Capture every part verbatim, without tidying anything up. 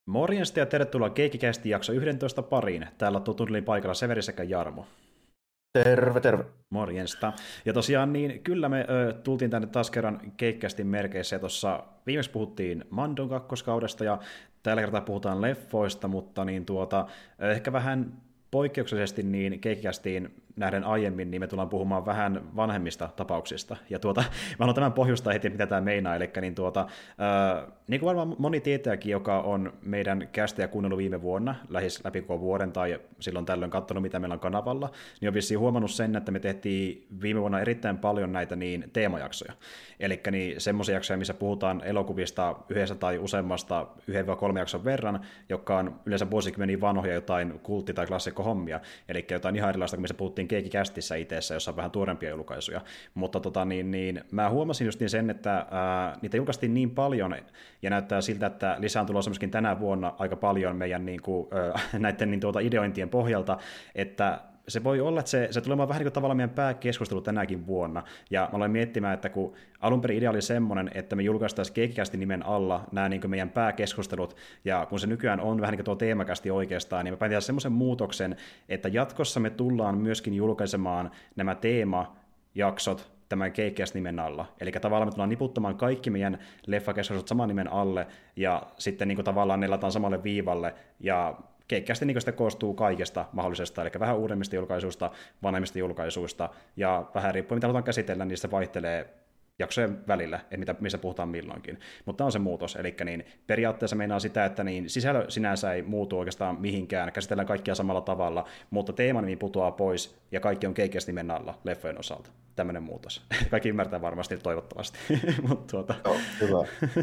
Morjesta ja tervetuloa Keikikästi jakso yksitoista pariin. Täällä tutun paikalla Severi sekä Jarmo. Terve, terve. Morjesta. Ja tosiaan niin kyllä me ö, tultiin tänne taas kerran Keikkästin merkeissä ja tuossa viimeksi puhuttiin Mandon kakkoskaudesta ja tällä kertaa puhutaan leffoista, mutta niin tuota, ehkä vähän poikkeuksellisesti niin Keikkästiin nähden aiemmin, niin me tullaan puhumaan vähän vanhemmista tapauksista. Ja tuota, mä haluan tämän pohjustaa heti, mitä tämä meinaa. Eli niin, tuota, äh, niin kuin varmaan moni tietääkin, joka on meidän kästejä kuunnellut viime vuonna, lähes läpi koko vuoden, tai silloin tällöin katsonut, mitä meillä on kanavalla, niin on vissiin huomannut sen, että me tehtiin viime vuonna erittäin paljon näitä niin teemajaksoja. Eli niin, semmoisia jaksoja, missä puhutaan elokuvista yhdessä tai useammasta yhden vai kolme jakson verran, jotka on yleensä vuosikymmeniä vanhoja jotain kultti- tai klassikkohommia. Eli jotain ihan erilaista, kun missä puhuttiin Keikikästissä itseessä, jossa on vähän tuorempia julkaisuja. Mutta tota, niin, niin, mä huomasin just niin sen, että ää, niitä julkaistiin niin paljon, ja näyttää siltä, että lisää on tulossa myöskin tänä vuonna aika paljon meidän niin kuin, ää, näiden niin, tuota, ideointien pohjalta, että se voi olla, että se, se tulee vähän niin kuin tavallaan meidän pääkeskustelu tänäkin vuonna, ja mä aloin miettimään, että kun alun perin idea oli semmoinen, että me julkaistaisiin Keikikästi nimen alla nämä niin kuin meidän pääkeskustelut, ja kun se nykyään on vähän niin kuin tuo teemakästi oikeastaan, niin me päätin tehdä semmoisen muutoksen, että jatkossa me tullaan myöskin julkaisemaan nämä teemajaksot tämän Keikkikästi-nimen alla. Eli tavallaan me tullaan niputtamaan kaikki meidän leffakeskustelut saman nimen alle, ja sitten niin kuin tavallaan ne lataan samalle viivalle, ja Keikkikästi niin sitä koostuu kaikesta mahdollisesta, eli vähän uudemmista julkaisuista, vanhemmista julkaisuista, ja vähän riippuen mitä halutaan käsitellä, niin se vaihtelee jaksojen välillä, että mitä, missä puhutaan milloinkin. Mutta tämä on se muutos, eli niin periaatteessa meinaa sitä, että niin sisällö sinänsä ei muutu oikeastaan mihinkään, käsitellään kaikkia samalla tavalla, mutta teemanimi putoaa pois, ja kaikki on Keikkikästi-nimen alla leffojen osalta. Tämmöinen muutos. Kaikki ymmärtää varmasti toivottavasti. Mut tuota... Joo, hyvä.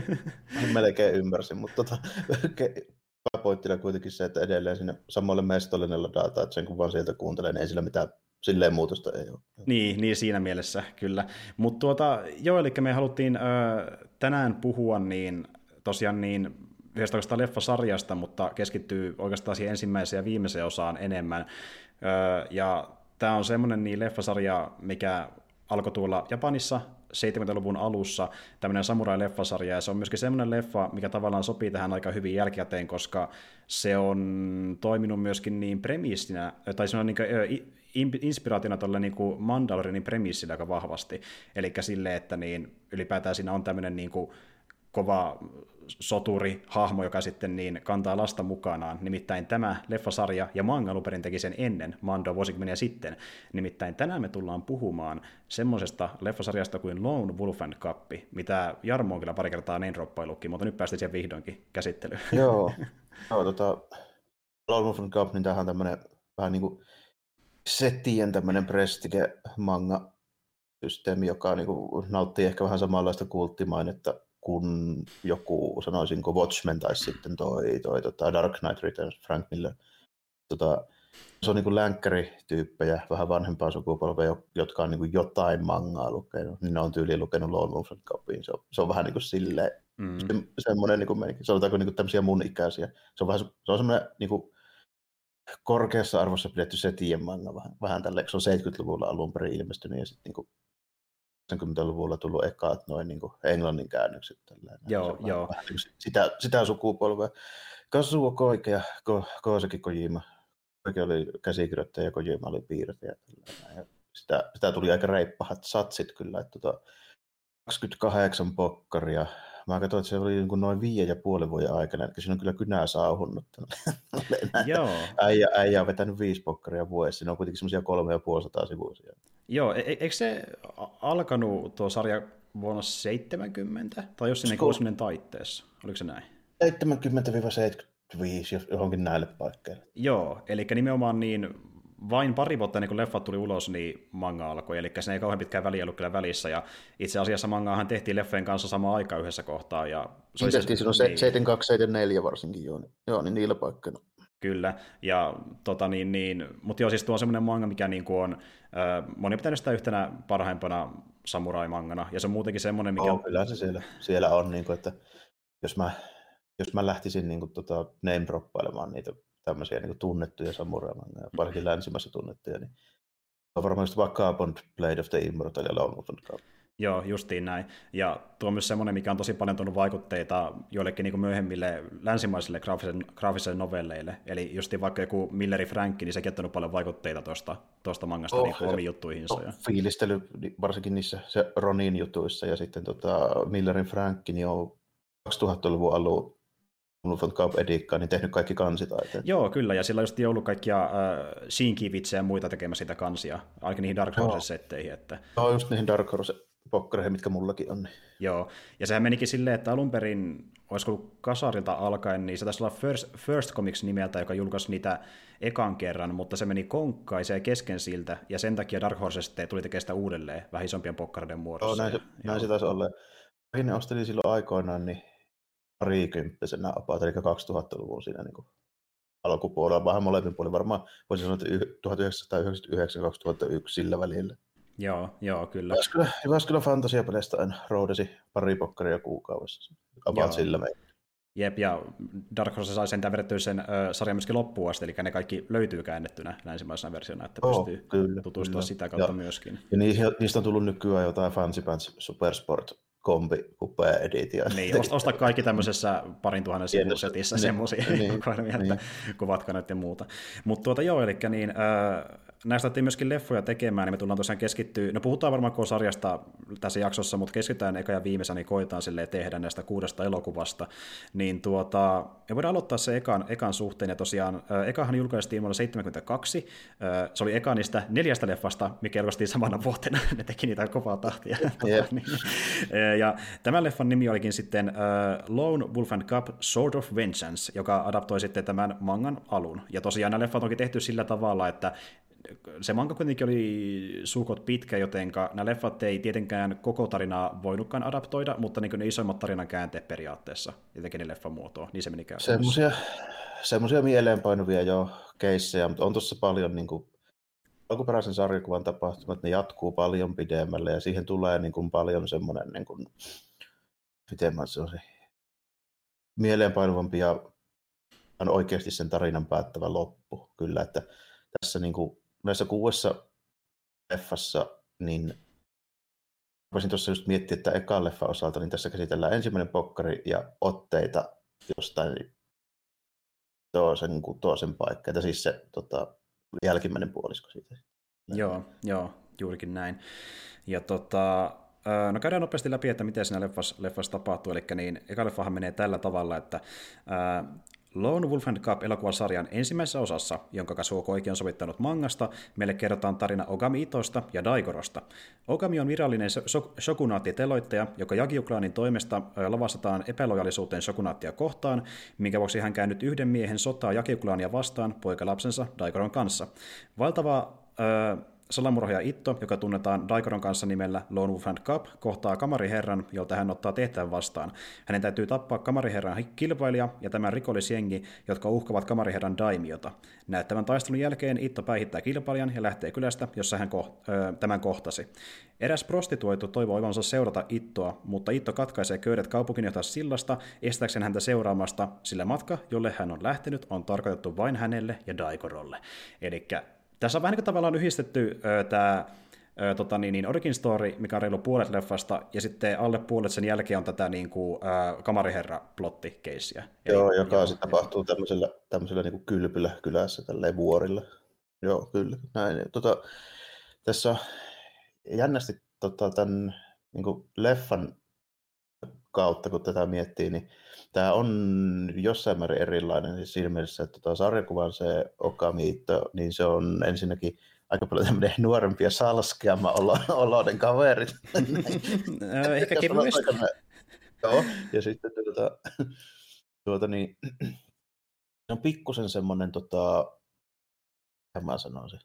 Melkein ymmärsin, mutta tota, pointtina kuitenkin se, että edelleen sinne samalle mestolle ne ladataan, että sen kun vaan sieltä kuuntelee, niin ei sillä mitään silleen muutosta ei ole. Niin, niin siinä mielessä, kyllä. Mutta tuota, joo, eli me haluttiin ö, tänään puhua niin tosiaan niin yhdestä oikeastaan leffasarjasta, mutta keskittyy oikeastaan siihen ensimmäiseen ja viimeiseen osaan enemmän. Ö, ja tämä on semmoinen niin leffasarja, mikä alkoi tuolla Japanissa seitsemänkymmentäluvun alussa, tämmöinen samurai-leffasarja, ja se on myöskin semmoinen leffa, mikä tavallaan sopii tähän aika hyvin jälkikäteen, koska se on toiminut myöskin niin premissinä, tai se on niin kuin inspiraationa tuolle niin kuin Mandalorianin premissillä aika vahvasti, eli sille, että niin ylipäätään siinä on tämmöinen niin kuin kova soturi-hahmo, joka sitten niin kantaa lasta mukanaan. Nimittäin tämä leffasarja ja manga alunperin teki sen ennen Mando vuosikymmeniä sitten. Nimittäin tänään me tullaan puhumaan semmoisesta leffasarjasta kuin Lone Wolf and Cub, mitä Jarmo on kyllä pari kertaa name-droppailutkin, mutta nyt päästiin siihen vihdoinkin käsittelyyn. Joo, Joo tota, Lone Wolf and Cub, niin tämähän on tämmöinen vähän niin kuin setien tämmöinen prestige-manga-systeemi, joka niin kuin nauttii ehkä vähän samanlaista kulttimainetta kun joku, sanoisinko Watchmen tai sitten toi, toi toi Dark Knight Returns, Frank Miller. Tota, se on niin kuin länkkärityyppejä, vähän vanhempaa sukupolvea, jotka on niin kuin jotain mangaa lukenut, niin ne on tyyliin lukenut Lone Wolf and Cubin. Se on, se on vähän niin kuin silleen, mm. se, semmoinen, niin kuin, sanotaanko niin kuin tämmöisiä mun ikäisiä. Se on, vähän, se on semmoinen niin kuin korkeassa arvossa pidetty setien manga, vähän, vähän tälleen, se on seitsemänkymmentäluvulla alun perin ilmestynyt ja sitten niin kuin yhdeksänkymmentäluvulla tullut ekaat noin niin kuin englannin käännökset. Tällainen. Joo, joo. Vähän, niin sitä, sitä sukupolvea. Kazuo Koike ja Ko, Kooseki Kojima. Koike oli käsikirjoittaja ja Kojima oli piirtäjä. Ja sitä, sitä tuli aika reippahat satsit kyllä. Että tota, kaksikymmentäkahdeksan pokkaria. Mä katsoin, että se oli niin kuin noin viiden ja puolen vuoden aikana. Eli siinä on kyllä kynää sauhunnut. Joo. Äijä, äijä on vetänyt viisi pokkaria vuodessa. Siinä on kuitenkin semmoisia kolme ja puoli sataa sivuisia. Joo, e- eikö se alkanut tuo sarja vuonna seitsemänkymmentä, tai jos sinne kuusikymmentä taitteessa, oliko se näin? seitsemänkymmentä seitsemänkymmentäviisi johonkin näille paikkeille. Joo, eli nimenomaan niin vain pari vuotta ennen kuin leffat tuli ulos, niin manga alkoi, eli se ei kauhean pitkään väliä ollut kyllä välissä, ja itse asiassa mangaahan tehtiin leffojen kanssa samaan aikaan yhdessä kohtaa. Ja se tehtiin silloin seitsemänkymmentäkaksi seitsemänkymmentäneljä varsinkin, joo, joo niin niillä paikkeilla. Kyllä, ja tota niin, niin mutta joo, siis tuo on semmoinen manga, mikä niin kuin on, äh, moni on pitänyt sitä yhtenä parhaimpana samurai-mangana, ja se on muutenkin semmoinen, mikä... Oh, kyllä se siellä, siellä on, niin kuin, että jos mä, jos mä lähtisin niin kuin, tota, name-droppailemaan niitä tämmöisiä niin kuin tunnettuja samurai-mangaa, varsinkin länsimässä tunnettuja, niin on varmaan just Vagabond, Blade of the Immortal ja Lone Wolf and Cub. Joo, justiin näin. Ja tuo on myös semmoinen, mikä on tosi paljon tuonut vaikutteita joillekin niin kuin myöhemmille länsimaisille graafisille, graafisille novelleille. Eli justiin vaikka joku Milleri Frankki, niin sekin on tuonut paljon vaikutteita tuosta, tuosta mangasta Oh, niin kuin omiin juttuihinsa. oh, fiilistely varsinkin niissä se Ronin jutuissa ja sitten tota Millerin Frankki niin on kaksituhattaluvun alun Wolf and Cub edikkaan, niin tehnyt kaikki kansitaiteet. Joo, kyllä, ja sillä on just ollut kaikkia äh, Shinki-vitsejä ja muita tekemässä sitä kansia, ainakin niihin Dark Horse-setteihin. Että... Joo, just niihin Dark Horse-pokkareihin, mitkä mullakin on. Niin. Joo, ja sehän menikin silleen, että alun perin, olisiko ollut Kasarilta alkaen, niin se taisi olla First, First Comics nimeltä, joka julkaisi niitä ekan kerran, mutta se meni konkkaiseen kesken siltä, ja sen takia Dark Horse tuli tekemään sitä uudelleen, vähän isompien pokkareiden muodossa. Joo, näin se, näin se taisi olla. Minne ostelin silloin aikoinaan, niin parikymppisenä about, eli kaksituhattaluvun siinä niin kuin alkupuolella, vähän molemmin puolin, varmaan voisin sanoa, että tuhatyhdeksänsataayhdeksänkymmentäyhdeksän kaksituhattayksi sillä välillä. Joo, joo, kyllä. Jyväskylä, Jyväskylä fantasiapeleistä aina roudasi pari pokkaria kuukaudessa, about sillä meillä. Jep, ja Dark Horse sai sentään vedettyä sen ö, sarjan myöskin loppuun asti, eli ne kaikki löytyy käännettynä länsimaisena versiona, että oh, pystyy kyllä, tutustumaan kyllä. sitä kautta ja, myöskin. Ja niistä on tullut nykyään jotain Fancy Pants Supersport kombi upea editia. Niin, osta kaikki tämmöisessä parin tuhannen sivusetissä semmoisia niin, kokoelmia, niin. että kuvatkanat ja muuta. Mutta tuota joo, eli niin, äh, näistä otettiin myöskin leffoja tekemään, niin me tullaan tosiaan keskittyä, no puhutaan varmaan koko sarjasta tässä jaksossa, mutta keskitytään eka ja viimeisenä, niin koetaan silleen tehdä näistä kuudesta elokuvasta, niin tuota, me voidaan aloittaa se ekan, ekan suhteen, ja tosiaan äh, ekahan julkaistiin vuonna seitsemänkymmentäkaksi, äh, se oli eka niistä neljästä leffasta, mikä julkaistiin samana vuotena, ne teki niitä kovaa tahtia. Yeah. Ja tämän leffan nimi olikin sitten uh, Lone Wolf and Cub Sword of Vengeance, joka adaptoi sitten tämän mangan alun. Ja tosiaan nämä leffat onkin tehty sillä tavalla, että se manga kuitenkin oli suukot pitkä, jotenka nämä leffat ei tietenkään koko tarinaa voinutkaan adaptoida, mutta niin ne isoimmat tarinan käänteet periaatteessa, jotenkin ne leffan muotoon, niin se meni käytännössä. Semmoisia, semmoisia mieleenpainuvia jo keissejä, mutta on tuossa paljon niin kuin alkuperäisen sarjakuvan tapahtumat, ne jatkuu paljon pidemmälle ja siihen tulee niin kuin paljon semmoinen, niin kuin, miten mä sanoisin, mieleenpainuvampi ja on oikeasti sen tarinan päättävä loppu. Kyllä, että tässä niin kuin, näissä kuudessa leffassa, niin voisin tuossa just miettiä, että ekan leffan osalta, niin tässä käsitellään ensimmäinen pokkari ja otteita jostain toisen, niin kuin toisen paikka, että siis se tota, jälkimmäinen puolisko siitä. Joo, joo, juurikin näin. Ja tota, no käydään nopeasti läpi, että miten siinä leffassa, leffassa tapahtuu. Eli niin, eka leffahan menee tällä tavalla, että ää, Lone Wolf and Cub -elokuvasarjan ensimmäisessä osassa, jonka Kazuo Koike on sovittanut mangasta, meille kerrotaan tarina Ogami Itosta ja Daigorosta. Ogami on virallinen shokunaatti-teloittaja, joka Yagyu-klaanin toimesta lavastetaan epälojallisuuteen shokunaattia kohtaan, minkä vuoksi hän käynyt yhden miehen sotaa Yagyu-klaania vastaan poikalapsensa Daigoron kanssa. Valtava öö, salamurhaaja Itto, joka tunnetaan Daigoron kanssa nimellä Lone Wolf and Cub, kohtaa kamariherran, jolta hän ottaa tehtävän vastaan. Hänen täytyy tappaa kamariherran kilpailija ja tämän rikollisjengi, jotka uhkavat kamariherran daimiota. Näyttävän taistelun jälkeen Itto päihittää kilpailijan ja lähtee kylästä, jossa hän ko- öö, tämän kohtasi. Eräs prostituoitu toivoo voivansa seurata Ittoa, mutta Itto katkaisee köydet kaupunginjohtaja sillasta estääkseen häntä seuraamasta, sillä matka, jolle hän on lähtenyt, on tarkoitettu vain hänelle ja Daigorolle. Elikkä tässä on vähän niin kuin tavallaan yhdistetty äh, tämä äh, tota, niin, niin origin story, mikä on reilu puolet leffasta, ja sitten alle puolet sen jälkeen on tätä niin kuin, äh, kamariherra-plotti-keissiä. Joo, Eli, joka sitten tapahtuu tämmöisellä, tämmöisellä niin kuin kylpylä kylässä, tälleen vuorilla. Joo, kyllä. Näin. Tota, tässä on jännästi tota, tämän niin kuin leffan kautta, kun tätä miettii, niin tämä on jossain määrin erilainen siis siinä mielessä, että tota sarjakuvan se Ogami Itto, niin se on ensinnäkin aika paljon tämmöinen nuorempia salskeama oloiden kaverit. Ehkä kevyesti. Joo, ja sitten tuota, tuota niin, se on pikkusen semmoinen, tota, mitä mä sanoisin,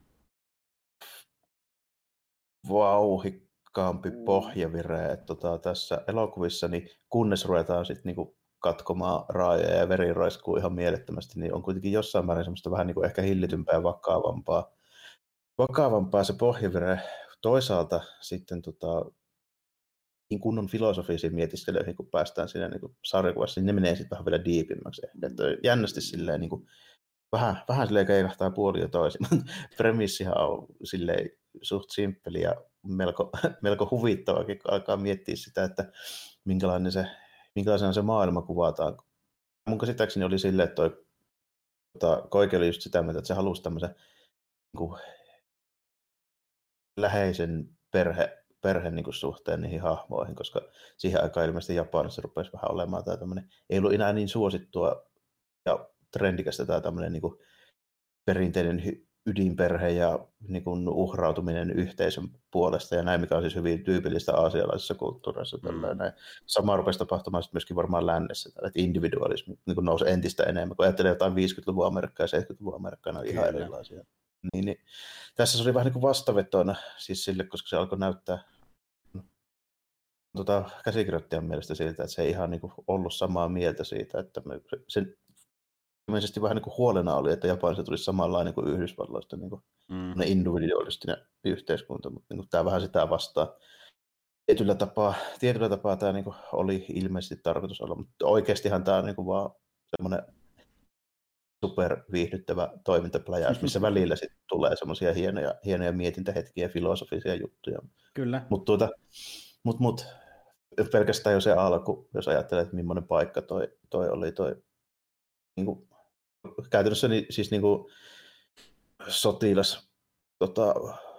vauhikkaampi pohjavire, että tota, tässä elokuvissa, niin kunnes ruvetaan sitten niinku katkomaan raajoja ja veri roiskuu ihan mielettömästi, niin on kuitenkin jossain määrin semmoista vähän niin kuin ehkä hillitympää ja vakavampaa. Vakavampaa se pohjavire. Toisaalta sitten tota, niin kunnon filosofisiin mietiskelyihin, kun päästään siinä niin kuin sarjakuvassa, niin ne menee sitten vähän vielä diipimmäksi. Että jännästi silleen, niin kuin, vähän, vähän silleen keikahtaa puoli ja toisin. Premissihan on silleen suht simppeli ja melko, melko huvittavakin, kun alkaa miettiä sitä, että minkälainen se, minkälaisena se maailma kuvataan. Mun käsittääkseni oli silleen, että toi tota, Koike oli just sitä mieltä, että se halusi tämmöisen niin kuin, läheisen perhe, perhe niin kuin, suhteen niihin hahmoihin, koska siihen aikaan ilmeisesti Japanissa rupesi vähän olemaan tämä tämmöinen, ei ollut enää niin suosittua ja trendikästä tämä tämmöinen niin kuin, perinteinen ydinperhe ja niin kuin, uhrautuminen yhteisön puolesta ja näin, mikä on siis hyvin tyypillistä aasialaisessa kulttuurissa. Mm. Näin. Sama rupesi tapahtumaan myöskin varmaan lännessä, että individualismi niin kuin nousi entistä enemmän, kun ajattelee jotain viisikymmentäluvun Amerikkaa ja seitsemänkymmentäluvun Amerikkaa, ne on ihan erilaisia. Niin, niin, tässä se oli vähän niin kuin vastavetona siis sille, koska se alkoi näyttää tota, käsikirjoittajan mielestä siltä, että se ei ihan niin kuin ollut samaa mieltä siitä, että me, sen ilmeisesti vähän niin kuin huolena oli, että Japanissa tulisi samanlainen kuin Yhdysvalloista niin kuin mm. individualistinen yhteiskunta, mutta niin kuin tämä vähän sitä vastaa. Tietyllä tapaa, tietyllä tapaa tämä niin kuin oli ilmeisesti tarkoitus olla, mutta oikeastihan tämä on niin kuin vaan semmoinen superviihdyttävä toimintapläjäys, missä välillä sitten tulee semmoisia hienoja, hienoja mietintähetkiä ja filosofisia juttuja. Kyllä. Mutta tuota, mut, mut, pelkästään jo se alku, jos ajattelee, että millainen paikka toi, toi oli, toi niin kuin, käytännössä niin, siis niin kuin, sotilas, tota,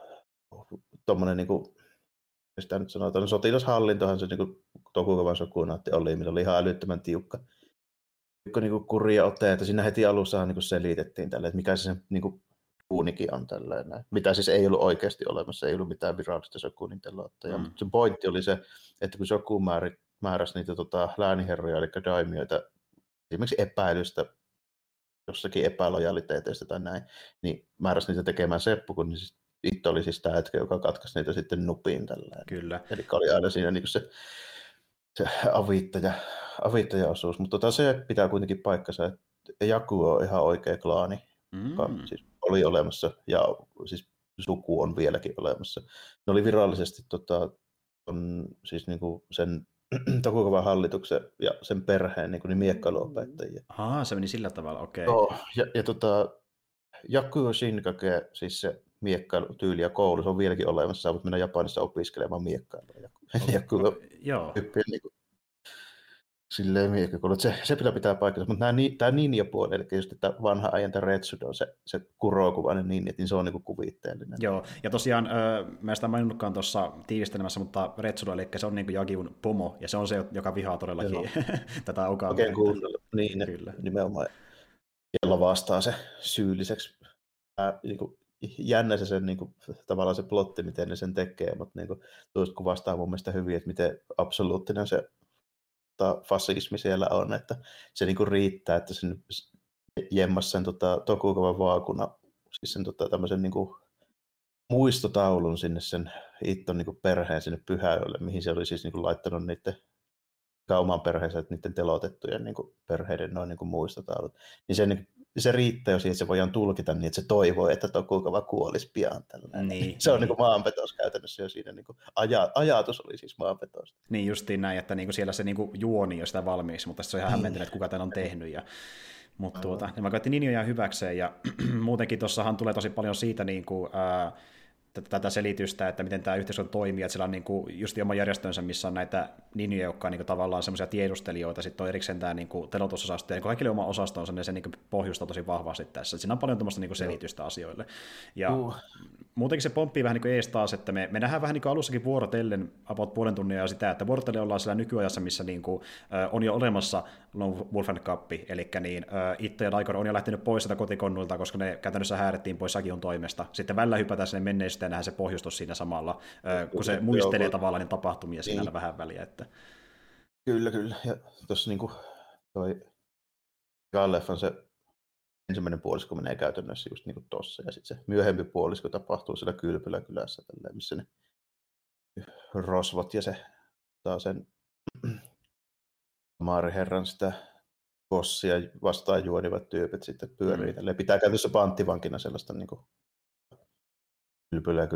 tommonen niin kuin, sitä nyt sanotaan, sotilashallintohan se niin kuin Tokugawan shogunaatti oli, millä oli ihan älyttömän tiukka, tiukka niin kuin kuri ja ote, että siinä heti alussahan niin kuin selitettiin tälle, että mikä se sen niin kuin uunikin on tällainen, mitä siis ei ollut oikeasti olemassa, ei ollut mitään virallista shogunin teloittajaa, mm. mutta se pointti oli se, että kun shogun määräsi niitä tota, lääniherroja, eli daimioita, esimerkiksi epäilystä, jossakin epälojaliteeteista tai näin, niin määräsi niitä tekemään seppu, kun niin siis itse oli siis tämä hetki, joka katkaisi niitä sitten nupiin tällä. Kyllä. Eli oli aina siinä niin se, se avittaja, avittaja-osuus, mutta tota se pitää kuitenkin paikkansa, että Jaku on ihan oikea klaani, mm. joka siis oli olemassa ja siis suku on vieläkin olemassa. Ne oli virallisesti tota, on, siis niin kuin sen Tokugawan hallituksen ja sen perheen niin, niin miekkailuopettajia. Ahaa, se meni sillä tavalla, okei. Okay. Joo, ja, ja tota, Yakuo Shinkage, siis se miekkailutyyli ja koulu, se on vieläkin olemassa. Sä voit mennä Japanissa opiskelemaan miekkailua. Yakuo hyppii niin kuin silleen miekkakoulu. Se, se pitää pitää paikkansa, mutta tämä ninja-puoli, eli just että vanha ajan tämä Retsudo, se, se kurokuvainen ninja, niin se on niin kuin kuvitteellinen. Joo, ja tosiaan, mä en sitä maininnutkaan tuossa tiivistelemässä, mutta Retsudo, eli se on niin kuin Jagiun pomo, ja se on se, joka vihaa todellakin tätä Okawa. Oikein kuunnella, niin Kyllä. nimenomaan. Ja lavastaa se syylliseksi. Ää, niin kuin, jännä se sen, niin kuin, tavallaan se plotti, miten ne sen tekee, mutta niin kuin, tuosta kuvastaa mun mielestä hyvin, että miten absoluuttinen se fasismi siellä on, että se niinku riittää, että sen jemmas sen tota, Tokugawan vaakuna, siis sen tota, tämmöisen niinku muistotaulun sinne sen Itton niinku perheen sinne Pyhäjölle, mihin se oli siis niinku laittanut niiden oman perheensä, että niiden telotettujen niinku perheiden noin niinku muistotaulut. Niin se, niin, se riittää jo siihen, että se voidaan tulkita niin, että se toivoo, että Tokugawa kuolisi pian. Niin, se on niin. Niinku maanpetos käytännössä jo siinä. Niinku aja, ajatus oli siis maanpetos. Niin justiin näin, että niinku siellä se niinku juoni jo sitä valmiiksi, mutta se on ihan hämmentynyt, että kuka tämän on tehnyt. Ja, mutta tuota, niin mä koettiin ninjoja hyväkseen ja muutenkin tuossahan tulee tosi paljon siitä niin kuin, ää, tätä selitystä, että miten tämä yhteiskunta toimii, että siellä on niinku just oma järjestönsä, missä on näitä ninjoja, jotka on niinku tavallaan semmoisia tiedustelijoita, sitten on erikseen tämä niinku telotusosasto, ja kaikille oma osastonsa, niin se niinku pohjustaa tosi vahvasti tässä. Siinä on paljon tuommoista niinku selitystä asioille. Ja uh. muutenkin se pomppii vähän niin kuin ees taas, että me, me nähdään vähän niin kuin alussakin vuorotellen about puolen tunnin ja sitä, että vuorotellen ollaan siellä nykyajassa, missä niin kuin, äh, on jo olemassa Lone Wolf Cup, eli niin, äh, Itto ja Daikor on jo lähtenyt pois sieltä kotikonnuilta, koska ne käytännössä häädettiin pois Sakion toimesta. Sitten välillä hypätään sinne menneisyyteen ja nähdään se pohjustus siinä samalla, äh, kun se muistelee joo, tavallaan niin tapahtumia siinä niin. Vähän väliä. Että... Kyllä, kyllä. Ja tuossa niin kuin toi Galleffan se ensimmäinen puolisko menee käytännössä just niin kuin tossa, ja sitten se myöhempi puolisko tapahtuu siellä Kylpylän kylässä, tälleen, missä ne rosvot ja se taas sen Maariherran sitä bossia vastaan juonivat tyypit sitten pyörii. Mm. Tälleen. Pitää käytössä panttivankina sellaista niin kuin Kylpylän kylää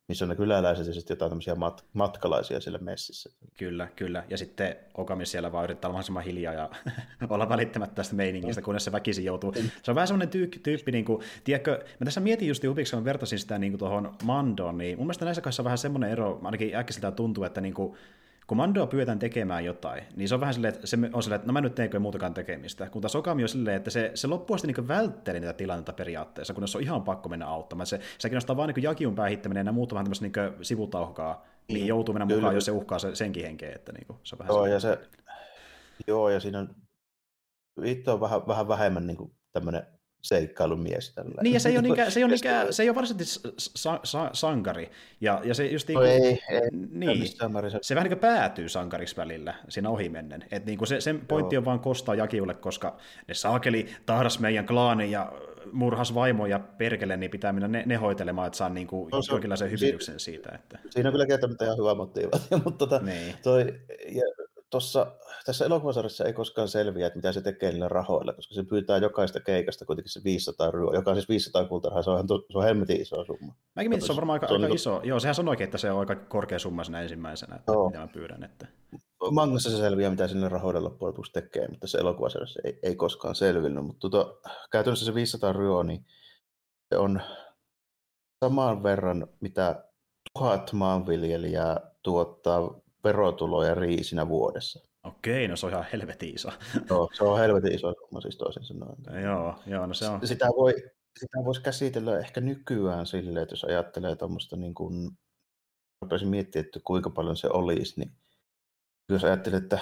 missä on ne kyläläiset ja sitten jotain tämmöisiä mat- matkalaisia siellä messissä. Kyllä, kyllä. Ja sitten Okami siellä vaan yrittää olla mahdollisimman hiljaa ja olla välittämättä tästä meiningistä, kunnes se väkisin joutuu. Se on vähän semmoinen tyy- tyyppi, niin kuin, tiedätkö, mä tässä mietin just Ubiksi, kun vertaisin sitä niin kuin tuohon Mandoon, niin mun mielestä näissä kanssa on vähän semmoinen ero, ainakin äkkiseltä tuntuu, että niin kuin, kun Mandoa pyydetään tekemään jotain, niin se on vähän silleen, että se on silleen, että no mä nyt teenkö muutakaan tekemistä. Kun taas Okami on silleen, että se, se loppuun asti niin vältteli niitä tilanteita periaatteessa, kun se on ihan pakko mennä auttamaan. Se, se kiinnostaa vaan niin Jakiun päihittäminen ja nämä muut on vähän tämmöistä niin sivutauhkaa, mihin joutuu mennä mukaan, Kyllä. jos se uhkaa se, senkin henkeä. Että niin kuin, se on vähän joo, ja se, joo, ja siinä on, Viitto on vähän, vähän vähemmän niin kuin tämmöinen seikkailumies. Tällä. Niin, ja se ei ole, niinkään, se ei ole, niinkään, se ei ole varsinaisesti sa, sa, sankari. Ja, ja se just niin kuin, no ei, ei, niin, se, se vähän niin kuin päätyy sankariksi välillä siinä ohimennen. Että niin kuin se, sen pointti Joo. on vaan kostaa Jakiulle, koska ne saakeli tahdas meidän klaanin ja murhas vaimo ja perkele, niin pitää mennä ne, ne hoitelemaan, että saa niin kuin no, jonkinlaisen hyvityyksen si- siitä. Että... Siinä on kyllä kieltämättä ihan hyvä motiivaatio, mutta tota, niin. toi, ja, tossa, tässä elokuvasarjassa ei koskaan selviä, että mitä se tekee niillä rahoilla, koska se pyytää jokaista keikasta kuitenkin se viisisataa ruoa, joka on siis viisisataa kultarahaa, se on, se on hemmetin iso summa. Mäkin mietin, se on varmaan aika, aika niin iso. Joo, sehän sanoikin, että se on aika korkea summa siinä ensimmäisenä, että mitä mä pyydän. Että... Mangassa se selviää, mitä sinne rahoilla loppujen lopuksi tekee, mutta se elokuvasarjassa ei, ei koskaan selvinnyt. Mutta tota, käytännössä se viisisataa ruoa, niin se on saman verran, mitä tuhat maanviljelijää tuottaa verotuloja riisinä vuodessa. Okei, no se on ihan helvetin iso. Joo, se on helvetin iso summa siis toisin sanoen. Joo, joo, no se on. Sitä, voi, sitä voisi käsitellä ehkä nykyään silleen, että jos ajattelee tuommoista niin kuin, rupeaisin miettimään, että kuinka paljon se olisi, niin jos ajattelee, että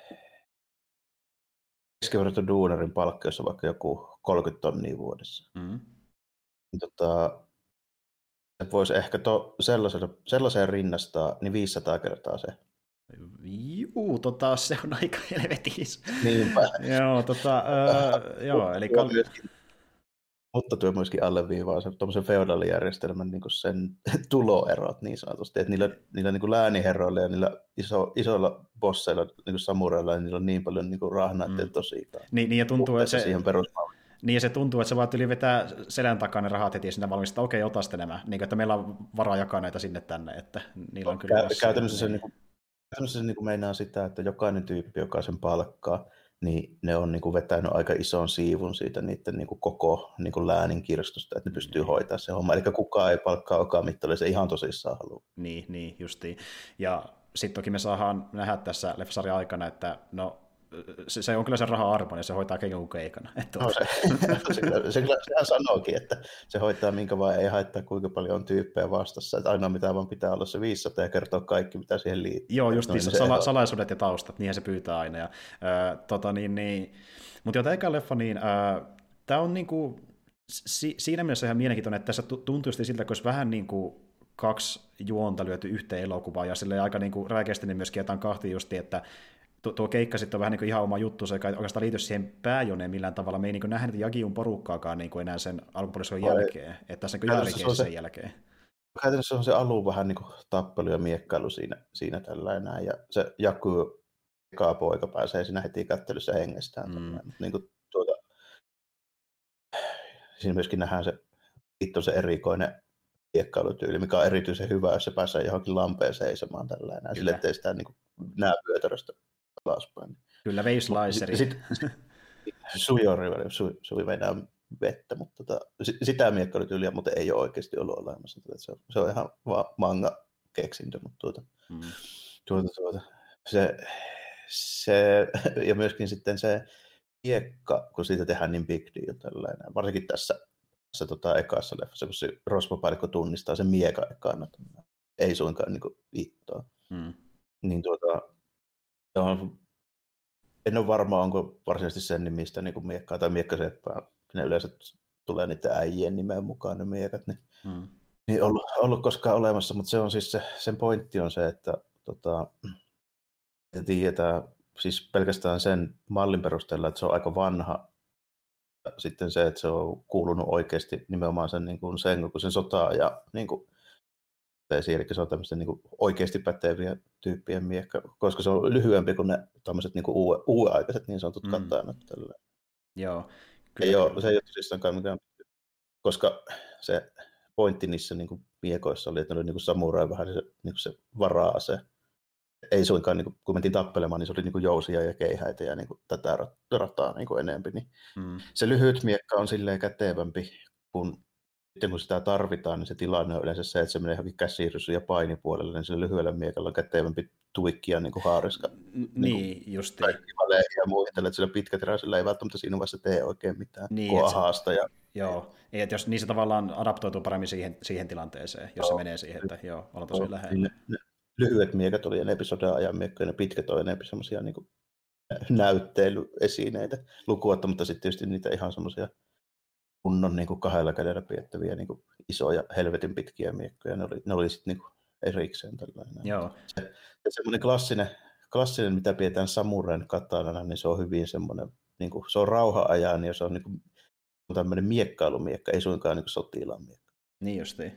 keskiverto duunarin palkka, jos on vaikka joku kolmekymmentä tonnia vuodessa, mm. niin tota, se voisi ehkä to, sellaiseen rinnastaa niin viisisataa kertaa se. Juu, tota, se on aika helvetis. Niinpä. joo, tota, öö, joo, eli... Kal... Myöskin, mutta tuo myöskin alleviivaa se tuommoisen feodaalijärjestelmän niin sen tuloerot niin sanotusti, että niillä, niillä niin lääniherroilla ja niillä iso, isoilla bosseilla, niin samureilla, niin niillä on niin paljon niin rahnaa, että mm. tosiaan. Niin, niin, ja tuntuu, että se... Siihen perusmalliin. Niin, ja se tuntuu, että se vaan yli vetää selän takaa ne rahat heti ja sinne valmistaa, okei, ota sitten nämä, niin, että meillä on varaa jakaa näitä sinne tänne, että niillä on kyllä... Kä- käytännössä se, niin kuin, käytännössä se niin kuin meinaa sitä, että jokainen tyyppi, joka sen palkkaa, niin ne on niin kuin vetänyt aika ison siivun siitä niiden niin kuin koko niin kuin läänin kirstusta, että ne pystyy mm. hoitamaan se homma. Eli kukaan ei palkkaa Okamittalle, se ihan tosissaan haluaa. Niin, niin justiin. Ja sitten toki me saadaan nähdä tässä leffasarjan aikana, että no, se, se on kyllä se raha-arvo, ja se hoitaa keikan kuin keikana. Että no, se, se, kyllä, se kyllä sehän sanookin, että se hoitaa minkä vaan, ei haittaa kuinka paljon on tyyppejä vastassa, että ainoa mitä vaan pitää olla se viisisataa ja kertoa kaikki, mitä siihen liittyy. Joo, just niin, sala, salaisuudet ja taustat, niinhän se pyytää aina. Ja, äh, tota, niin, niin. Mutta jo tämä eka leffa, niin äh, tämä on niinku, si, siinä mielessä ihan mielenkiintoinen, että tässä tuntuu siltä, että olisi vähän niin kuin kaksi juonta lyöty yhteen elokuvaan, ja silleen aika niin kuin räikeästi niin myöskin jätän kahtiin justi, että tuo keikka sitten on vähän niin kuin ihan oma juttu, se ei oikeastaan liity siihen pääjoneen millään tavalla. Me ei niin nähdä niitä Jakiun porukkaakaan niin kuin enää sen alkupuolisen jälkeen, että tässä on jälkeen sen jälkeen. Käytännössä on se alun vähän niin kuin tappelu ja miekkailu siinä, siinä tällainen, ja se Jaku, eka poika pääsee siinä heti kättelyssä hengestään. Mm. Niin kuin tuota, siinä myöskin nähdään se, itse se erikoinen miekkailutyyli, mikä on erityisen hyvä, jos se pääsee johonkin lampeen seisomaan tällainen, sille ettei sitä niin kuin näe vyötäröstä alaspäin. Kyllä, veislaseri. Sitten sujori, su, suvi meinaa vettä, mutta tota, sitä miekkailutyyliä muuten ei ole oikeasti ollut olemassa. Se on, se on ihan vaan manga-keksintö, mutta tuota, mm. tuota, tuota, se, se, ja myöskin sitten se miekka, kun siitä tehdään niin big deal tällainen, varsinkin tässä, tässä tota, ekassa leffassa, kun se rosvopäällikkö tunnistaa sen miekan ekana, ei suinkaan niin kuin viittoa. Mm. Niin tuota, on, en ole varma, onko varsinaisesti sen nimistä niin kuin miekkaa tai miekkaseppää. Ne yleensä tulee niiden äijien nimeen mukaan ne miekat. Niin, hmm. niin ollut, ollut koskaan olemassa, mutta se on siis se, sen pointti on se, että tota, tiedetään siis pelkästään sen mallin perusteella, että se on aika vanha. Sitten se, että se on kuulunut oikeasti nimenomaan sen, niin kuin sen, sen sotaa ja niin kuin, eli se on tämmöisten niin kuin oikeasti päteviä tyyppien miekka, koska se on lyhyempi kuin ne tämmöiset niin kuin uue, uue-aikaiset niin sanotut mm. katanat. Joo. Ei ole, se ei ole tosissaankaan mikään, koska se pointti niissä niin kuin miekoissa oli, että ne oli niin samurai vähän se, niin se vara-ase. Ei suinkaan, niin kuin, kun mentiin tappelemaan, niin se oli niin kuin jousia ja keihäitä ja niin kuin, tätä rataa niin kuin enemmän. Niin mm. Se lyhyt miekka on silleen kätevämpi, kun sitten kun sitä tarvitaan, niin se tilanne on yleensä se, että se menee johonkin käsirysy- ja painipuolelle, niin sillä lyhyellä miekalla on kätevämpi tuikkia niin kuin haariska. N- niin, niin justiin. Ja muita, että sillä pitkäteräisellä ei välttämättä siinä vaiheessa tee oikein mitään, niin, kun ahasta. Ja... Joo, ei, että jos niin se tavallaan adaptoituu paremmin siihen, siihen tilanteeseen, jos joo. Se menee siihen, että joo, ollaan tosi lähellä. Ne, ne lyhyet miekat oli enempi sodan-ajan miekkoja, ja ne pitkät on enempi semmoisia niin kuin näyttelyesineitä lukuutta, mutta sitten tietysti niitä ihan semmoisia kunnon niin kuin kahdella kädellä piettäviä niin kuin isoja helvetin pitkiä miekkoja, ne oli, ne oli sitten niin kuin erikseen tällainen. Joo. Se, ja semmoinen klassinen, klassinen, mitä pidetään samurain katanana, niin se on hyvin semmoinen, niin kuin, se on rauha-ajan ja se on niin kuin tämmöinen miekkailumiekka, ei suinkaan niin kuin sotilaan miekka. Niin justiin.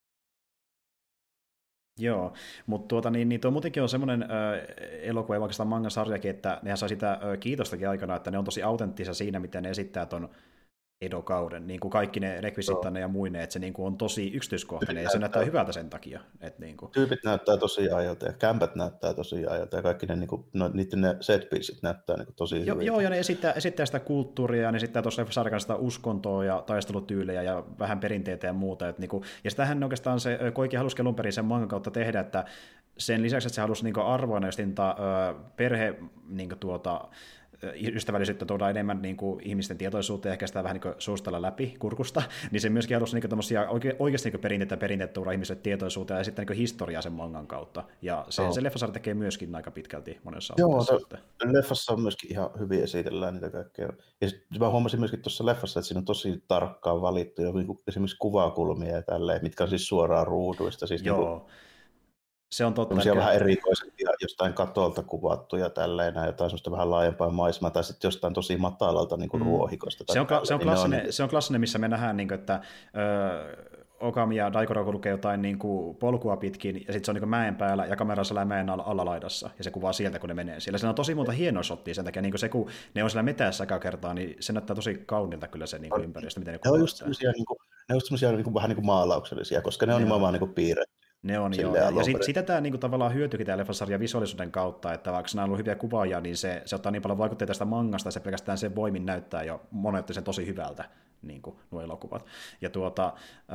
Joo, mutta tuota, niin, niin tuo muutenkin on semmoinen äh, elokuva ja oikeastaan manga-sarjakin, että nehän saa sitä äh, kiitostakin aikana, että ne on tosi autenttisia siinä, miten ne esittää ton Edo-kauden, niin kuin kaikki ne rekvisiittanne ja muine, että se niin kuin on tosi yksityiskohtainen ja se näyttää hyvältä sen takia. Että niin kuin... Tyypit näyttää tosi ajalta ja kämpät näyttää tosi ajalta ja kaikki ne, niin kuin, no, niiden ne set-pieceit näyttää niin kuin tosi jo, hyvin. Joo, ja ne esittää, esittää sitä kulttuuria ja ne esittää tuossa sarjassa sitä uskontoa ja taistelutyylejä ja vähän perinteitä ja muuta. Että niin kuin, ja sitähän oikeastaan se Koiki halusi alun perin sen mangan kautta tehdä, että sen lisäksi, että se halusi niin kuin arvoina just niitä perhe niin kuin tuota, ystävällisyyttä tuodaan enemmän niin kuin ihmisten tietoisuutta ja ehkä sitä vähän niin kuin suustella läpi kurkusta, niin se myöskin halusi niin kuin oike- oikeasti niin perinteitä perinteitä tuoda ihmisille tietoisuutta ja sitten niin historiaa sen mangan kautta. Ja se, oh. se leffasarja tekee myöskin aika pitkälti monessa otteessa. Joo, leffassa on myöskin ihan hyvin esitellään niitä kaikkea. Ja sitten mä huomasin myöskin tuossa leffassa, että siinä on tosi tarkkaan valittu ja niin kuin esimerkiksi kuvakulmia ja tälleen, mitkä on siis suoraan ruuduista. Siis joo. Niin kuin, se on totta. Sellaisia vähän erikoisempia, jostain katolta kuvattuja tälleen, jotain sellaista vähän laajempaa maisemaa, tai sitten jostain tosi matalalta niin kuin mm. ruohikosta. Se on, se, on klassinen, niin... se on klassinen, missä me nähdään, niin kuin, että ö, Okami ja Daikoro kulkee jotain niin kuin polkua pitkin, ja sitten se on niin kuin mäen päällä, ja kamera on mäen alalaidassa, ja se kuvaa sieltä, kun ne menee siellä. Se on tosi monta hienoa shottia sen takia, niin kuin se, kun ne on siellä metässä eka kertaa, niin se näyttää tosi kaunilta kyllä se niin kuin ympäristö, miten ne kuvaa. Ne on just semmoisia, niin kuin, ne on semmoisia niin kuin, vähän niin kuin maalauksellisia, koska ne on nimenomaan niin kuin piirretty. Ne on, joo. Ja, ja sit, sitä tämä niinku, tavallaan hyötyikin tämä leffasarja visuaalisuuden kautta, että vaikka nämä on ollut hyviä kuvaajia, niin se, se ottaa niin paljon vaikutteita tästä mangasta, ja se pelkästään sen voimin näyttää jo monet sen tosi hyvältä, niin kuin nuo elokuvat. Ja tuota,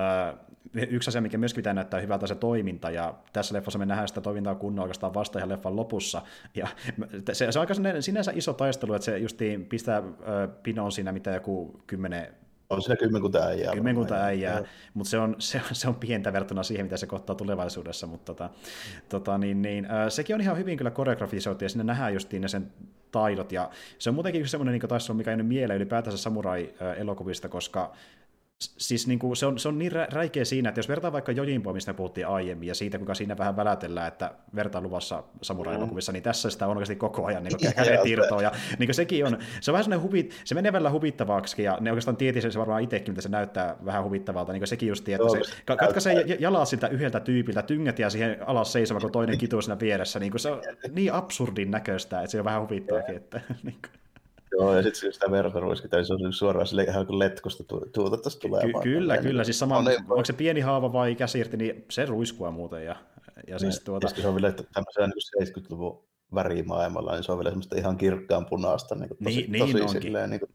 yksi asia, mikä myöskin pitää näyttää hyvältä, se toiminta, ja tässä leffassa me nähdään sitä toimintaa kunnolla oikeastaan vasta ihan leffan lopussa, ja se, se on aika sinänsä iso taistelu, että se justiin pistää pinoon siinä, mitä joku kymmenen on siinä kymmenkunta äijää. Kymmenkunta äijää, mutta se on, se, se on pientä verrattuna siihen, mitä se kohtaa tulevaisuudessa, mutta tota, tota, niin, niin, äh, sekin on ihan hyvin kyllä koreografisoitu, ja sinne nähdään justiin ne sen taidot, ja se on muutenkin semmoinen niin taistelu, mikä ei nyt mieleen ylipäätänsä samurai-elokuvista, koska siis niin kuin, se, on, se on niin räikeä siinä, että jos vertaa vaikka Jojimboa, mistä puhuttiin aiemmin, ja siitä, kuinka siinä vähän välätellään, että vertaa luvassa samurai-elokuvissa, niin tässä sitä on oikeasti koko ajan niin kädet irtoa, ja niin kuin sekin on, se on vähän sellainen huvit, se menee välillä huvittavaksi, ja ne oikeastaan tietysti se varmaan itsekin, mitä se näyttää vähän huvittavalta, niin kuin sekin just, että se katkaisee jalat siltä yhdeltä tyypiltä, tyngät ja siihen alas seisova, kun toinen kituu siinä vieressä, niin kuin se on niin absurdin näköistä, että se on vähän huvittaakin, että niin kuin. Joo, ja sitten sitä vertaruiskita, niin se on suoraan sille ihan kuin letkusta tuotettaisiin tulemaan. Ky- kyllä, kyllä. Niin, siis sama, on, onko se pieni haava vai käsirti, niin se ruiskua muuten. Ja, ja siis niin, tuota... se on vielä tämmöisellä niin seitsemänkymmentäluvun värimaailmalla, niin se on vielä semmoista ihan kirkkaan punaista. Niin tosi, niin, niin tosi onkin. Silleen, niin kuin...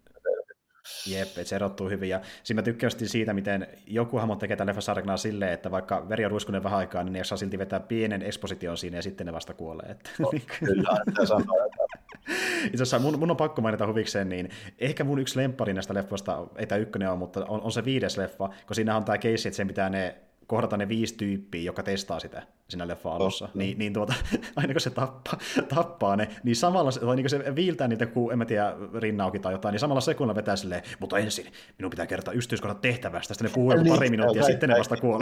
Jep, se erottuu hyvin. Ja siinä mä tykkäsin siitä, miten joku hahmo tekee tämän leffasarjana silleen, että vaikka veri on ruiskunen vähän aikaa, niin ne jaksaa silti vetää pienen exposition siinä ja sitten ne vasta kuolee. Että... No, kyllä, että sanoo. Itse asiassa mun, mun on pakko mainita huvikseen, niin ehkä mun yksi lemppari näistä leffoista, ei tämä ykkönen ole, mutta on, on se viides leffa, kun siinä on tämä keissi, että sen pitää ne kohdata ne viisi tyyppiä, joka testaa sitä siinä leffa alussa, oh, niin, niin tuota, aina kun se tappaa, tappaa ne, niin samalla tai niin se viiltää niitä, kun en mä tiedä, rinnaukin tai jotain, niin samalla sekunnilla vetää silleen, mutta ensin minun pitää kertoa yksityiskohdat tehtävästä, sitten ne puhuu joku pari minuuttia, ja sitten ne vasta kuolee.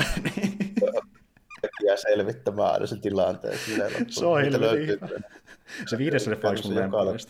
Jää selvittämään aina sen tilanteen. Se on helvetin. Se viides leffa on yksi mun lemppareista.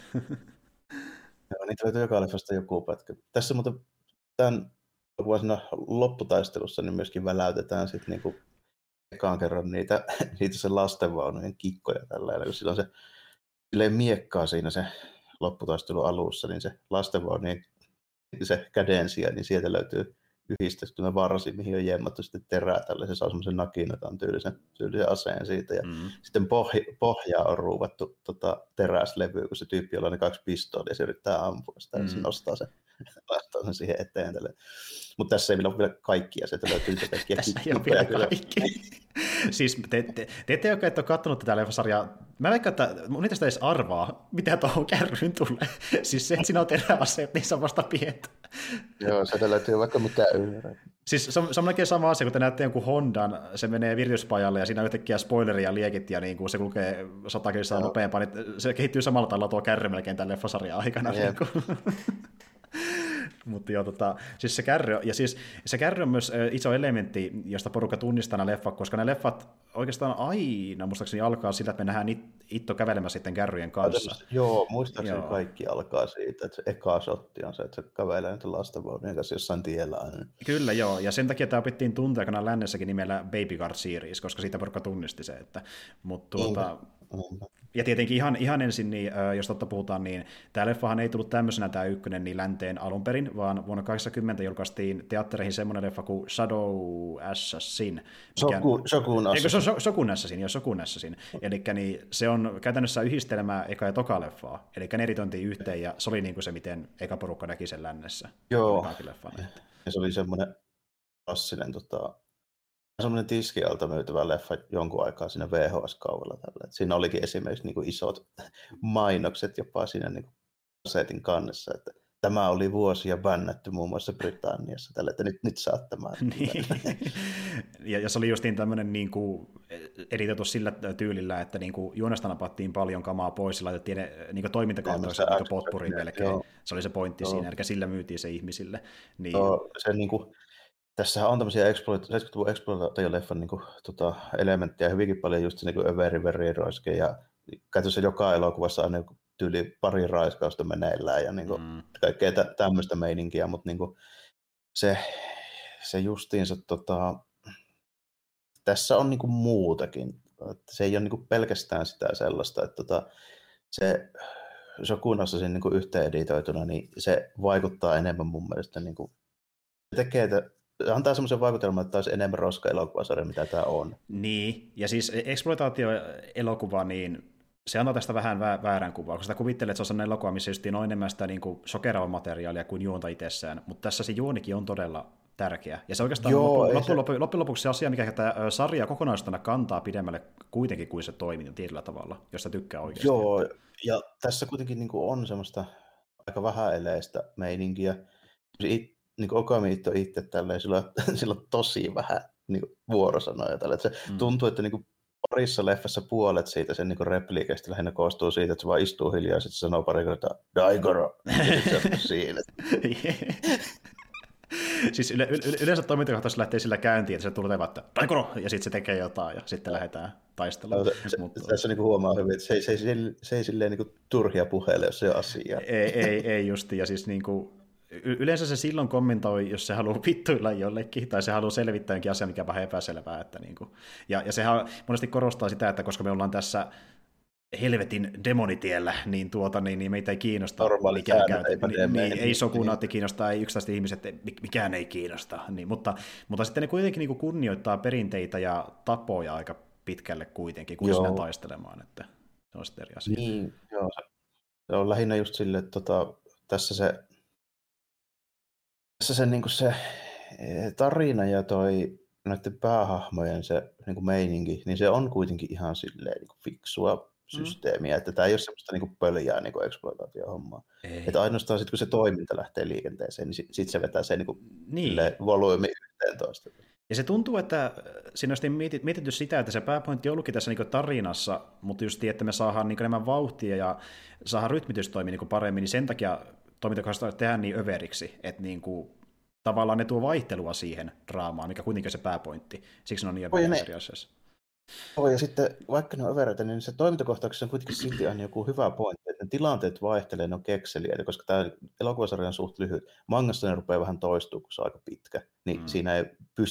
Joo, niitä löytyy joka leffasta joku pätkä. Tässä muuten tämän vuosina lopputaistelussa niin myöskin väläytetään sitten niinku ekaan kerran niitä, niitä sen lastenvaunujen kikkoja tällä kun silloin se silleen miekkaa siinä se lopputaistelun alussa, niin se lastenvaunujen se kädensiä, niin sieltä löytyy yhdistettynä varsi, mihin on jemmattu sitten terää tälle. Se saa semmoisen nakinotan tyylisen, tyylisen aseen siitä. Ja mm. sitten pohja, pohjaa on ruuvattu tota, teräslevyä, kun se tyyppi, jolla on ne kaksi pistoolia, se yrittää ampua sitä, mm. ja se nostaa sen, laittaa sen siihen eteen. Mutta tässä ei ole vielä kaikkia, se löytyy kaikkia. Tässä ei ole vielä kaikki. Siis te, te, te ette oikein ole katsonut tätä leffasarjaa. Mä veikkaan, että mun niitä edes arvaa, mitä tuohon kärryyn tulee. Siis se, että siinä on teräaseet, niin se on vasta pientä. Joo, se löytyy vaikka mitään ymmärrä. Siis se on, se on melkein sama asia, kun te näette jonkun Hondan, se menee Virtuspajalle ja siinä on yhtäkkiä spoileria ja liekit ja niin kuin se kulkee sata kilsaa nopeampaa, niin se kehittyy samalla tavalla tuo kärry melkein tämän leffasarjan aikana. Niin Mutta joo, tota, siis se kärry, ja siis se kärry on myös iso elementti, josta porukka tunnistaa nämä leffat, koska nämä leffat oikeastaan aina, muistaakseni alkaa sillä, että me nähdään it, Itto kävelemässä sitten kärryjen kanssa. Tällaista, joo, muistaakseni joo. Kaikki alkaa siitä, että se eka shotti on se, että se kävelee niitä lastenvaunujen kanssa jossain tiellä aina. Kyllä joo, ja sen takia tämä opittiin tuntea aikana lännessäkin nimellä Baby Guard Series, koska siitä porukka tunnisti se, että, mutta tuota... Mm. Ja tietenkin ihan, ihan ensin, niin, jos totta puhutaan, niin tämä leffahan ei tullut tämmöisenä tämä ykkönen niin länteen alun perin, vaan vuonna kahdeksankymmentä julkaistiin teattereihin semmoinen leffa kuin Shadow Assassin. Shogun, Shogun Assassin. Eikö Shogun Assassin, joo, Shogun Assassin. Eli niin, se on käytännössä yhdistelmä eka ja toka leffaa, eli ne editointiin yhteen, ja se oli niin kuin se, miten eka porukka näki sen lännessä. Joo, ja se oli semmoinen klassinen tota... semmoinen tiskialta myytävä leffa jonkun aikaa siinä V H S-kaupalla. Siinä olikin esimerkiksi niin kuin isot mainokset jopa siinä niin kuin kasetin kannessa, että tämä oli vuosia bännätty muun muassa Britanniassa, tälle, että nyt, nyt saat tämän. Niin. ja, ja se oli justiin tämmöinen niin kuin editoitu sillä tyylillä, että niin kuin juonesta napattiin paljon kamaa pois ja laitettiin ne niin toimintakautta niin potpuriin melkein. Joo. Se oli se pointti joo. siinä, eli sillä myytiin se ihmisille. Niin... Joo, se niin kuin... Tässähän on tämmöisiä seitsemänkymmentäluvun exploitaatio-leffan niin kuin, tota, elementtejä hyvinkin paljon, just se niin överi, veriroiske, ja käytössä joka elokuvassa on niin tyyli pari raiskausta meneillään, ja niin kuin, mm. kaikkea tä- tämmöistä meininkiä, mutta niin kuin, se, se justiinsa, tota, tässä on niin kuin muutakin. Se ei ole niin kuin pelkästään sitä sellaista, että tota, se Shogun Assassin niin kuin yhteen editoituna, niin se vaikuttaa enemmän mun mielestä, niin kuin, se tekee, että antaa semmoisen vaikutelman, että tämä olisi enemmän roska-elokuvasarja, mitä tämä on. Niin, ja siis exploitaatio-elokuva, niin se antaa tästä vähän väärän kuvaa, koska sitä kuvittelee, että se on sellainen elokuva, missä just on enemmän sitä niin kuin sokeravaa materiaalia kuin juonta itsessään, mutta tässä se juonikin on todella tärkeä. Ja se oikeastaan Joo, loppujen loppu, loppu, loppu, lopuksi se asia, mikä tämä sarja kokonaisuutena kantaa pidemmälle kuitenkin kuin se toimii tietyllä tavalla, jos sitä tykkää oikeasti. Joo, että... ja tässä kuitenkin niin kuin on semmoista aika vähäeleistä meininkiä. Niin kuin Okami Itto itse tälleen, sillä, sillä on tosi vähän niin kuin vuorosanoja. Tälle. Se mm. tuntuu, että niin kuin parissa leffassa puolet siitä sen niin kuin repliikeistä lähinnä koostuu siitä, että se vaan istuu hiljaa ja sitten sanoo pari kertaa Daigoro. siinä. Siis yle, yle, yleensä toimintakohtaisesti lähtee sillä käyntiin, että se tulee vaan, että Daigoro, ja sitten se tekee jotain, ja sitten lähdetään taistelemaan. Se, Mutta... Tässä niin kuin huomaa hyvin, että se ei, se ei, se ei, se ei silleen niin kuin turhia puheille, jos se on asiaa. Ei, ei, ei justi, ja siis niin kuin yleensä se silloin kommentoi, jos se haluaa vittuilla jollekin, tai se haluaa selvittää jonkin asian, mikä on vähän epäselvää. Että niin kuin. Ja, ja sehän monesti korostaa sitä, että koska me ollaan tässä helvetin demonitiellä, niin, tuota, niin, niin meitä ei kiinnosta. Normaali säännöt ei päde niin, niin, ei sokunaatti kiinnosta, ei yksittäiset ihmiset, mikään ei kiinnosta. Niin, mutta, mutta sitten ne kuitenkin niin kuin kunnioittaa perinteitä ja tapoja aika pitkälle kuitenkin, kun sinä taistelemaan. Että se on sitten eri asia. Niin, joo. Se on lähinnä just silleen, että tota, tässä se Tässä se, niin se tarina ja toi näiden päähahmojen se niin meininki, niin se on kuitenkin ihan silleen niin fiksua systeemiä, mm. että tämä ei ole semmoista niin pöljää niin eksploitaatio-hommaa. Että ainoastaan sitten kun se toiminta lähtee liikenteeseen, niin sitten sit se vetää se niin niin. volyymi yhteentoista. Ja se tuntuu, että siinä on mietitty sitä, että se pääpointti on ollutkin tässä niin tarinassa, mutta just että me saadaan niin enemmän vauhtia ja saadaan rytmitys toimia niin paremmin, niin sen takia toimintakohdasta tehdään niin överiksi, että niin kuin, tavallaan ne tuo vaihtelua siihen draamaan, mikä kuitenkin on se pääpointti. Siksi ne on niin överiksi eri asiassa. Oi, ja sitten vaikka ne on övereitä, niin se toimintakohtauksessa on kuitenkin silti aina joku hyvä pointti, että ne tilanteet vaihtelee, ne on kekseliä, koska tämä elokuvasarja on suht lyhyt. Mangassa ne rupeaa vähän toistua, kun se on aika pitkä, niin mm. siinä ei pystytä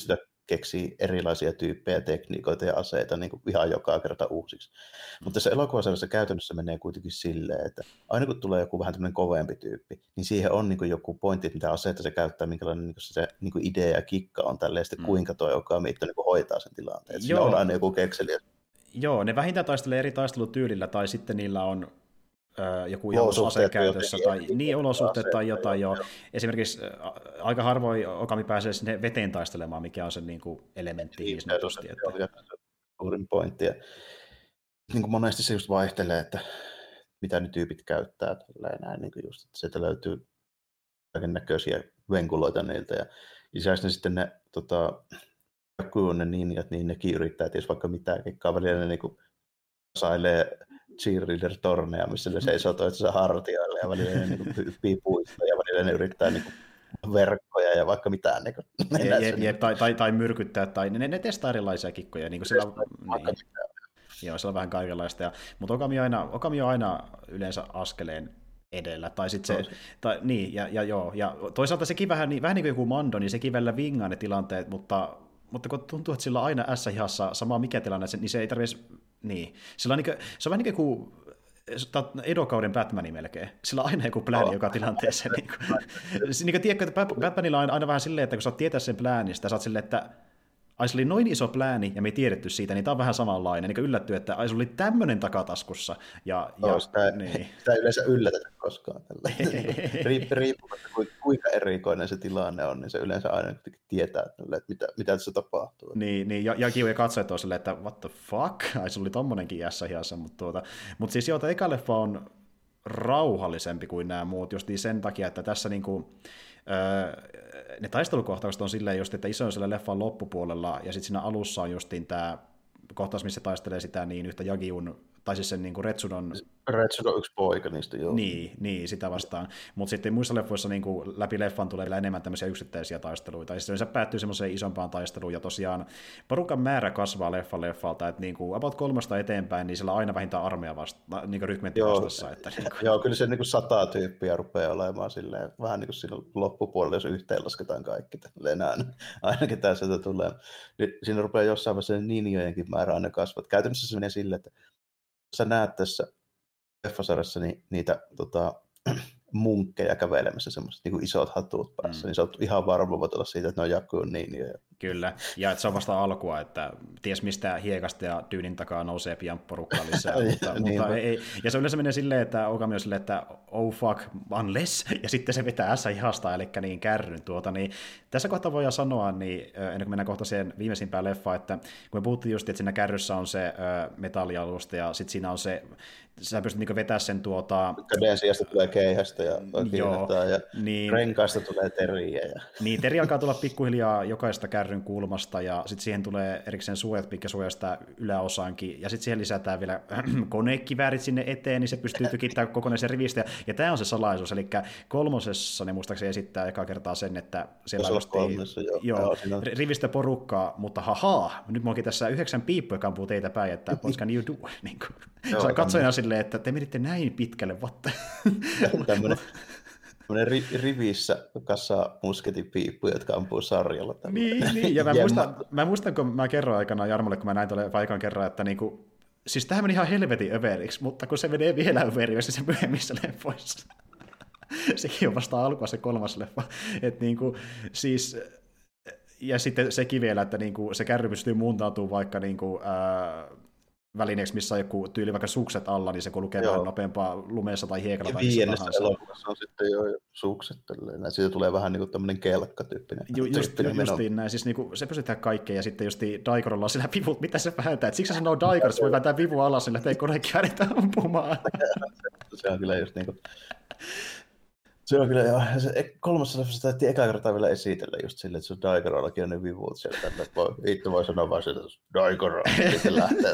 keksii erilaisia tyyppejä, tekniikoita ja aseita niin kuin ihan joka kerta uusiksi. Mutta tässä elokuvasarjassa käytännössä menee kuitenkin silleen, että aina kun tulee joku vähän tämmöinen kovempi tyyppi, niin siihen on niin kuin joku pointti, että mitä aseita se käyttää, minkälainen niin kuin se niin kuin idea ja kikka on tälleen, ja sitten mm. kuinka tuo Okami niin kuin hoitaa sen tilanteen. Siinä on aina joku kekseliä. Joo, ne vähintään taistelee eri taistelutyylillä, tai sitten niillä on öö, joku ase käytössä, tai niin olosuhteet tai jotain jo. Esimerkiksi ä, aika harvoin Okami pääsee sinne veteen taistelemaan, mikä on se niin kuin elementti niin sanotusti. Että... Suurin pointti. Ja, niin kuin monesti se just vaihtelee, että mitä ne tyypit käyttää. Näin, niin kuin just, että sieltä löytyy kaikennäköisiä venkuloita niiltä. Ja lisäksi ne sitten ne tota, on ne ninjat, niin nekin yrittää tietysti vaikka mitään kikkaa. Välillä ne niin kuin sailee cheerleader-torneja, missä ne seisoo toistensa hartioille, ja välillä ne niin hyppii puista, ja välillä ne yrittää niin kuin verkkoja ja vaikka mitään. Niin kuin, je, je, je, tai, tai, tai myrkyttää, tai ne, ne testaa erilaisia kikkoja. Niin kuin sillä, niin, joo, se on vähän kaikenlaista. Ja, mutta Okami on, aina, Okami on aina yleensä askeleen edellä. Tai sit se, tai, niin, ja, ja, joo, ja toisaalta sekin vähän, niin, vähän niin kuin joku Mando, niin sekin välillä vingaa ne tilanteet, mutta Mutta kun tuntuu, että sillä on aina ässä-hihassa sama mikä tilanne, niin se ei tarvitse, niin. Sillä on, niin kuin, se on vähän niin kuin Edo-kauden Batmani melkein. Sillä on aina joku plääni oh. joka tilanteessa. Niin kuin, niin kuin tiedätkö, että Batmanilla on aina vähän silleen, että kun sä oot tietää sen pläänistä, sä oot silleen, että ai se oli noin iso plääni ja me ei tiedetty siitä, niin tää on vähän samanlainen. Niin yllättyy, että ai se oli tämmöinen takataskussa. Ja, ja, no, sitä, niin. sitä ei yleensä yllätetä koskaan. Riippumatta kuinka erikoinen se tilanne on, niin se yleensä aina tietää, että mitä, mitä tässä tapahtuu. Niin, niin ja, ja kiva katsojat on silleen, että what the fuck, ai se oli tommonenkin jässä hiassa. Mutta, tuota, mutta siis joo, tämä eka leffa on rauhallisempi kuin nämä muut, just sen takia, että tässä niinku... Öö, ne taistelukohtaukset on silleen just, että iso on siellä leffan loppupuolella, ja sitten siinä alussa on justiin tämä kohtaus, missä taistelee sitä niin yhtä Jagiun, tai siis sen niin kuin Retsudon... Retsudon on yksi poika niistä, joo. Niin, niin sitä vastaan. Mutta sitten muissa leffoissa niin kuin läpi leffan tulee vielä enemmän tämmöisiä yksittäisiä taisteluita, ja sitten se päättyy semmoiseen isompaan taisteluun, ja tosiaan porukan määrä kasvaa leffa leffalta, että niin kuin about kolmesta eteenpäin, niin siellä on aina vähintään armeija vasta, niin kuin rykmentti vastassa. Että niin kuin... Joo, kyllä se niin kuin sataa tyyppiä rupeaa olemaan silleen, vähän niin kuin siinä loppupuolella, jos yhteen lasketaan kaikki, aina, ainakin tässä tulee. Niin siinä rupeaa jossain vaiheessa ninjojenkin määrä aina kasvaa. Käytännössä se menee silleen, että sä näet tässä leffasarjassa ni, niitä tota, munkkeja kävelemässä, semmoiset niin kuin isot hatut päässä, mm. niin sä oot ihan varma voit olla siitä, että ne on Jakuun ninjoja. Kyllä, ja että se on vasta alkua, että ties mistä hiekasta ja dyynin takaa nousee pian porukkaa lisää, mutta, mutta ei, ja se yleensä menee silleen, että Okami on silleen, että oh fuck, unless, ja sitten se vetää ässä ihasta, eli niin kärryn tuota, niin tässä kohtaa voidaan sanoa, niin ennen kuin mennään kohta siihen viimeisimpään leffaan, että kun me puhuttiin just, että siinä kärryssä on se metallialusta, ja sitten siinä on se, sä pystyt niinku vetämään sen tuota... Käden sijasta tulee keihästä ja kiinnetaan, ja niin, renkaista tulee teriä. Ja... Niin, teri alkaa tulla pikkuhiljaa jokaista kärryn kulmasta, ja sitten siihen tulee erikseen suojat, mikä suojaa sitä yläosaankin, ja sitten siihen lisätään vielä konekiväärit sinne eteen, niin se pystyy tykittämään kokonaisen rivistä, ja, ja tämä on se salaisuus, eli kolmosessa ne muistaakseni esittää eka kertaa sen, että siellä on kolmessa, joo. Joo, joo, rivistä porukkaa, mutta hahaa, nyt mä onkin tässä yhdeksän piippuja kampuu teitä päin, että what can you do? Niin kuin, joo, se on katsojana silleen, että te menitte näin pitkälle, vatta. Tämmöinen rivissä kassaa musketin piippuja, jotka ampuu sarjalla. Niin, niin, ja mä muistan, mä muistan, kun mä kerroin aikanaan Jarmolle, kun mä näin tuolle paikan kerran, että niinku, siis tämähän meni ihan helvetin överiksi, mutta kun se menee vielä överiksi se myöhemmissä leffoissa. Sekin on vasta alkua se kolmas leffa. Et niinku, siis, ja sitten sekin vielä, että niinku, se kärry pystyy muuntautumaan vaikka niinku, ää, välineeksi, missä on joku tyyli vaikka sukset alla, niin se kun lukee vähän nopeampaa lumeessa tai hiekalla. Ja viidennessä elokuvassa on sitten jo sukset. Tälleen. Siitä tulee vähän niin kuin tämmöinen kelkka-tyyppinen. Ju, just, justiin näin. Siis niin kuin, se pystyy tehdä kaikkea, ja sitten justiin Daikorolla on sillä vivut, mitä se vääntää. Siksi se sanoo Daikor, se voi vääntää vivu alas, sillä ei konekin äänetä ampumaan. Se on kyllä just niin kuin... Se on kyllä, joo. Se kolmassa leffassa täytyy eka kertaa vielä esitellä just silleen, että se on Daikorollakin on ne vivut siellä. Itse voi sanoa vaan sitä, että Daikoro, sitten lähtee.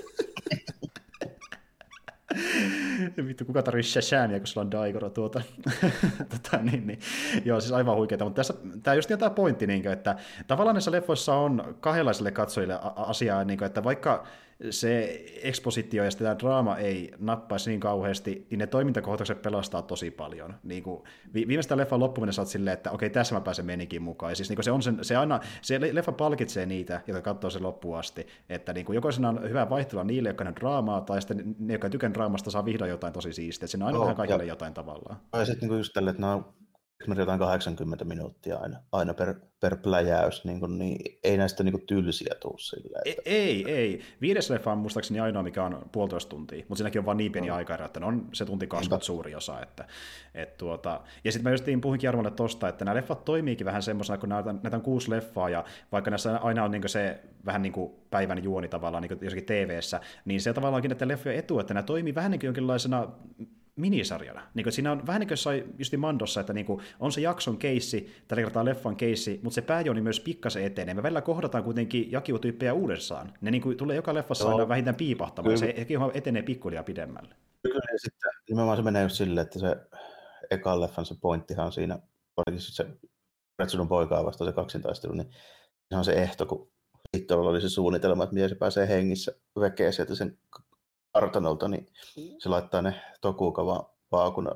Vittu, kuka tarvitsee Shazamia, kun sulla on Daikoro tuota. tota, niin, niin. Joo, siis aivan huikeeta, mutta tässä, tämä just tämä pointti, niin kuin, että tavallaan näissä leffoissa on kahdenlaisille katsojille asiaa, niin kuin, että vaikka se ekspositio ja tämä draama ei nappaisi niin kauheasti, niin ne toimintakohtaukset pelastaa tosi paljon. Niin kuin, vi- viimeistään leffan loppuminen sä oot silleen, että okei, tässä mä pääsen menikin mukaan. Ja siis niin kuin se, on sen, se, aina, se leffa palkitsee niitä, jotka katsoo sen loppuun asti. Että niin kuin, joko siinä on hyvä vaihtelua niille, jotka on draamaa, tai sitten ne, jotka tykän draamasta, saa vihdoin jotain tosi siistiä. Siinä on aina oh, vähän kaikille ja, jotain tavallaan. Ja sitten niin just tälle, että nämä on jotain kahdeksankymmentä minuuttia aina, aina per, per pläjäys, niin, kuin, niin ei näistä niin kuin tylsiä tule silleen. Että... Ei, ei. Viides leffa on muistaakseni ainoa, mikä on puolitoista tuntia, mutta siinäkin on vaan niin pieni no. aika, että on se tunti kaksikymmentä suuri osa. Että, et tuota... Ja sitten mä justiin puhuinkin Jarmolle tosta, että nämä leffat toimiikin vähän semmoisena, kun näitä, näitä on kuusi leffaa, ja vaikka näissä aina on niin se vähän niin kuin päivän juoni tavallaan niin jossakin T V:ssä, niin se tavallaankin näiden leffojen etu, että nämä toimii vähän niin kuin jonkinlaisena minisarjana. Niin siinä on vähän niin kuin jossain just Mandossa, että niin on se jakson keissi, tällä kertaa leffan keissi, mutta se pääjuoni myös pikkasen etenee. Me välillä kohdataan kuitenkin jakivutyyppejä uudessaan. Ne niin kuin tulee joka leffassa Joo. aina vähintään piipahtamaan, ja se etenee pikkuhiljaa pidemmälle. Kyllä, ja sitten nimenomaan se menee just silleen, että se ekan leffan se pointtihan on siinä, varsinkin se Retsudon poikaa vasta se kaksintaistelu, niin se on se ehto, kun sitten oli se suunnitelma, että miten se pääsee hengissä vekeen sieltä sen kartanolta, niin se laittaa ne Tokugawan vaakuna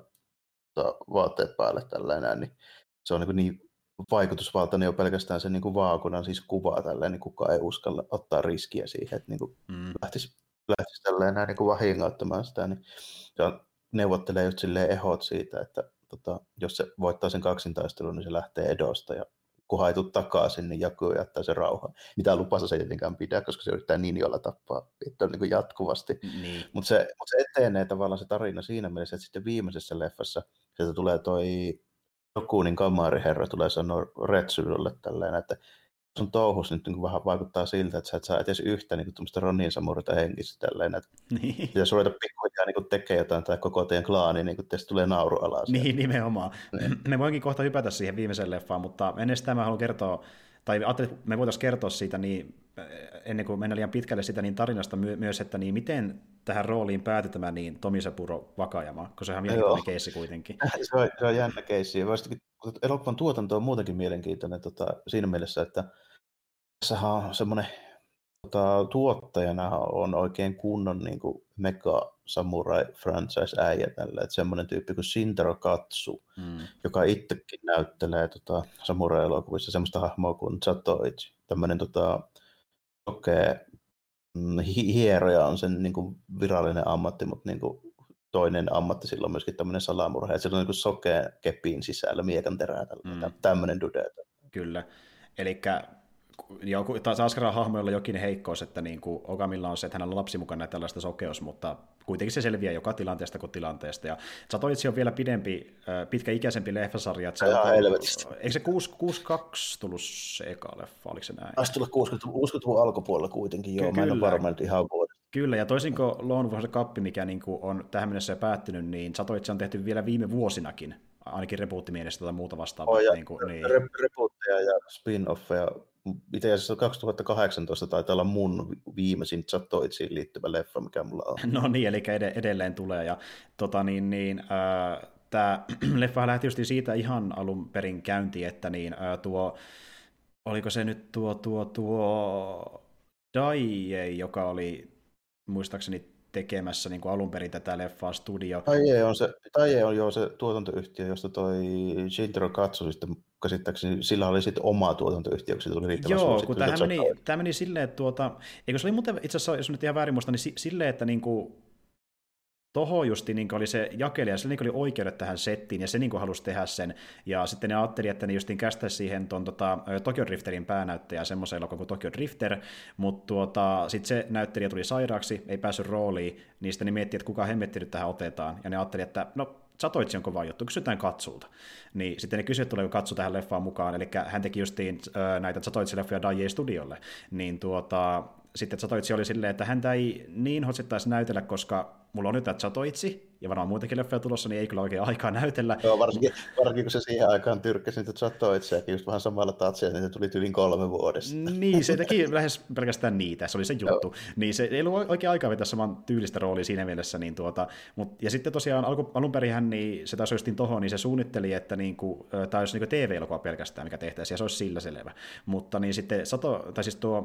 vaatteet päälle tällainen, niin se on niin, niin vaikutusvaltainen jo pelkästään sen niin vaakunan siis kuvaa tällainen, niin kukaan ei uskalla ottaa riskiä siihen, että niin kuin mm. lähtisi, lähtisi tällainen niin vahingoittamaan sitä, niin se neuvottelee just silleen ehot siitä, että tota, jos se voittaa sen kaksintaistelun, niin se lähtee Edosta ja kun haitut takaisin, niin Jaku jättää sen rauhaan. Mitä lupassa se ei tietenkään pidä, koska se yrittää Ninjolla tappaa että on niin kuin jatkuvasti. Niin. Mutta se, mut se etenee tavallaan se tarina siinä mielessä, että sitten viimeisessä leffassa sieltä tulee toi Dokunin kamariherra, tulee sanoa Retsudolle tälleen, että sun touhus nyt niin vähän vaikuttaa siltä, että sä et saa edes yhtä niin tuommoista Ronin samurita henkissä tälleen, että niin. Pitäisi ruveta pikkuhiljaa niin tekemään jotain tai koko teidän klaani, niin tästä tulee nauru alas. Niin, nimenomaan. Niin. Me voinkin kohta hypätä siihen viimeiseen leffaan, mutta ennen sitä mä haluan kertoa, tai ajattelin, että me voitaisiin kertoa siitä niin, ennen kuin mennään liian pitkälle sitä niin tarinasta my- myös, että niin miten tähän rooliin päätetään niin Tomisaburo Wakayama, koska sehän on mielenkiintoinen keissi kuitenkin. Se on, se on jännä keissi, ja elokuvan tuotanto on muutenkin mielenkiintoinen tota, siinä mielessä, että tässähän on semmoinen tota, tuottajana on oikein kunnon niin kuin mega samurai franchise äijä tällä, että semmoinen tyyppi kuin Shintaro Katsu, mm. joka itsekin näyttelee tota, samurai-elokuvissa semmoista hahmoa kuin Zatoichi, tämmöinen tota, okei, hieroja on sen niin kuin virallinen ammatti, mutta niin kuin toinen ammatti sillä on myöskin tämmöinen salamurha, että sillä on niin kuin sokea kepin sisällä miekan terää, mm. tämmöinen dude. Kyllä, elikkä joku, taas Askaran hahmoilla jokin heikkous, että niin kuin Ogamilla on se, että hänellä on lapsi mukana ja tällaista sokeus, mutta kuitenkin se selviää joka tilanteesta kuin tilanteesta. Ja Zatoichi on vielä pidempi, pitkäikäisempi leffasarja. Että se on, eikö se kuusikymmentäkaksi tullut se eka leffa, oliko se näin? Taisi tulla kuusikymmentäluvun alkupuolella kuitenkin, joo, Ky- mä en ole varmaan ihan vuodesta. Kyllä, ja toisin kuin Lone Wolf Cup, mikä niin kuin on tähän mennessä päättynyt, niin Zatoichi on tehty vielä viime vuosinakin, ainakin reboottimienestä tai muuta vastaavaa. Oh, ja niin kuin, niin. Rebootteja ja spin-offeja. Itse asiassa kaksituhattakahdeksantoista taitaa olla mun viimeisin Zatoichiin liittyvä leffa, mikä mulla on. No niin, eli edelleen tulee. Ja, tota, niin, niin, äh, tämä leffa lähti just siitä ihan alun perin käyntiin, että niin, äh, tuo, oliko se nyt tuo, tuo, tuo Daiei, joka oli muistaakseni tekemässä niin kuin alun perin tätä leffaa studio. Daiei on, se, Daiei on jo se tuotantoyhtiö, josta toi Shintaro Katsu sitten käsittääkseni, sillä oli sitten oma tuotantoyhtiö, kun se tuli riittävän Joo, kun tämä meni, tämä meni silleen, että tuota, eikö se oli muuten itse asiassa, jos nyt ihan väärin muista, niin silleen, että niinku toho justi niin oli se jakelija, sillä niin oli oikeudet tähän settiin, ja se niin halusi tehdä sen, ja sitten ne ajatteli, että ne justiin kästäisi siihen ton, tota, Tokyo Drifterin päänäyttäjä semmoisen elokuvan kuin Tokyo Drifter, mutta tuota, sitten se näyttelijä tuli sairaaksi, ei päässyt rooliin, niin sitten ne miettii, että kuka hemmetti nyt tähän otetaan, ja ne ajatteli, että no, Zatoichi on kova juttu, kysytään Katsulta. Niin sitten ne kysyivät, tuleeko Katsu tähän leffaan mukaan, eli hän teki justiin äh, näitä Zatoichi-leffoja Daiei Studiolle, niin tuota, sitten Zatoichi oli silleen, että häntä ei niin hotsittaisi näytellä, koska mulla on nyt tämä Zatoichi, ja varmaan muitakin leffoja tulossa, niin ei kyllä oikein aikaa näytellä. Joo, varsinkin, varsinkin kun se siihen aikaan tyrkkäsi niitä Zatoichiakin just vähän samalla tatsia, niin se tuli tyylin kolme vuodessa. Niin, se teki lähes pelkästään niitä, se oli se juttu. Joo. Niin se ei ollut oikein aikaa vetää saman tyylistä roolia siinä mielessä. Niin tuota, mut, ja sitten tosiaan alku, alun perin niin se taas justiin tohon, niin se suunnitteli, että niinku, tämä olisi niinku T V-elokuva pelkästään, mikä tehtäisiin, ja se olisi sillä selvä. Mutta niin sitten Sato, tai siis tuo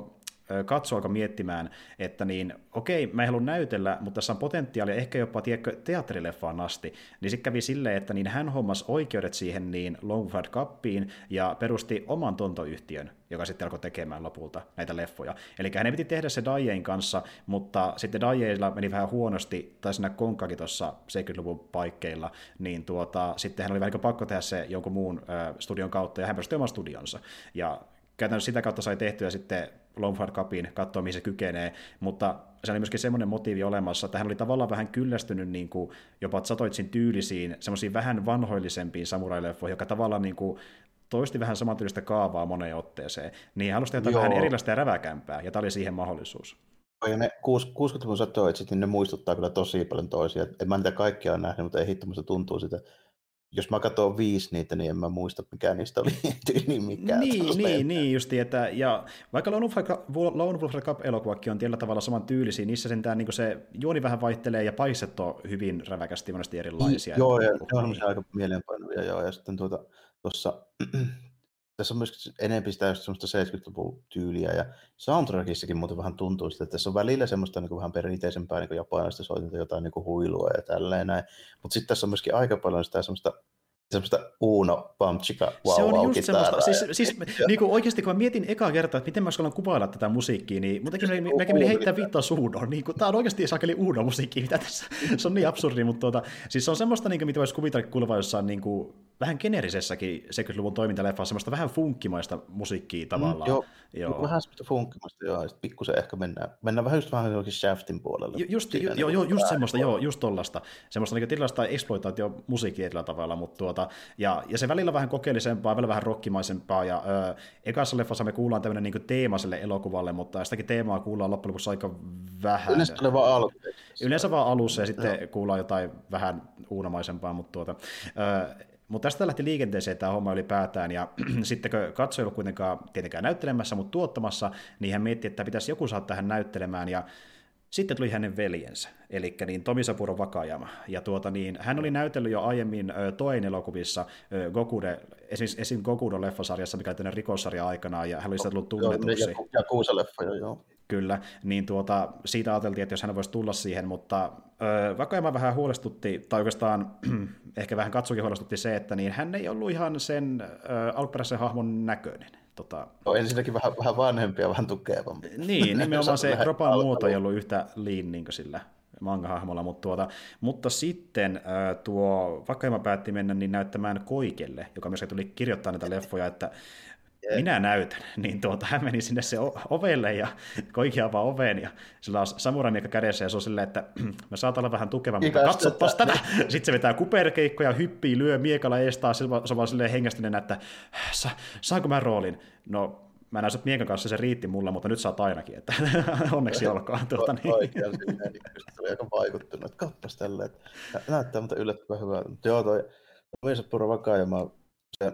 katso alkoi miettimään, että niin, okei, mä en halua näytellä, mutta tässä on potentiaalia ehkä jopa tiedätkö, teatterileffaan asti. Niin sitten kävi silleen, että niin hän hommasi oikeudet siihen niin Longford Cupiin ja perusti oman tontoyhtiön, joka sitten alkoi tekemään lopulta näitä leffoja. Eli hänen piti tehdä se Dajein kanssa, mutta sitten Dajeilla meni vähän huonosti, tai siinä konkkakin tuossa seitsemänkymmentäluvun paikkeilla, niin tuota, sitten hän oli vähän pakko tehdä se jonkun muun äh, studion kautta, ja hän perusti oman studionsa. Ja käytännössä sitä kautta sai tehtyä sitten Longford Cupin, katsoa mihin se kykenee, mutta se oli myöskin semmoinen motiivi olemassa, että hän oli tavallaan vähän kyllästynyt niin kuin jopa Zatoichin tyylisiin, semmoisiin vähän vanhoillisempiin samurai-leffoihin, joka tavallaan niin kuin toisti vähän samantyylistä kaavaa moneen otteeseen, niin hän halusi tehdä vähän erilaista ja räväkämpää, ja tämä oli siihen mahdollisuus. Ja ne kuusikymmentäluvun Zatoichit, niin ne muistuttaa kyllä tosi paljon toisia. En mä niitä kaikkia ole nähnyt, mutta ei hitto, musta tuntuu sitä. Jos mä katson viisi niitä, niin en mä muista, mikä niistä oli tyyli mikään. Niin, niin, niin justi, että ja vaikka Lone Wolf Cup-elokuvakin on tietyllä tavalla saman tyylisiä, niissä sentään niin se juoni vähän vaihtelee ja paiset on hyvin räväkästi monesti erilaisia. Niin, joo, ja ne on niin aika mieleenpainuvia, joo, ja sitten tuota, tuossa, tässä on myös enemmän sitä semmoista seitsemänkymmentäluvun tyyliä, ja soundtrackissakin muuten vähän tuntuu sitä, että tässä on välillä semmoista niin kuin vähän perinteisempää niin kuin japanilaista soitinta, jotain niin kuin huilua ja tälleen näin, mutta sitten tässä on myöskin aika paljon sitä semmoista semmoista Uno Pamchika wow, se on wow, just semmoista, siis, siis ja niin kuin oikeasti kun mä mietin ekaa kertaa, että miten mä uskallan kuvailla tätä musiikkia, niin mun tekee meni heittää viittaa Unoon, niin tämä on oikeasti sakeli Uno-musiikki, mitä tässä, se on niin absurdi, mutta tuota, siis se on semmoista, niin kuin, mitä voisi kuvitella kuuleva jossain niin kuin, vähän generisessäkin seitsemänkymmentäluvun toimintaleffa, semmoista vähän funkkimaista musiikkia tavallaan. Mm, joo, joo. Vähän semmoista funkkimaista, joo, ja sitten pikkusen ehkä mennään, mennään vähän just vähän johonkin Shaftin puolelle. Just, ju, jo, jo, just semmoista, joo, just tollaista, semmoista niin tietynlaista exploitaatio-musiikkia tietyllä tavalla, mutta tuota, ja, ja se välillä vähän kokeellisempaa, välillä vähän rockimaisempaa, ja ö, ekassa leffassa me kuullaan tämmöinen niin teema sille elokuvalle, mutta sitäkin teemaa kuullaan loppujen lopuksi aika vähän. Yleensä tulee vaan alussa. Yleensä vaan alussa, ja sitten joo, kuullaan jotain vähän uunomaisempaa, mutta tuota, ö, mutta tästä lähti liikenteeseen tämä homma ylipäätään, ja sitten kun katsoja ei ollut kuitenkaan tietenkään näyttelemässä, mutta tuottamassa, niin hän mietti, että pitäisi joku saada tähän näyttelemään, ja sitten tuli hänen veljensä, eli niin Tomisaburo Wakayama, ja tuota, niin, hän oli näytellyt jo aiemmin ö, Toein elokuvissa ö, Gokude, esimerkiksi esim. Gokudo-leffasarjassa, mikä oli tämmöinen rikossarja aikanaan, ja hän oli sitä tullut tunnetuksi. Joo, ja Kuusa-leffoja, joo. Kyllä, niin tuota, siitä ajateltiin, että jos hän voisi tulla siihen, mutta ö, Wakayama vähän huolestutti, tai oikeastaan ehkä vähän katsokin huolestutti se, että niin hän ei ollut ihan sen ö, alkuperäisen hahmon näköinen. Tota, no, ensinnäkin vähän, vähän vanhempi ja vähän tukevampi. Niin, nimenomaan se kropan muoto ei ollut yhtä liin niin kuin sillä manga-hahmolla, mutta, tuota, mutta sitten äh, tuo Wakayama päätti mennä niin näyttämään Koikelle, joka myös tuli kirjoittaa näitä leffoja, että minä näytän, niin tuota, hän meni sinne se ovelle ja Koiki avaa oven ja sillä on samuramiekka kädessä ja se on silleen, että mä saatan olla vähän tukeva, mutta katsopas tätä. Sitten se vetää kuperkeikkoja, hyppii, lyö miekalla eestaa, se on vaan silleen hengästyneenä, että Sa, saanko mä roolin? No mä näin sut miekan kanssa, se riitti mulle, mutta nyt saat ainakin, että onneksi olkoon. Tuota, niin. Oikein silleen, niin oli aika vaikuttunut, että kappas tälleen, että näyttää mutta yllättävän hyvältä. Mutta joo, toi Tomisaburo Wakayama, se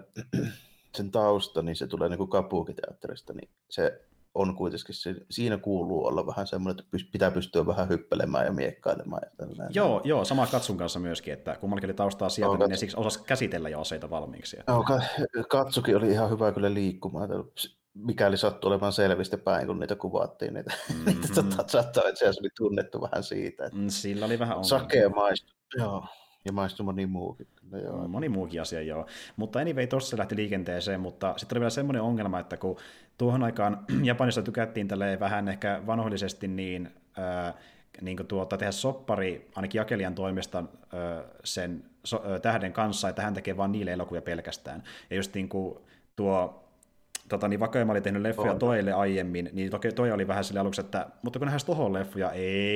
sen tausta, niin se tulee niin Kabuki-teatterista, niin se on kuitenkin, se, siinä kuuluu olla vähän semmoinen, että pitää pystyä vähän hyppelemään ja miekkailemaan. Ja tällainen. Joo, joo, sama Katsun kanssa myöskin, että kummallakin oli taustaa sieltä, no, niin siksi osasi käsitellä jo aseita valmiiksi. Että... Joo, Katsukin oli ihan hyvä kyllä liikkumaan, mikäli sattui olemaan selvistä päin, kun niitä kuvattiin. Niitä, mm-hmm. niitä saattaa, että se oli tunnettu vähän siitä. Että sillä oli vähän ongelma. Sakea maistu, joo. Ja maistui moni muukin. No, joo. Moni muukin asia, joo. Mutta anyway, tuossa se lähti liikenteeseen, mutta sitten oli vielä semmoinen ongelma, että kun tuohon aikaan Japanissa tykättiin tälleen vähän ehkä vanhoillisesti, niin, äh, niin kuin tuota, tehdä soppari ainakin jakelijan toimesta äh, sen so, äh, tähden kanssa, että hän tekee vaan niille elokuvia pelkästään. Ja just niin kuin tuo Tota, niin Wakayama oli tehnyt leffoja oh. Toeille aiemmin, niin toki Toi oli vähän sille aluksi, että mutta kun nähdään tohon leffoja,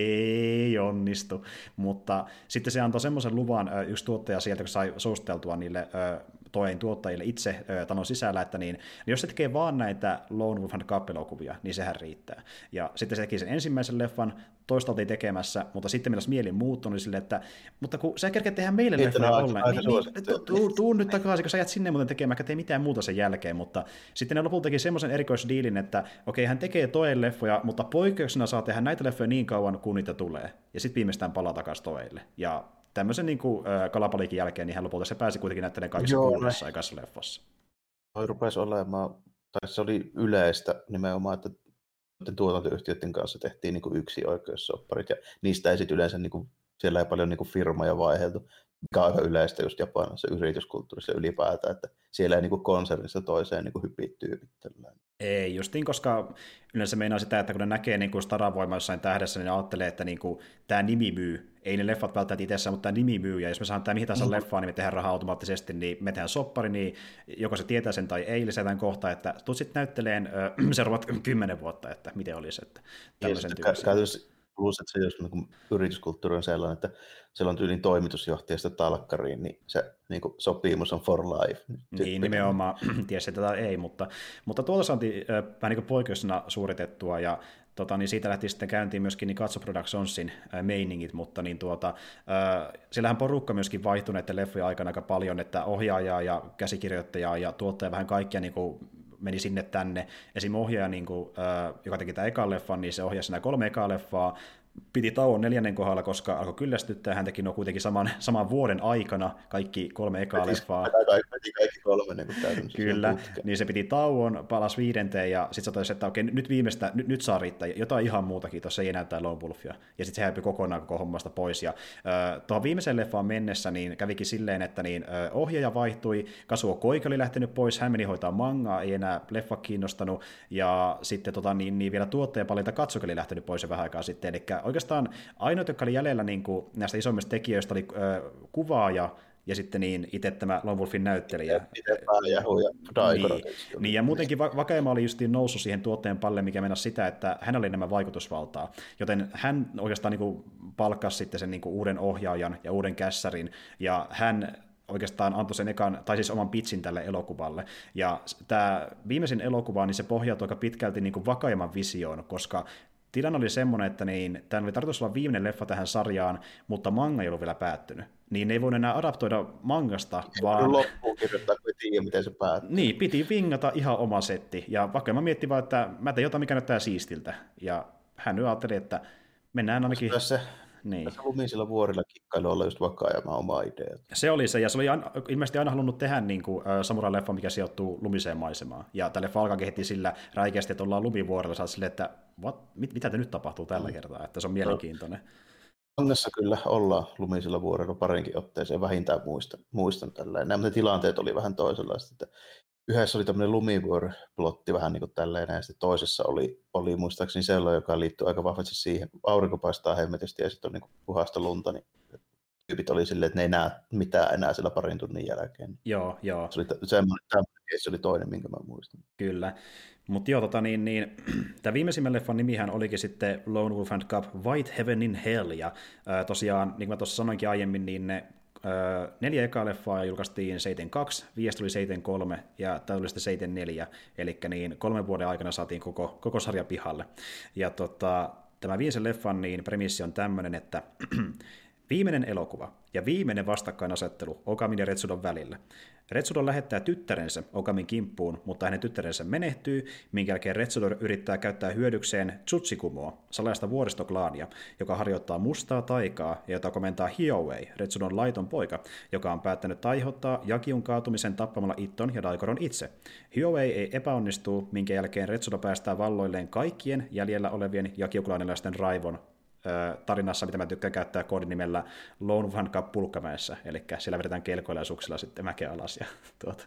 ei onnistu. Mutta sitten se antoi semmoisen luvan yksi tuottaja sieltä, kun sai suositeltua niille Toein tuottajille itse talon sisällä, että niin, niin jos se tekee vaan näitä Lone Wolf Cup-elokuvia, niin sehän riittää. Ja sitten se teki sen ensimmäisen leffan, toista oltiin tekemässä, mutta sitten milläs mieli muuttui, niin silleen, että mutta kun sä kerkeet tehdä meille leffoja ollen, niin, niin tuu, tuu nyt takaisin, kun sä jäät sinne muuten tekemään, tee mitään muuta sen jälkeen, mutta sitten ne lopulta teki semmoisen erikoisdiilin, että okei, hän tekee Toeen leffoja, mutta poikkeuksena saa tehdä näitä leffoja niin kauan, kun niitä tulee, ja sitten viimeistään palaa takaisin Toeille. Ja tämmöisen niin kuin, äh, kalapaliikin jälkeen, niin hän lopulta se pääsi kuitenkin näyttelemään kaikissa kuudessa aikassa leffassa. Toi rupesi olemaan, tai se oli yleistä nimenomaan, että tuotantoyhtiöiden kanssa tehtiin niin kuin yksi oikeussopparit, ja niistä ei sitten yleensä, niin kuin, siellä ei paljon niin kuin firmoja vaiheltu, mikä on aika yleistä just Japanissa yrityskulttuurissa ylipäätään, että siellä ei niin kuin konsernista toiseen niin kuin hypit tyypit. Ei, justiin, koska yleensä meinaa sitä, että kun ne näkee niin kuin Staravoima jossain tähdessä, niin ne ajattelee, että niin kuin, tämä nimi myy. Ei ne leffat välttämättä itsessään, mutta tämä nimi myy, ja jos me saadaan tämä mihin tahansa mm. leffaan, niin me tehdään rahaa automaattisesti, niin me tehdään soppari, niin joko se tietää sen tai ei, lisätään kohta, että tuut sitten näytteleen äh, seuraavat kymmenen vuotta, että miten olisi, että tämmöisen tyyppisen. Plus, että se jos niin yrityskulttuuri on sellainen, että siellä on tyylin toimitusjohtajasta talkkariin, niin se niin kuin, sopimus on for life. Niin, nimenomaan, tiesi tätä ei, mutta, mutta tuolta saatiin äh, vähän niin kuin poikkeuksena suoritettua, ja tota, niin siitä lähti sitten käyntiin myöskin niin Katso Productionsin äh, meiningit, mutta niin tuota, äh, siellähän porukka myöskin vaihtui näiden leffojen aikana aika paljon, että ohjaajaa ja käsikirjoittajaa ja tuottaja vähän kaikkia niin kuin, meni sinne tänne. Esim. Ohjaaja, niin kuin, äh, joka teki tämän ekan leffan, niin se ohjasi nämä kolme ekaa leffaa, piti tauon neljännen kohdalla, koska alkoi kyllästyttää, hän teki no kuitenkin saman, saman vuoden aikana kaikki kolme ekaa piti, leffaa. Piti kaikki kolme niin kuin Kyllä, niin se piti tauon, palasi viidenteen, ja sitten se totesi, että okei, nyt viimeistä, nyt, nyt saa riittää, jotain ihan muutakin, tuossa ei enää tämä Lone Wolfia. Ja sitten se häipyi kokonaan koko hommasta pois. Ja äh, tuohon viimeiseen leffaan mennessä niin kävikin silleen, että niin, äh, ohjaaja vaihtui, Kazuo Koike oli lähtenyt pois, hän meni hoitaa mangaa, ei enää leffa kiinnostanut, ja sitten tota, niin, niin vielä tuottajapalinta Katsuki oli lähtenyt pois jo vähän aikaa sitten, eli oikeastaan ainoat, jotka oli jäljellä niin kuin näistä isommista tekijöistä, oli äh, kuvaaja ja sitten niin itse tämä Lone Wolfin näyttelijä. Itse pääjähu ja Daikoro. Niin, niin, ja muutenkin Vakema oli justiin noussut siihen tuotteen palle, mikä mennä sitä, että hän oli enemmän vaikutusvaltaa. Joten hän oikeastaan niin kuin palkkasi sitten sen niin kuin uuden ohjaajan ja uuden kässärin, ja hän oikeastaan antoi sen ekan, tai siis oman pitsin tälle elokuvalle. Ja tämä viimeisin elokuva, niin se pohjautui aika pitkälti niin kuin Vakaeman visioon, koska tilanne oli semmoinen, että niin, tämä oli tarkoitus olla viimeinen leffa tähän sarjaan, mutta manga ei ollut vielä päättynyt. Niin ne ei voinut enää adaptoida mangasta, se vaan loppuun kirjoittaa, kun ei tiedä, miten se päättyy. Niin, piti vingata ihan oma setti. Ja vaikka mä miettin vaan, että mä teen jotain, mikä näyttää siistiltä. Ja hän nyt ajatteli, että mennään ainakin. Tässä, niin. tässä lumisilla vuorilla kikkailu olla just Vakayama oma idea. Se oli se, ja se oli aina, ilmeisesti aina halunnut tehdä niin kuin, uh, samurai-leffa, mikä sijoittuu lumiseen maisemaan. Ja tälle Falka kehitti sillä räikeästi, että ollaan lumivuorilla, saa silleen, että what? Mit, mitä te nyt tapahtuu tällä mm. kertaa, että se on mielenkiintoinen. Mangassa kyllä ollaan lumisilla vuorilla parinkin otteeseen, vähintään muistan, muistan tällainen. Nämä tilanteet oli vähän toisenlaiset, että yhdessä oli tämmöinen lumivuori-plotti vähän niin kuin tälleen, ja sitten toisessa oli, oli muistaakseni sellainen, joka liittyy aika vahvasti siihen, aurinko paistaa hemmetisti ja sitten on niin kuin puhasta lunta, niin tyypit oli silleen, että ne ei näe mitään enää sillä parin tunnin jälkeen. Joo, joo. Se oli semmoinen, se oli toinen, minkä mä muistan. Kyllä. Mutta joo, tota, niin, niin, tämä viimeisimmän leffan nimihän olikin sitten Lone Wolf and Cub White Heaven in Hell, ja ää, tosiaan, niin kuin mä tuossa sanoinkin aiemmin, niin ne ää, neljä ekaa leffaa julkaistiin seitsemänkymmentäkaksi, viisi tuli seitsemänkymmentäkolme, ja tämä tuli sitten seitsemänkymmentäneljä, eli niin kolmen vuoden aikana saatiin koko, koko sarja pihalle. Ja tota, tämä viimeisen leffan niin premissi on tämmöinen, että viimeinen elokuva ja viimeinen vastakkainasettelu Okamin ja Retsudon välillä. Retsudon lähettää tyttärensä Okamin kimppuun, mutta hänen tyttärensä menehtyy, minkä jälkeen Retsudo yrittää käyttää hyödykseen Tsutsikumoa, salaista vuoristoklaania, joka harjoittaa mustaa taikaa ja jota komentaa Hiyowei, Retsudon laiton poika, joka on päättänyt aiheuttaa Jakiun kaatumisen tappamalla Itton ja Daikoron itse. Hiyowei ei epäonnistu, minkä jälkeen Retsudo päästää valloilleen kaikkien jäljellä olevien jakiuklaanilaisten raivon tarinassa, mitä mä tykkään käyttää koodinimellä Lone Wolf and Cub Pulkkamäessä, eli siellä vedetään kelkoilla ja suksilla sitten mäkeä alas. Ja, tuota.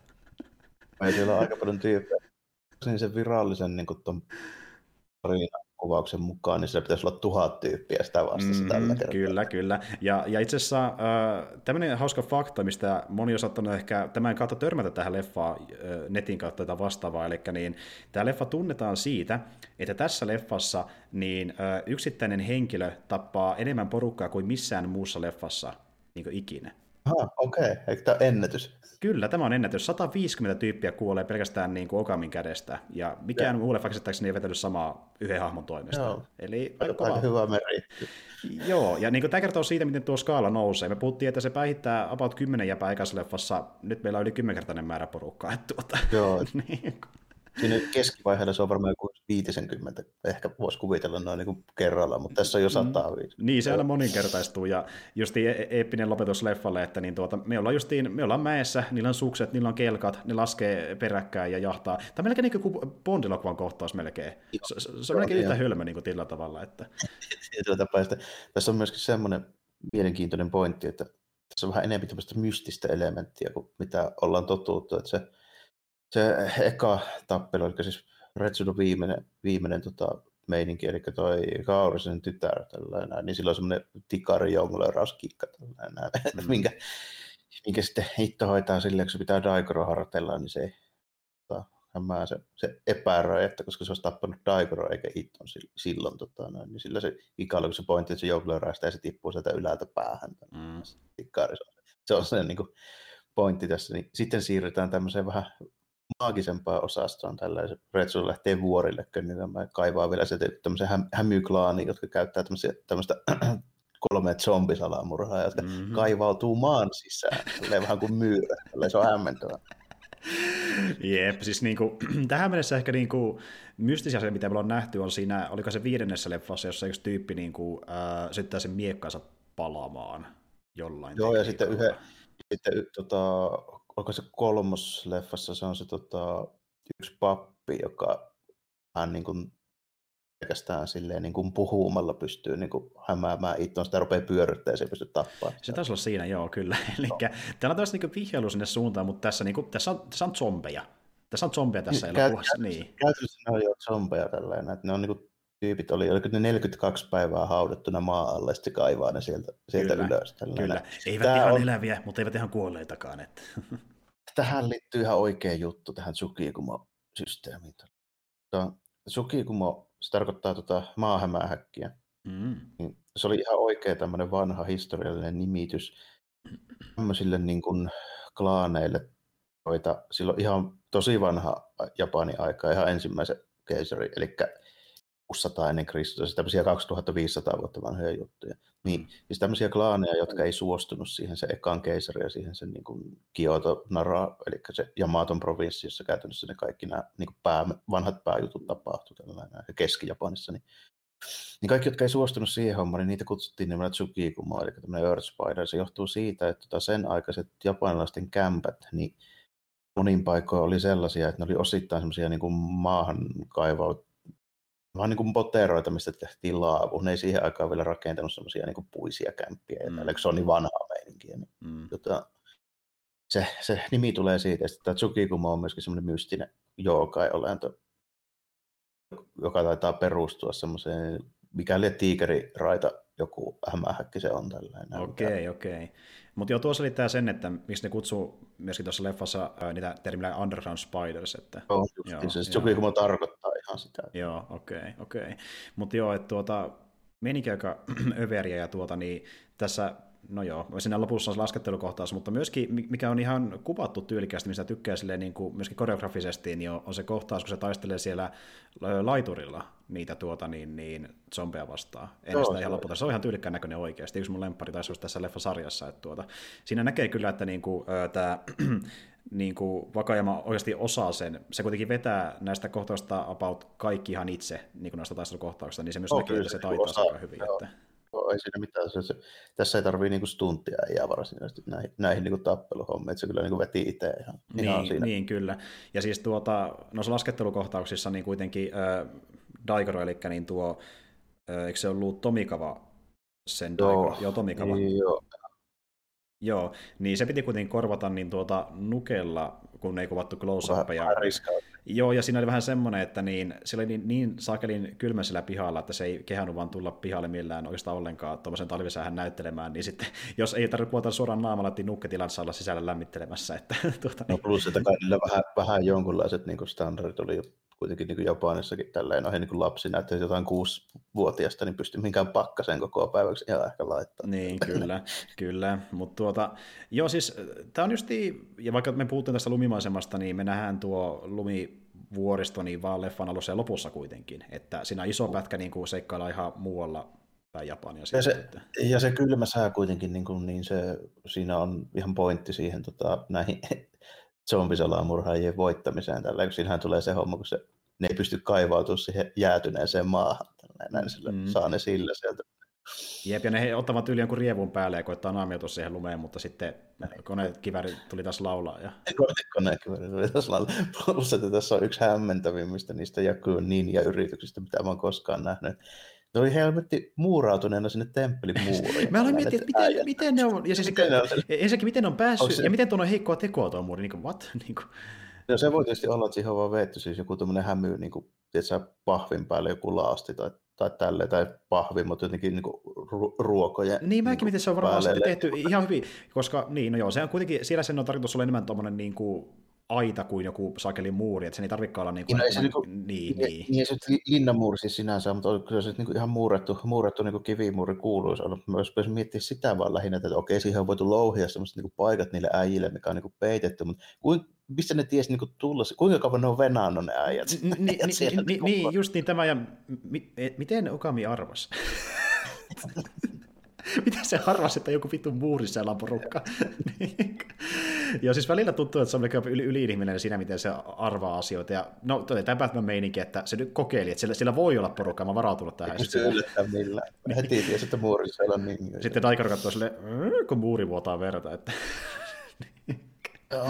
Ja siellä on aika paljon tyyppejä. Sen virallisen niin ton tarinakuvauksen mukaan, niin siellä pitäisi olla tuhat tyyppiä sitä vastassa mm, tällä kertaa. Kyllä, kyllä. Ja, ja itse asiassa äh, tämmöinen hauska fakta, mistä moni on saattanut ehkä tämän kautta törmätä tähän leffaan äh, netin kautta tätä vastaavaa, eli niin, tämä leffa tunnetaan siitä, että tässä leffassa niin, äh, yksittäinen henkilö tappaa enemmän porukkaa kuin missään muussa leffassa niin kuin ikinä. Aha, okei. Okay. Eikö tämä ole ennätys? Kyllä, tämä on ennätys. sata viisikymmentä tyyppiä kuolee pelkästään niin kuin Okamin kädestä, ja mikään muu leffa käsittääkseni ei vetänyt samaa yhden hahmon toimesta. Joo. Eli aika, aika hyvä meritti. Joo, ja niin kuin tämä kertoo siitä, miten tuo skaala nousee. Me puhuttiin, että se päihittää about kymmenen jäpää ekässä leffassa, nyt meillä on yli kymmenkertainen määrä porukkaa. Tuota. Joo. niin. Siinä keskivaiheella se on varmaan joku viisikymmentä, ehkä voisi kuvitella noin niin kuin kerralla, mutta tässä on jo sata viisi. Niin, se aina moninkertaistuu, ja justiin eeppinen lopetus leffalle, että niin tuota, me ollaan justiin, me ollaan mäessä, niillä on sukset, niillä on kelkat, ne laskee peräkkäin ja jahtaa. Tämä on melkein niin kuin Bond-elokuvan kohtaus melkein. Se, se, se on melkein yhtä hölmö niin kuin tällä tavalla. Että... Tässä on myöskin semmoinen mielenkiintoinen pointti, että tässä on vähän enemmän tämmöistä mystistä elementtiä kuin mitä ollaan totuttu, että se, se eka tappelu, eli siis Retsudo viimeinen, viimeinen tota, meininki, eli toi Kaurisen tytär, tällainen, niin sillä on semmoinen tikari jonglöörauskikka, tällainen, mm. minkä, minkä sitten hitto hoitaa silleen, kun se pitää Daigoro harjoitella, niin se ei tota, hämää se, se epäröi, että koska se olisi tappanut Daigoro eikä Itton silloin, tota, noin, niin sillä se ikalla, kun se pointti, että se jonglööraista ja se tippuu sieltä ylältä päähän. Mm. Tikari, se on se niin kuin pointti tässä. Niin sitten siirrytään tämmöiseen vähän maagisempaa osastoon, tällaisen Retsudo lähtee vuorille könnymään, kaivaa vielä se tämmöisen hä- hämyklaani, jotka käyttää tämmöistä kolme zombisalamurhaa, jotka mm-hmm. kaivautuu maan sisään, vähän kuin myyrä, se on hämmentävää. Jep, siis niinku, tähän mennessä ehkä niinku, mystisiä asia, mitä me ollaan nähty, on siinä, oliko se viidennessä leffassa, jossa yksi tyyppi niinku, äh, syttää sen miekkansa palamaan jollain. Joo, ja sitten yhden, sitten tota, onko se kolmosleffassa, se on se tota, yksi pappi, joka hän niin kuin pelkästään silleen niin kuin puhumalla pystyy niin kuin hämäämään itseään, sitä rupeaa pyörryttämään ja se ei pysty tappaa. Se taisi olla siinä, joo, kyllä. Eli no. Täällä on taas niin vihjailu sinne suuntaan, mutta tässä, niin kuin, tässä, on, tässä on zombeja. Tässä on zombeja tässä niin, elokuvassa. Käytännössä, niin. käytännössä ne on jo zombeja tällainen, että ne on niin kuin tyypit oli, oliko ne neljäkymmentäkaksi päivää haudattuna maa alle, ja sitten kaivaa ne sieltä, sieltä kyllä, ylös. Tällainen. Kyllä, eivät Tämä ihan on... eläviä, mutta eivät ihan kuolleitakaan. Että... Tähän liittyy ihan oikea juttu, tähän Tsukikumo-systeemiin. Tsukikumo, se tarkoittaa tuota maahämähäkkiä. Mm. Se oli ihan oikea tämmöinen vanha historiallinen nimitys tämmöisille niin kuin klaaneille, joita silloin ihan tosi vanha Japanin aika, ihan ensimmäisen keisari, eli kuusisataa ennen Kristusta, tämmöisiä kaksituhattaviisisataa vuotta vanhoja juttuja. Niin, siis tämmöisiä klaaneja, jotka ei suostunut siihen se ekan keisari ja siihen sen niin kuin Kyoto, Nara, eli se Yamaton provinssi, jossa käytännössä ne kaikki nämä niin kuin pää, vanhat pääjutut tapahtui ja Keski-Japanissa. Niin, niin kaikki, jotka ei suostunut siihen hommaan, niin niitä kutsuttiin nimellä Tsukikumo, eli tämmöinen Earth Spider. Se johtuu siitä, että tota sen aikaiset japanilaisten kämpät, niin monin paikoin oli sellaisia, että ne oli osittain semmoisia niin kuin maahan kaivaut vähän niin kuin poteroita, mistä tehtiin laavu. Ne ei siihen aikaan vielä rakentanut semmoisia niin kuin puisia kämppiä, mm. eli se on niin vanhaa meininkiä. Niin, mm. jota, se, se nimi tulee siitä, että tämä Tsukikumo on myöskin semmoinen mystinen jookai-olento, joka taitaa perustua semmoiseen, mikäli tiikeriraita joku hämähäkki se on tällainen. Okei, okay, okei. Okay. Mutta joo, tuo selittää sen, että miksi ne kutsuu myöskin tuossa leffassa ää, niitä termillä Underground Spiders. Että... Oh, joo, se Tsukikumo tarkoittaa ihan sitä. Joo, okei, okay, okei. Okay. Mutta joo, että tuota, menikin aika överiä ja tuota, niin tässä, no joo, siinä lopussa on se laskettelukohtaus, mutta myöskin, mikä on ihan kuvattu tyylikästi, mistä tykkää silleen, niin kuin myöskin koreografisesti, niin on, on se kohtaus, kun se taistelee siellä laiturilla niitä tuota, niin, niin zombeja vastaan. En joo, sitä ihan lopulta. Se on ihan tyylikkään näköinen oikeasti. Yksi mun lemppari taisi olla tässä leffasarjassa. Että tuota, siinä näkee kyllä, että niinku, tämä niinku, Wakayama oikeasti osaa sen. Se kuitenkin vetää näistä kohtauksista about kaikki ihan itse, niin kuin näistä taistelukohtauksista, niin se myös no, näkee, että se taitaa se aika hyvin. Että... Ei siinä mitään. Se, se, tässä ei tarvitse niinku stuntia ja varsinaisesti näihin, näihin niinku tappeluhommiin, että se kyllä niinku veti itse ihan, niin, ihan siinä. Niin, kyllä. Ja siis tuota, noissa laskettelukohtauksissa niin kuitenkin äh, Daigoro, eli niin tuo, äh, eikö se ollut Tomikawa sen Daigoro? Joo, joo Tomikawa. Niin, joo. Joo, niin se piti kuitenkin korvata niin tuota nukella, kun ei kuvattu close-upia. Joo, ja siinä oli vähän semmoinen, että niin, se oli niin, niin saakelin kylmä sillä pihalla, että se ei kehannut vaan tulla pihalle millään oikeastaan ollenkaan tuommoisen talvisäähän näyttelemään, niin sitten, jos ei tarvitse kuvata suoraan naamalla, että nukketilassa olla sisällä lämmittelemässä. Että, tuota, no plus, että kaikilla vähän, vähän jonkunlaiset niin standardit oli kuitenkin niin kuin Japanissakin tälleen noihin niin lapsina, että jotain kuusivuotiaasta niin pystyi minkään pakkaseen koko päiväksi ihan ehkä laittaa. Niin, kyllä, kyllä. Mutta tuota, joo siis, tämä on justiin, ja vaikka me puhuttiin tästä lumimaisemasta, niin me nähdään tuo lumivuoristo niin vaan leffan alussa ja lopussa kuitenkin, että siinä iso pätkä niin kuin seikkaillaan ihan muualla päin Japania. Ja se, että... ja se kylmä sää kuitenkin, niin, kuin, niin se, siinä on ihan pointti siihen tota, näihin zombisalamurhaajien voittamiseen. Tällä, kun siinähän tulee se homma, kun se ne ei pysty kaivautumaan siihen jäätyneeseen maahan. Näin sillä, mm. saa ne sillä sieltä. Jep, ja ne he ottavat yli jonkun rievun päälle ja koittaa naamiotua siihen lumeen, mutta sitten konekiväri tuli taas laulaa. Ja... Konekiväri tuli taas laulaa. Plus, että tässä on yksi hämmentävimmistä niistä Yakuun Ninja-yrityksistä, mitä mä oon koskaan nähnyt. Ne oli helvetti muurautuneena sinne temppelimuuriin. Mä aloin miettiä, että miten, miten ne on, ja siis miten ne on, ensinnäkin miten ne on päässyt, se... ja miten tuon on heikkoa tekoa tuon muuri, niin kuin what? Niin kuin... No se voi tietysti olla, että siihen on vaan veetty siis joku tämmöinen hämy, niin kuin, tiedätkö, pahvin päälle joku laasti tai, tai tälleen, tai pahvi, mutta jotenkin niin kuin ru- ruokoja. Niin mäkin, miten se on varmaan tehty ihan hyvin, koska niin, no joo, se on kuitenkin, siellä sen on tarkoitus olla enemmän tuommoinen niin kuin aita kuin joku sakelin muuri, että sen ei tarvitsekaan olla niin kuin... No, se niinku, niin, niin, niin. niin se linnanmuuri siis sinänsä, mutta kyllä se niinku ihan muurattu, muurattu niinku kivimuuri kuuluisi olla. Mä jos miettiä sitä vaan lähinnä, että okei, siihen on voitu louhia sellaiset niinku paikat niille äijille, mikä on niinku peitetty, mutta kuin, mistä ne tiesi niinku tulla, kuinka kauan ne on venannut ne äijät? Ni, ni, ni, ni, niin, just niin tämä, ja mi, miten Okami arvasi? Miten se arvasi, että joku vittu muurissa siellä on porukka? Joo, siis välillä tuntuu, että se on yli, yli-ihminen siinä, miten se arvaa asioita. Ja, no, tämä Batman meininki, että se nyt kokeili, että siellä, siellä voi olla porukka, mä oon varautunut tähän. Ei se yllättää millään. Mä heti tiesi, että muurissa on niin. Sitten Daikaro katsoo silleen, kun muuri vuotaa verta. Että... Joo.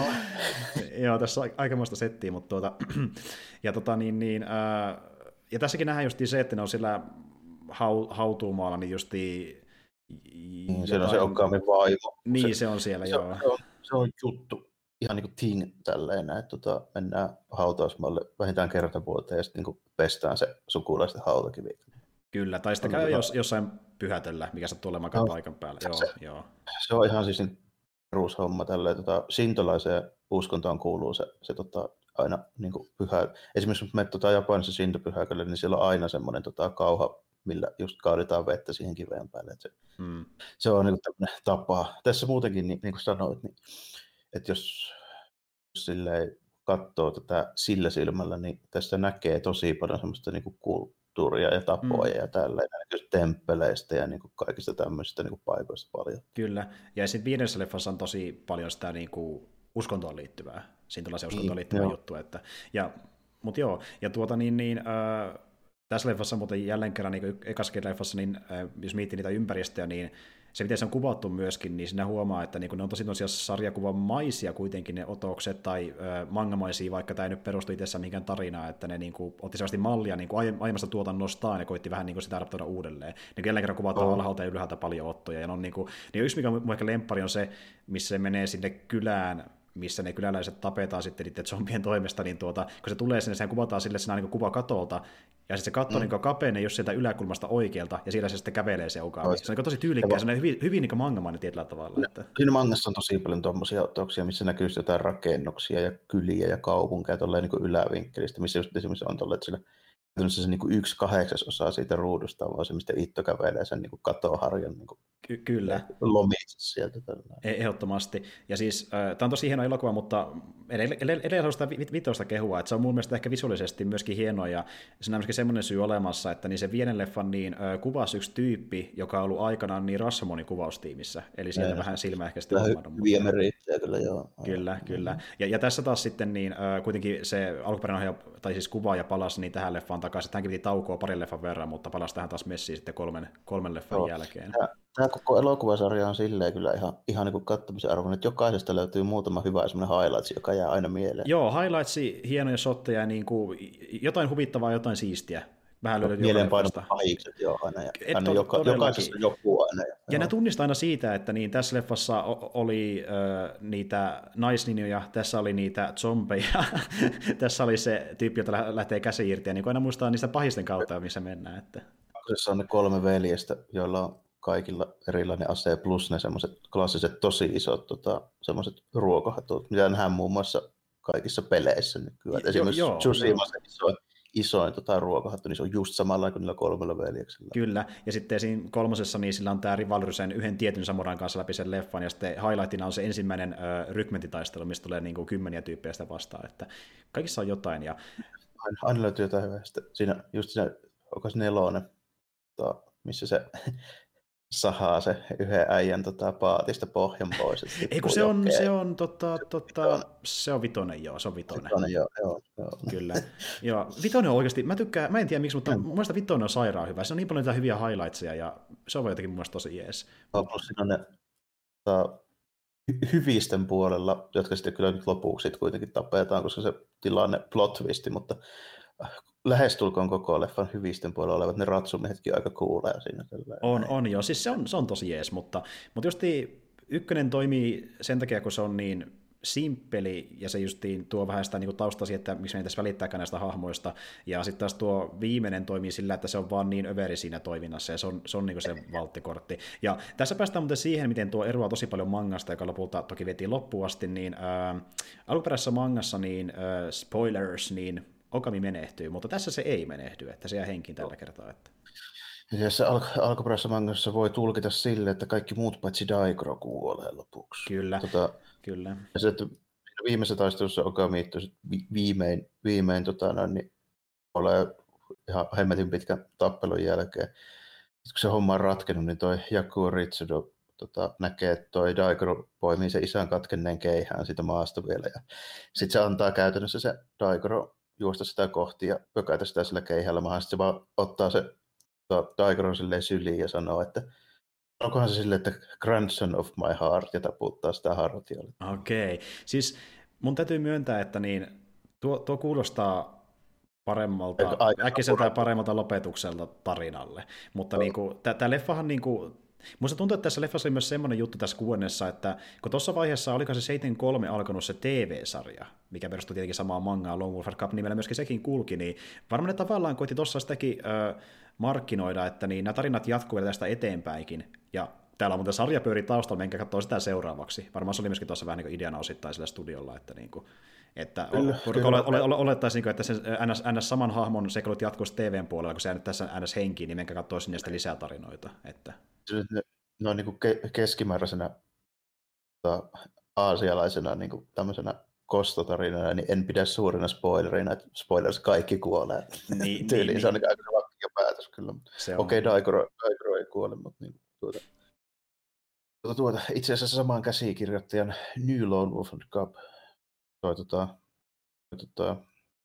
Joo, tässä on aikamoista settiä, mutta tuota... ja, tota, niin, niin, ää... ja tässäkin nähdään just se, että ne on siellä hautuumaalla, niin justiin... Niin, siellä on se Okamin vaimo. Niin, se, se on siellä, se, joo. Se on, se on juttu, ihan niin kuin ting tälleen, että tota, mennään hautausmaalle vähintään kerta vuoteen ja sitten niin pestään se sukulaisten hautakivi. Kyllä, tai sitten käy jos, jossain pyhätöllä, mikä sattuu olemaan no, paikan päällä. Joo, se, joo. se on ihan siis niin perushomma tälleen. Tota, sintolaiseen uskontoon kuuluu se, se tota, aina niin kuin pyhä. Esimerkiksi kun menet tota, Japanissa sintopyhäkölle, niin siellä on aina semmoinen tota, kauha, millä just kaadetaan vettä siihen kiveen päälle. Se, hmm. se on niin kuin tämmöinen tapa. Tässä muutenkin, niin, niin kuin sanoit, niin, että jos, jos silleen katsoo tätä sillä silmällä, niin tässä näkee tosi paljon semmoista niin kuin kulttuuria ja tapoja hmm. ja tälleen, niin temppeleistä ja niin kuin kaikista tämmöisistä niin kuin paikoista paljon. Kyllä, ja sitten viidessä leffassa on tosi paljon sitä niin kuin uskontoon liittyvää, sintolaisen uskontoon liittyvää juttua. Että, ja, mutta joo, ja tuota niin, niin äh, tässä leffassa muuten jälleen kerran, niin ekassakin leffassa, niin äh, jos miettii niitä ympäristöjä, niin se, miten se on kuvattu myöskin, niin siinä huomaa, että niin ne on tosi tosiaan sarjakuvamaisia kuitenkin ne otokset tai äh, mangamaisia, vaikka tämä ei nyt perustu itsessään mihinkään tarinaan, että ne niin kuin, otti sellaisesti mallia niin kuin aiemmasta tuotannostaan ja koitti vähän niin kuin sitä adaptoida uudelleen. Niin jälleen kerran kuvataan oh. alhaalta ja ylhäältä paljon ottoja. Ja on, niin kuin, niin yksi, mikä on ehkä lemppari, on se, missä se menee sinne kylään, missä ne kyläläiset tapetaan sitten niiden zombien toimesta, niin tuota, kun se tulee sinne, sehän kuvataan sille, että se on niin kuva katolta, ja sitten se katto mm. niin kapenee just sieltä yläkulmasta oikealta, ja siellä se sitten kävelee se Okami. Se on niin tosi tyylikkää, se on hyvin, hyvin niin mangamainen tietyllä tavalla. No, että... Siinä mangassa on tosi paljon tuommoisia otoksia, missä näkyy jotain rakennuksia ja kyliä ja kaupunkeja tolleen niin ylävinkkelistä, missä just esimerkiksi on tolleen, että sillä se niin kuin yksi kahdeksasosa siitä ruudusta on se, mistä Itto kävelee sen niin katoharjan niin Ky- kyllä. lomitse sieltä. Ehdottomasti. Ja siis äh, tämä on tosi hieno elokuva, mutta edelleen haluan sitä vitosta kehua, että se on mun mielestä ehkä visuaalisesti myöskin hieno, ja siinä on myöskin semmoinen syy olemassa, että niin se viiden leffan niin, äh, kuvasi yksi tyyppi, joka on ollut aikanaan niin Rashomonin kuvaustiimissä, eli sieltä vähän silmä ehkä sitten huomannut. Hyviä merittejä kyllä, joo. Kyllä, kyllä. Ja, ja tässä taas sitten niin, äh, kuitenkin se alkuperäinen ohjaaja, tai siis kuvaaja palasi niin tähän leffaan takaisin, että hänkin piti taukoa parin leffan verran, mutta palasi tähän taas messiin sitten kolmen, kolmen leffan joo. jälkeen. Ja, tämä koko elokuvasarja on silleen kyllä ihan, ihan niin kuin katsomisen arvoinen, että jokaisesta löytyy muutama hyvä semmoinen highlights, joka jää aina mieleen. Joo, highlights, hienoja shotteja, niin kuin jotain huvittavaa, jotain siistiä. Vähän löytyy mieleenpainot pahikset, joo, aina. Ja aina to, joka, jokaisessa joku aina. Ja, ja ne tunnistaa aina siitä, että niin, tässä leffassa oli äh, niitä naisninjoja, tässä oli niitä zombeja, tässä oli se tyyppi, jota lähtee käsi irti, ja niin aina muistaa niistä pahisten kautta, missä mennään. Että... Kakkosessa on ne kolme veljestä, joilla on kaikilla erilainen ase, plus ne semmoiset klassiset tosi isot tota, semmoiset ruokahatut, mitä nähdään muun muassa kaikissa peleissä nykyään. Jo, esimerkiksi jo, Tsushima se isoin, isoin tota, ruokahattu, niin se on just samalla kuin niillä kolmella veljeksellä. Kyllä, ja sitten siinä kolmosessa niin sillä on tämä rivalry sen yhden tietyn samurain kanssa läpi sen leffan, ja sitten highlightina on se ensimmäinen ö, rykmentitaistelu, mistä tulee niin kuin kymmeniä tyyppejä sitä vastaan, että kaikissa on jotain. Ja... Aina, aina löytyy jotain hyvää. Sitten siinä, just siinä, onko se nelonen, to, missä se sahaa se yhden äijän tota, paatista pohjan pois. Ei kun se on, se on, tota, tota, se on vitonen, joo, se on vitonen. Vitonen, joo, joo, joo. Kyllä. Joo, vitonen on oikeasti, mä tykkään, mä en tiedä miksi, mutta mun mielestä vitonen on sairaan hyvä. Se on niin paljon niitä hyviä highlightsia ja se on jotenkin mun mielestä tosi jees. No, plus siinä on ne tota, hyvisten puolella, jotka sitten kyllä nyt lopuksi kuitenkin tapetaan, koska se tilanne plot twisti, mutta lähestulkoon koko leffan hyvisten puolella olevat ne ratsumiehetkin aika kuulee siinä. On, on joo, siis se on, se on tosi jees, mutta, mutta justi ykkönen toimii sen takia, kun se on niin simppeli, ja se justiin tuo vähän sitä niin taustasi, että miksi me ei tässä välittääkään näistä hahmoista, ja sitten taas tuo viimeinen toimii sillä, että se on vaan niin överi siinä toiminnassa, ja se on, se on niin se valttikortti. Ja tässä päästään muuten siihen, miten tuo eroaa tosi paljon mangasta, joka lopulta toki vietiin loppuun asti, niin ää, alkuperäisessä mangassa, niin ää, spoilers, niin Okami menehtyy, mutta tässä se ei menehdy, että se jää henkiin tällä kertaa. Että. Ja se al- alkuperäisessä mangassa voi tulkita sille, että kaikki muut paitsi Daigoro kuolee lopuksi. Kyllä, tota, kyllä. Ja se, että viimeisessä taistelussa Okami viimein, viimein tota, no, niin ole ihan hemmetin pitkän tappelun jälkeen. Sitten kun se homma on ratkennut, niin toi Yakuo Ritsudo tota, näkee, että toi Daigoro poimii sen isän katkenneen keihään siitä maasta vielä. Ja sitten se antaa käytännössä se Daigoro juosta sitä kohti ja pökätä sitä sillä keihällä maahan. Sitten se vaan ottaa se Daigoro silleen syliin ja sanoo, että onkohan se silleen, että grandson of my heart, ja taputtaa sitä hartiolle. Okei. Siis mun täytyy myöntää, että niin, tuo, tuo kuulostaa paremmalta, äkkiseltä ja paremmalta lopetukselta tarinalle. Mutta niinku, tämä leffahan niinku, musta tuntuu, että tässä leffassa oli myös semmoinen juttu tässä kuudennessa, että kun tuossa vaiheessa oliko se seitsemänkymmentäkolme alkanut se T V-sarja, mikä perustui tietenkin samaan mangaan, Lone Wolf Cup nimellä myöskin sekin kulki, niin varmaan ne tavallaan koitti tuossa sitäkin ö, markkinoida, että niin nämä tarinat jatkuu vielä tästä eteenpäinkin, ja täällä on muuten sarja pyörii taustalla, menkää katsoa sitä seuraavaksi. Varmaan se oli myöskin tuossa vähän niin kuin ideana osittain sillä studiolla, että niin kuin, että kyllä, kyllä. Ole, ole, ole, olettaisiin, että se ns, ns saman hahmon seikkailut jatkuisi T V:n puolella, kun se jäänyt tässä ns henkiin, niin menkää katsoa sinne sitten lisää tarinoita. Että. Ne, ne on niin kuin ke- keskimääräisenä ta, aasialaisena niin kuin tämmöisenä kostotarinana, niin en pidä suurena spoilerina, että spoilers kaikki kuolee. Niin, Tyyliin niin, se on niin. aika vakkia päätös kyllä. Okei, okay, Daigoro, Daigoro ei kuole, mutta niin, tuota. Tuota, tuota, itse asiassa samaan käsikirjoittajan New Lone Wolf Cup toi tota, tota,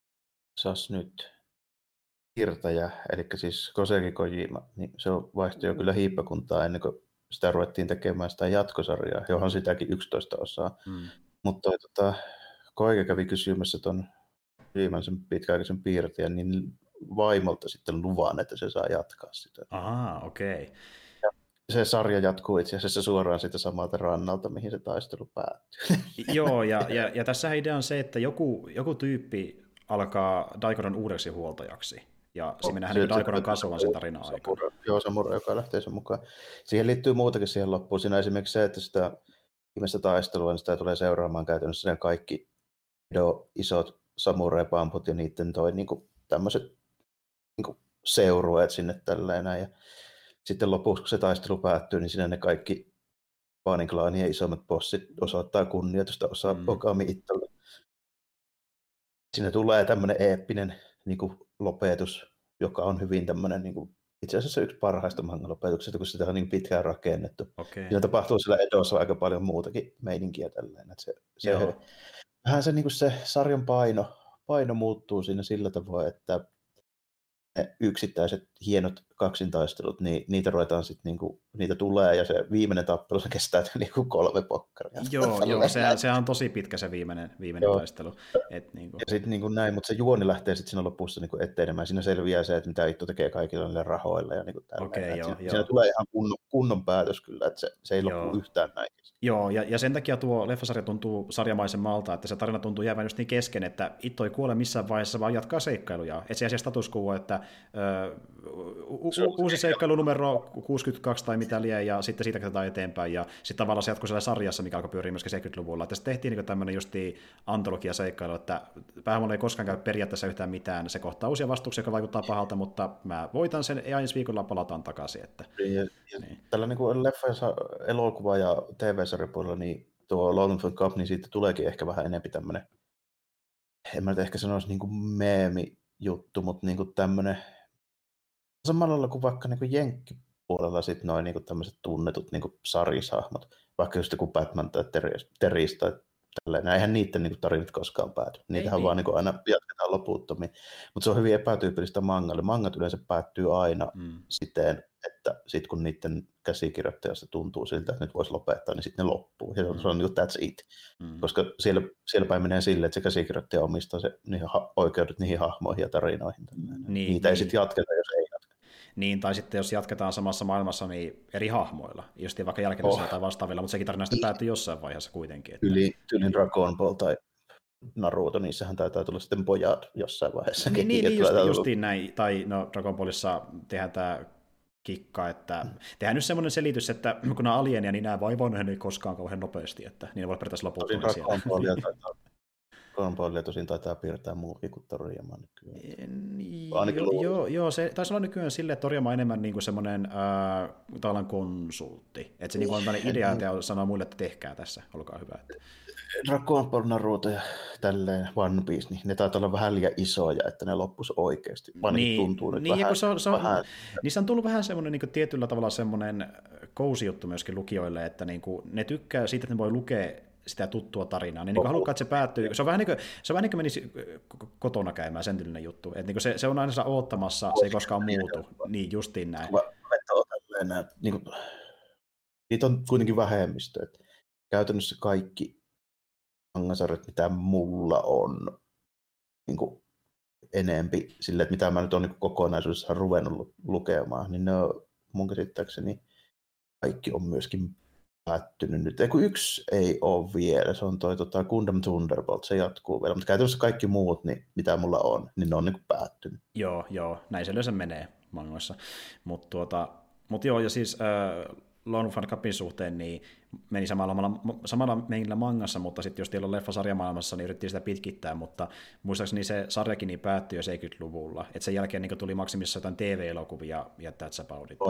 sas nyt Hirtäjä, eli siis Koseki Kojima, niin se vaihtui jo kyllä hiippakuntaa ennen kuin sitä ruvettiin tekemään sitä jatkosarjaa, johon sitäkin yksitoista osaa. Mm. Mutta tota, Koike kävi kysymässä ton viimeisen pitkäaikaisen piirtäjän, niin vaimolta sitten luvan, että se saa jatkaa sitä. Ahaa, okei. Okay. Se sarja jatkuu itse asiassa suoraan siitä samalta rannalta, mihin se taistelu päättyy. Joo, ja, ja, ja tässä idea on se, että joku, joku tyyppi alkaa Daikoron uudeksi huoltajaksi. Ja oh, siinä nähdään Daikoron kasvavan sen tarinan aikana. Joo, Samura, joka lähtee sen mukaan. Siihen liittyy muutakin siihen loppuun. Siinä esimerkiksi se, että sitä viimeistä taistelua, niin sitä tulee seuraamaan käytännössä ne kaikki Edo, isot samurai-pamput ja niiden toi niinku tämmöiset niinku seurueet sinne tälleen näin. Ja sitten lopuksi, kun se taistelu päättyy, niin siinä ne kaikki Panin klaanien isommat bossit osoittaa kunnioitusta osaa mm. Okami itselle. Siinä tulee tämmöinen eeppinen niin kuin lopetus, joka on hyvin tämmöinen niin kuin, itse asiassa yksi parhaista manga-lopetuksista, kun sitä on niin pitkään rakennettu. Okay. Siinä tapahtuu sillä Edossa aika paljon muutakin meininkiä tälleen. Että se, se, vähän se, niin kuin se sarjan paino, paino muuttuu siinä sillä tavoin, että ne yksittäiset hienot kaksintaistelut, niin niitä ruvetaan sitten, niinku, niitä tulee, ja se viimeinen tappelu se kestää niinku kolme pokkaria. Joo, joo sehän, sehän on tosi pitkä se viimeinen, viimeinen taistelu. Et, niinku. Ja sitten niinku näin, mutta se juoni lähtee sitten siinä lopussa niinku etenemään. Siinä selviää se, että mitä Itto tekee kaikilla niillä rahoilla. Ja niinku okay, joo, siinä, joo. siinä tulee ihan kunnon, kunnon päätös kyllä, että se, se ei loppu joo. yhtään näin. Joo, ja, ja sen takia tuo leffasarja tuntuu sarjamaisemmalta, että se tarina tuntuu jäävän just niin kesken, että Itto ei kuole missään vaiheessa, vaan jatkaa seikkailuja. Et se asiassa status quo, että ö, u- u- uusi seikkailu numero kuusikymmentäkaksi tai mitä liian, ja sitten siitä katsotaan eteenpäin, ja sitten tavallaan se jatkuu siellä sarjassa, mikä alkoi pyöriä myöskin seitsemänkymmentäluvulla. Että se tehtiin niin tämmöinen justiin antologia-seikkailu, että päähahmolla ei koskaan käy periaatteessa yhtään mitään. Se kohtaa uusia vastuuksia, joka vaikuttaa pahalta, mutta mä voitan sen, ja ensi viikolla palataan takaisin. Että, ja, ja niin. Tällä niin kuin leffa, elokuva ja T V-sarjapuolella, niin tuo Lone Wolf Cup, niin siitä tuleekin ehkä vähän enemmän tämmöinen, en mä nyt ehkä sanoisi niin kuin meemi-juttu, mutta niin kuin tämmöinen, samalla lailla kuin vaikka niin kuin Jenkki puolella sitten noin niinku tämmöiset tunnetut niinku sarjishahmot, vaikka just joku Batman tai Teris tai tälleen. Eihän niiden niinku tarinat koskaan pääty. Niitähän Ei vaan niin. niinku aina jatketaan loputtomiin. Mutta se on hyvin epätyypillistä mangalle. Mangat yleensä päättyy aina Mm. siten, että sit kun niiden käsikirjoittajasta tuntuu siltä, että nyt voisi lopettaa, niin sitten ne loppuu. Ja Mm. se on niinku that's it. Mm. Koska siellä, siellä päin menee silleen, että se käsikirjoittaja omistaa se, niihin ha- oikeudet niihin hahmoihin ja tarinoihin. Niin, Niitä ei niin. sitten jatketa, jos ei jatketa. Niin, tai sitten jos jatketaan samassa maailmassa, niin eri hahmoilla, just vaikka jälkeen oh. tai vastaavilla, mutta sekin tarina sitten päättyy jossain vaiheessa kuitenkin. Että... Yli, yli Dragon Ball tai Naruto, niissähän taitaa tulla sitten pojat jossain vaiheessa. Niin, niin, niin just, justiin näin, tai no Dragon Ballissa tehdään tämä kikka, että mm. tehdään nyt semmoinen selitys, että kun nämä alienia, niin nämä vaivoon ei koskaan kauhean nopeasti, että niin ne voi periaatteessa loputtua siellä. Dragon Ballia tosin taitaa piirtää muukin kuin Toriyama nykyään. Joo, joo, joo, se taisi olla nykyään silleen, että Toriyama on enemmän niin kuin semmoinen äh, tavallaan konsultti. Että se niin kuin on tämmöinen idea, että sanoo muille, että tehkää tässä, olkaa hyvä. Että... Dragon Ball, Naruto ja tälleen One Piece, niin ne taitaa olla vähän liian isoja, että ne loppuisi oikeasti. Vaan niin, tuntuu nyt niin, vähän, se on, se on, vähän... Niissä on tullut vähän semmoinen niin kuin tietyllä tavalla semmoinen kousi juttu myöskin lukijoille, että niin kuin ne tykkää siitä, että ne voi lukea sitä tuttua tarinaa, niin, niin kuin haluaa, että se päättyy. Se on vähän niin kuin, se on vähän niin kuin menisi kotona käymään, sen tyylinen juttu. Että niin kuin se, se on aina oottamassa, se ei koskaan muutu. Niin, justiin näin. Niin kuin, niitä on kuitenkin vähemmistö. Että käytännössä kaikki mangasarjat, mitä mulla on niin kuin enempi sille, että mitä mä nyt olen niin kokonaisuudessa ruvennut lukemaan, niin ne on mun käsittääkseni kaikki on myöskin päättynyt nyt. Eiku yksi ei ole vielä, se on toi tota, Gundam Thunderbolt, se jatkuu vielä, mutta käytännössä kaikki muut, niin, mitä mulla on, niin ne on niin päättynyt. Joo, joo, näin se yleensä menee mangoissa. Mutta tuota, mut joo, ja siis äh, Lone Wolf and Cupin suhteen, niin meni samalla, samalla meinillä mangassa, mutta sitten jos teillä on leffa sarjamaailmassa, niin yritettiin sitä pitkittää, mutta muistaakseni se sarjakin niin päättyi jo seitsemänkymmentäluvulla, että sen jälkeen niin tuli maksimissa jotain T V-elokuvia ja that's about it. Oh,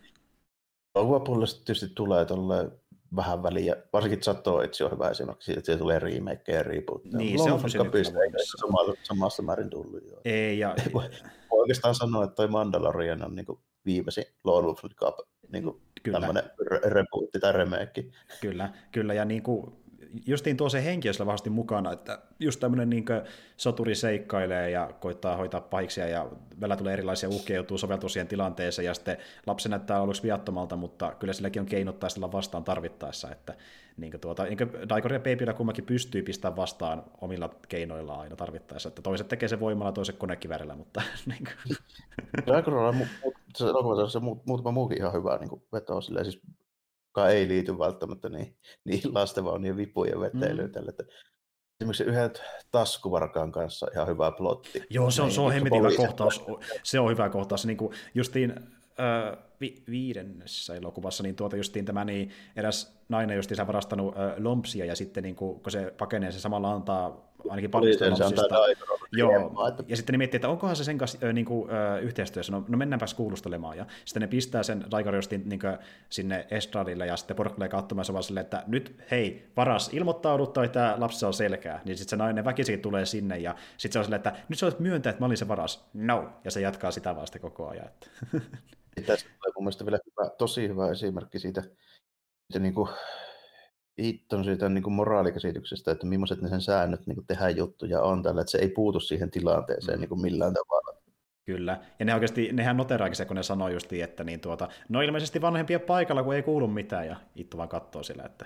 Luopuolella tietysti tulee tolleen vähän väliä, varsinkin Zatoichi on hyvä esimerkiksi, että siellä tulee remake ja reboot. Niin, se on pysynyt samassa, samassa määrin tullut. Jo. Ei, ja... Voi oikeastaan sanoa, että toi Mandalorian on niin viimeisin Lone Wolf and Cub, niin tämmöinen rebootti tai remake. Kyllä, kyllä, ja niin kuin, justiin tuo se henki on vahvasti mukana, että just tämmöinen niin soturi seikkailee ja koittaa hoitaa pahiksia ja välillä tulee erilaisia uhkia, joutuu soveltua siihen tilanteeseen ja sitten lapsi näyttää aluksi viattomalta, mutta kyllä silläkin on keinot taistella vastaan tarvittaessa, että niin tuota, niin Daigoro ja Babyllä kummankin pystyy pistämään vastaan omilla keinoillaan aina tarvittaessa, että toiset tekee sen voimalla, toiset konekivärillä, mutta niin kuin... Daigorolla on mu- se muutama muukin ihan hyvä niin veto silleen, siis joka ei liity välttämättä niin, niin lastenvaunien vipujen veteilyyn. Mm. Että esimerkiksi yhden taskuvarkaan kanssa ihan hyvä plotti. Joo, se on, se on hemmetin hyvä kohtaus. Se on hyvä kohtaus. Niin kuin justiin äh, vi, viidennessä elokuvassa niin tuota justiin tämä niin eräs nainen justiin se varastanut äh, lompsia ja sitten niin kuin, kun se pakenee, se samalla antaa ainakin paljon lompsista. Joo, hiemaa, että... ja sitten ne miettii, että onkohan se sen kanssa äh, niin kuin, äh, yhteistyössä, no, no mennäänpäs kuulustelemaan, ja sitten ne pistää sen Daigoro justiin niin kuin, sinne estradille, ja sitten porukka tulee katsomaan se vaan silleen, että nyt hei, paras ilmoittaudu, tai tämä lapsi on selkää, niin sitten se nainen väkisinkin tulee sinne, ja sitten se on silleen, että nyt sä olet myöntää, että mä olin se varas, no, ja se jatkaa sitä vasta koko ajan. Että... Tässä on mun mielestä vielä hyvä, tosi hyvä esimerkki siitä, siitä niin kuin... Itton siitä niin kuin moraalikäsityksestä, että millaiset ne sen säännöt niin kuin tehdään juttuja on tällä, että se ei puutu siihen tilanteeseen mm. niin kuin millään tavalla. Kyllä, ja ne oikeasti, nehän noteraakin se, kun ne sanoo justiin, että niin tuota, no ilmeisesti vanhempia paikalla, kun ei kuulu mitään, ja Itto vaan katsoo sillä, että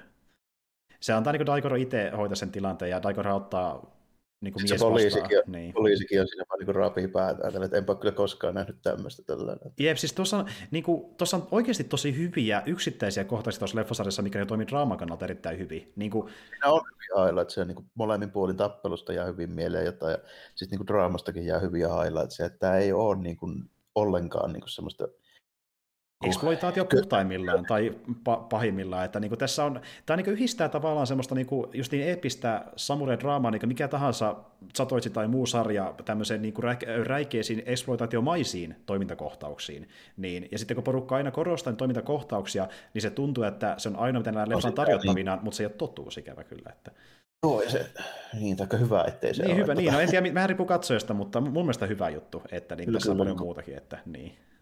se antaa niin kuin Daigoro itse hoitaa sen tilanteen, ja Daigoro ottaa niin kuin mies poliisikin, vastaan. Niin. Poliisikin on siinä vaan niin rapii päätään, että enpä kyllä koskaan nähnyt tämmöistä tällainen. Jep, siis tuossa on, niin kuin, tuossa on oikeasti tosi hyviä yksittäisiä kohtaisia tuossa leffasarjassa, mikä ne toimii draaman kannalta erittäin hyvin. Niin kuin... Siinä on hyviä highlightsia, niin kuin molemmin puolin tappelusta jää hyvin mieleen jotain, ja sitten niin draamastakin jää hyviä highlightsia, että tämä ei ole niin kuin, ollenkaan niin kuin semmoista eksploitaatio puhtaimmillaan tai pa- pahimmillaan, että niinku tässä on, tämä niinku yhdistää tavallaan semmoista niinku just niin eeppistä samurai-draamaa, niinku mikä tahansa Zatoichi tai muu sarja tämmöiseen niinku rä- räikeisiin eksploitaatiomaisiin toimintakohtauksiin, niin, ja sitten kun porukka aina korostaa toimintakohtauksia, niin se tuntuu, että se on aina mitä nämä leffan tarjottavina, niin. Mutta se ei ole totuus ikävä kyllä. Että... Joo, ja se, niin, taikka hyvä, ettei se niin, ole. Hyvä, niin, no en tiedä, vähän riippuu katsojasta, mutta mun mielestä hyvä juttu, että niin, tässä on paljon muutakin, että niin.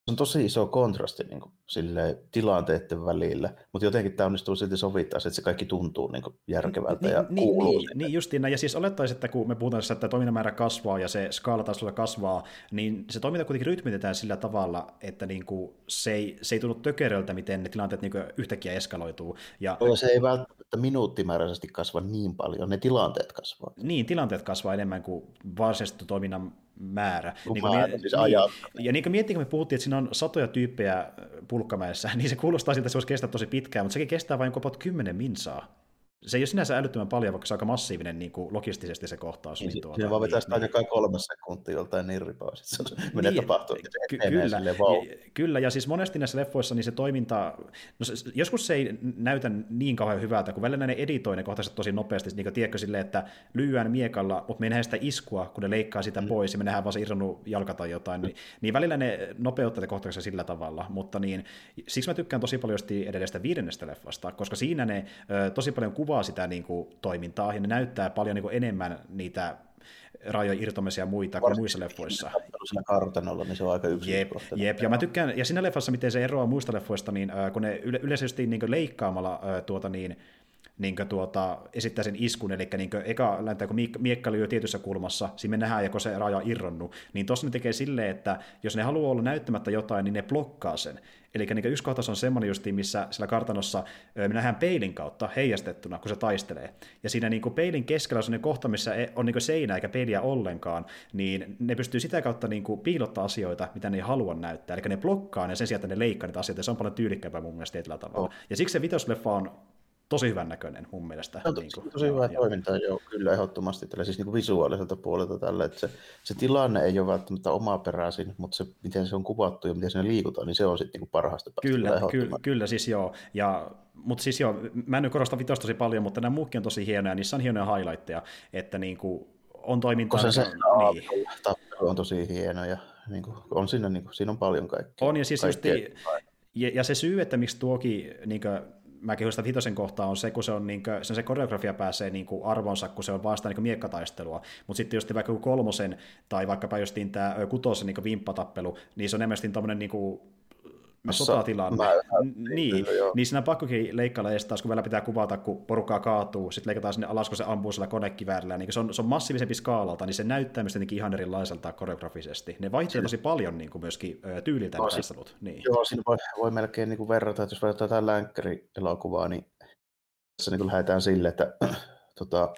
on tosi iso kontrasti niin kuin, silleen, tilanteiden välillä, mutta jotenkin tämä onnistuu silti sovittaa, että se kaikki tuntuu niin kuin, järkevältä Ni, ja ni, kuuluu niin, niin justiin näin. Ja siis olettaisiin, että kun me puhutaan tästä, että toiminnan kasvaa ja se skaalatasolla kasvaa, niin se toiminta kuitenkin rytmitetään sillä tavalla, että niin kuin se, ei, se ei tunnu tökeröltä, miten ne tilanteet niin kuin yhtäkkiä eskaloituu. Ja, ja se ei välttämättä minuuttimääräisesti kasva niin paljon, ne tilanteet kasvaa. Niin, tilanteet kasvaa enemmän kuin varsinaisesti toiminnan määrä. Niin määrä kuin, siis niin, ja niin kuin miettii, kun me puhuttiin, että siinä on satoja tyyppejä Pulkkamäessä, niin se kuulostaa siltä, että se voisi kestää tosi pitkään, mutta sekin kestää vain kopot kymmenen minsaa. Se ei ole sinänsä älyttömän paljon, vaikka se on aika massiivinen niin kuin logistisesti se kohtaus. Niin, niin tuota, siinä vaan vetää niin, sitä niin. Ainakaan kolme sekuntia joltain nirripaus. Se menee niin, tapahtuu. Ky- kyllä, kyllä, ja siis monesti näissä leffoissa niin se toiminta, no se, joskus se ei näytä niin kauhean hyvältä, kun välillä ne editoi ne kohtaiset tosi nopeasti, niin kuin tiedätkö silleen, että lyöään miekalla, mutta me ei nähdä sitä iskua, kun ne leikkaa sitä mm. pois, ja me nähdään vaan se irronnut jalka tai jotain, mm. niin, niin välillä ne nopeuttaa ne kohtauksia sillä tavalla, mutta niin, siksi mä tykkään tosi paljon edelleen sitä viidennestä leffasta, koska siinä ne ö, tosi paljon kuvaa sitä niin kuin, toimintaa, ja ne näyttää paljon niin kuin, enemmän niitä rajojen irtomisia ja muita kuin muissa leffoissa. Siinä kartanolla, niin se on aika yksityiskohtainen. Jep, jep, ja mä tykkään, ja siinä leffassa, miten se eroaa muista leffoista, niin äh, kun ne yle- yleisesti niin leikkaamalla äh, tuota niin, niin tuota, esittää sen iskun, eli niin eka läntää, kun miekka lyö tietyssä kulmassa, siinä me nähdään, joko se raja on irronnut, niin tossa ne tekee silleen, että jos ne haluaa olla näyttämättä jotain, niin ne blokkaa sen. Eli niin yksi kohtaus on semmoinen justiin, missä sillä kartanossa me nähdään peilin kautta heijastettuna, kun se taistelee. Ja siinä niin kuin peilin keskellä on sellainen kohta, missä on niin kuin seinä eikä peiliä ollenkaan, niin ne pystyy sitä kautta niin kuin piilottaa asioita, mitä ne ei halua näyttää. Eli ne blokkaa ne sen sijaan, että ne leikkaa niitä asioita, ja se on paljon tyylikkäämpää mun mielestä tietyllä tavalla. Oh. Ja siksi se vitosleffa on tosi hyvän näköinen mun mielestä. Se on niin kuin, tosi hyvää toimintaa, joo, kyllä ehdottomasti. Tällä siis niin kuin visuaaliselta puolelta tällä, että se, se tilanne ei ole välttämättä omaperäisin, mutta se, miten se on kuvattu ja miten siinä liikutaan, niin se on sitten niin parhaasta päästä. Kyllä, kyllä, kyllä, siis joo. Ja, mutta siis joo, mä en nyt korosta vitosta tosi paljon, mutta nämä muukin on tosi hienoja, niissä on hienoja highlightteja, että niin kuin on toimintaa. Koska se niin. tappelu on tosi hieno ja niin kuin, on siinä, niin kuin, siinä on paljon kaikkea. On, ja siis just, ja, ja se syy, että miksi tuokin niin kuin, mä kehun sitä vitosen kohtaa on se, kun se on niin kuin, se, se koreografia pääsee niin kuin arvonsa, kun se on vasta niin kuin miekkataistelua, mutta sitten just vaikka kolmosen tai vaikkapa justiin tämä kutosen niin kuin vimppatappelu, niin se on enemmän tommoinen niin kuin sotatilanne. Niin, niin siinä on pakkokin leikkailla edes taas, kun vielä pitää kuvata, kun porukkaa kaatuu, sitten leikataan sinne alas, kun se ampuu sillä konekiväärillä, niin se on, se on massiivisempi skaalalta, niin se näyttää myös jotenkin ihan erilaiselta koreografisesti. Ne vaihtelee tosi paljon niin kuin myöskin tyyliltä no, taistelut. Niin. Joo, siinä voi, voi melkein niin kuin verrata, että jos verrataan jotain länkkäri-elokuvaa, niin tässä niin kuin lähdetään sille, että tota,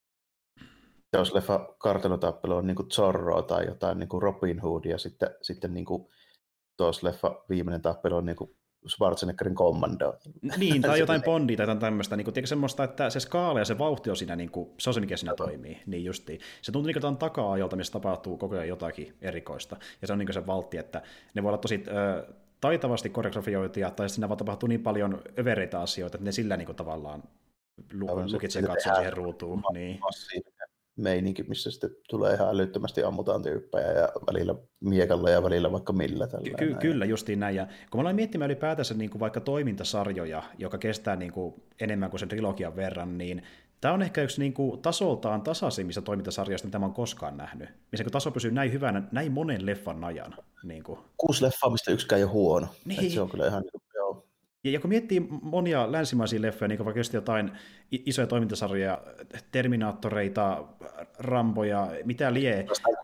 jos leffa kartanotappelu on niin kuin Zorroa tai jotain niin kuin Robin Hoodia, sitten, sitten niin kuin tuossa leffa viimeinen tappelu on niin kuin Schwarzeneggerin Commando. Niin, tai jotain Bondia tai jotain tämmöistä. Niin kuin, semmoista, että se skaala ja se vauhti on siinä, niin kuin, se on se, mikä siinä toimii. Niin justiin. Se tuntuu niin kuin taka-ajolta, missä tapahtuu koko ajan jotakin erikoista. Ja se on niin kuin se valtti, että ne voi olla tosi äh, taitavasti koreografioituja, tai siinä vaan tapahtuu niin paljon övereitä asioita, että ne sillä niin kuin, tavallaan lukitsee katsoa siihen ruutuun. Niin. Meininki, missä sitten tulee ihan älyttömästi ammutaan tyyppejä ja välillä miekalla ja välillä vaikka millä. Ky- kyllä, justiin näin. Ja kun mä aloin miettimään ylipäätänsä niin kuin vaikka toimintasarjoja, joka kestää niin kuin enemmän kuin sen trilogian verran, niin tämä on ehkä yksi niin kuin tasoltaan tasaisimmista toimintasarjoista, mitä mä oon koskaan nähnyt. Missä kun taso pysyy näin hyvänä, näin monen leffan ajan. Niin kuin. Kuusi leffaa, mistä yksikään ei ole huono. Niin. Se on kyllä ihan... Joo. Ja kun miettii monia länsimaisia leffoja, niin kuin vaikka jotain isoja toimintasarjoja, Terminaattoreita, Ramboja, mitä lie.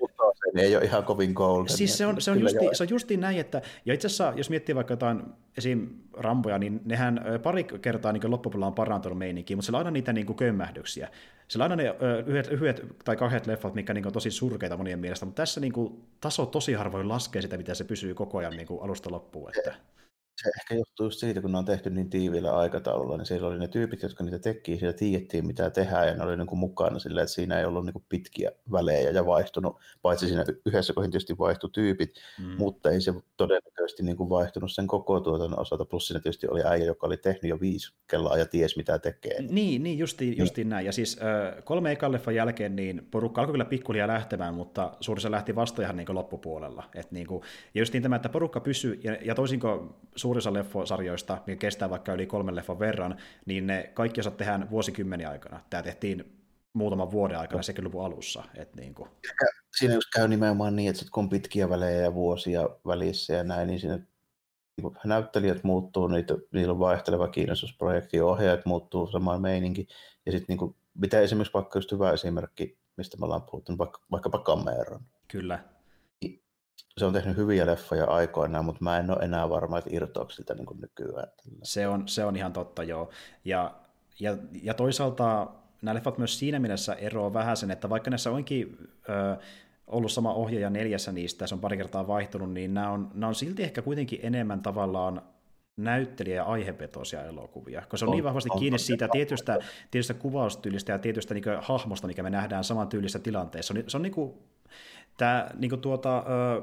Se ei ole ihan kovin golden. Siis se on, se on, justi, se on justiin näin, että, ja itse asiassa, jos miettii vaikka jotain esim. Ramboja, niin nehän pari kertaa niin loppupuolella on parantunut meininkiä, mutta siellä on aina niitä niin kuin kömmähdyksiä. Siellä on aina ne yhdet, yhdet tai kahdet leffat, mitkä niin on tosi surkeita monien mielestä, mutta tässä niin kuin, taso tosi harvoin laskee sitä, mitä se pysyy koko ajan niin kuin alusta loppuun. Että. Se ehkä johtuu just siitä, kun ne on tehty niin tiiviillä aikataululla, niin siellä oli ne tyypit, jotka niitä teki, siellä tiedettiin mitä tehdään, ja ne oli niin kuin mukana silleen, että siinä ei ollut niin kuin pitkiä välejä ja vaihtunut, paitsi siinä yhdessä kohdin tietysti vaihtui tyypit, mm. mutta ei se todennäköisesti niin kuin vaihtunut sen koko tuotannon osalta, plus siinä tietysti oli äijä, joka oli tehnyt jo viisi kellaa ja ties mitä tekee. Niin, niin justiin, justiin niin. Näin, ja siis äh, kolme ekan leffan jälkeen niin porukka alkoi kyllä pikkuhiljaa lähtemään, mutta suurissa lähti vasta ihan niin kuin loppupuolella, et niin kuin, ja justiin tämä, että porukka pysyy, ja, ja toisin kuin suurissa leffosarjoista, mikä kestää vaikka yli kolmen leffan verran, niin ne kaikki osat tehdään vuosikymmeniä aikana. Tämä tehtiin muutaman vuoden aikana sekin luvun alussa. Että niin kuin. Ehkä siinä just käy nimenomaan niin, että sit kun on pitkiä välejä ja vuosia välissä ja näin, niin siinä niin näyttelijät muuttuu, niitä, niillä on vaihteleva kiinnostusprojekti, ohjaajat muuttuu samaan meininki. Ja sitten niin mitä esimerkiksi vaikka just hyvä esimerkki, mistä me ollaan puhuttu, vaikka, vaikkapa Cameron. Kyllä. Se on tehnyt hyviä leffoja aikoinaan, mutta mä en ole enää varma, että irtoako siltä niin nykyään. Se on, se on ihan totta, joo. Ja, ja, ja toisaalta nämä leffat myös siinä mielessä eroaa vähän sen, että vaikka näissä onkin ö, ollut sama ohjaaja neljässä niistä, se on pari kertaa vaihtunut, niin nämä on, nämä on silti ehkä kuitenkin enemmän tavallaan näyttelijä- ja aihevetoisia elokuvia, koska se on, on niin vahvasti on, kiinni on, siitä on, tietystä, tietystä kuvaustyylistä ja tietystä niin kuin, hahmosta, mikä me nähdään saman tyylisessä tilanteessa. Se on, se on niin kuin, tämä, niin kuin tuota, ö,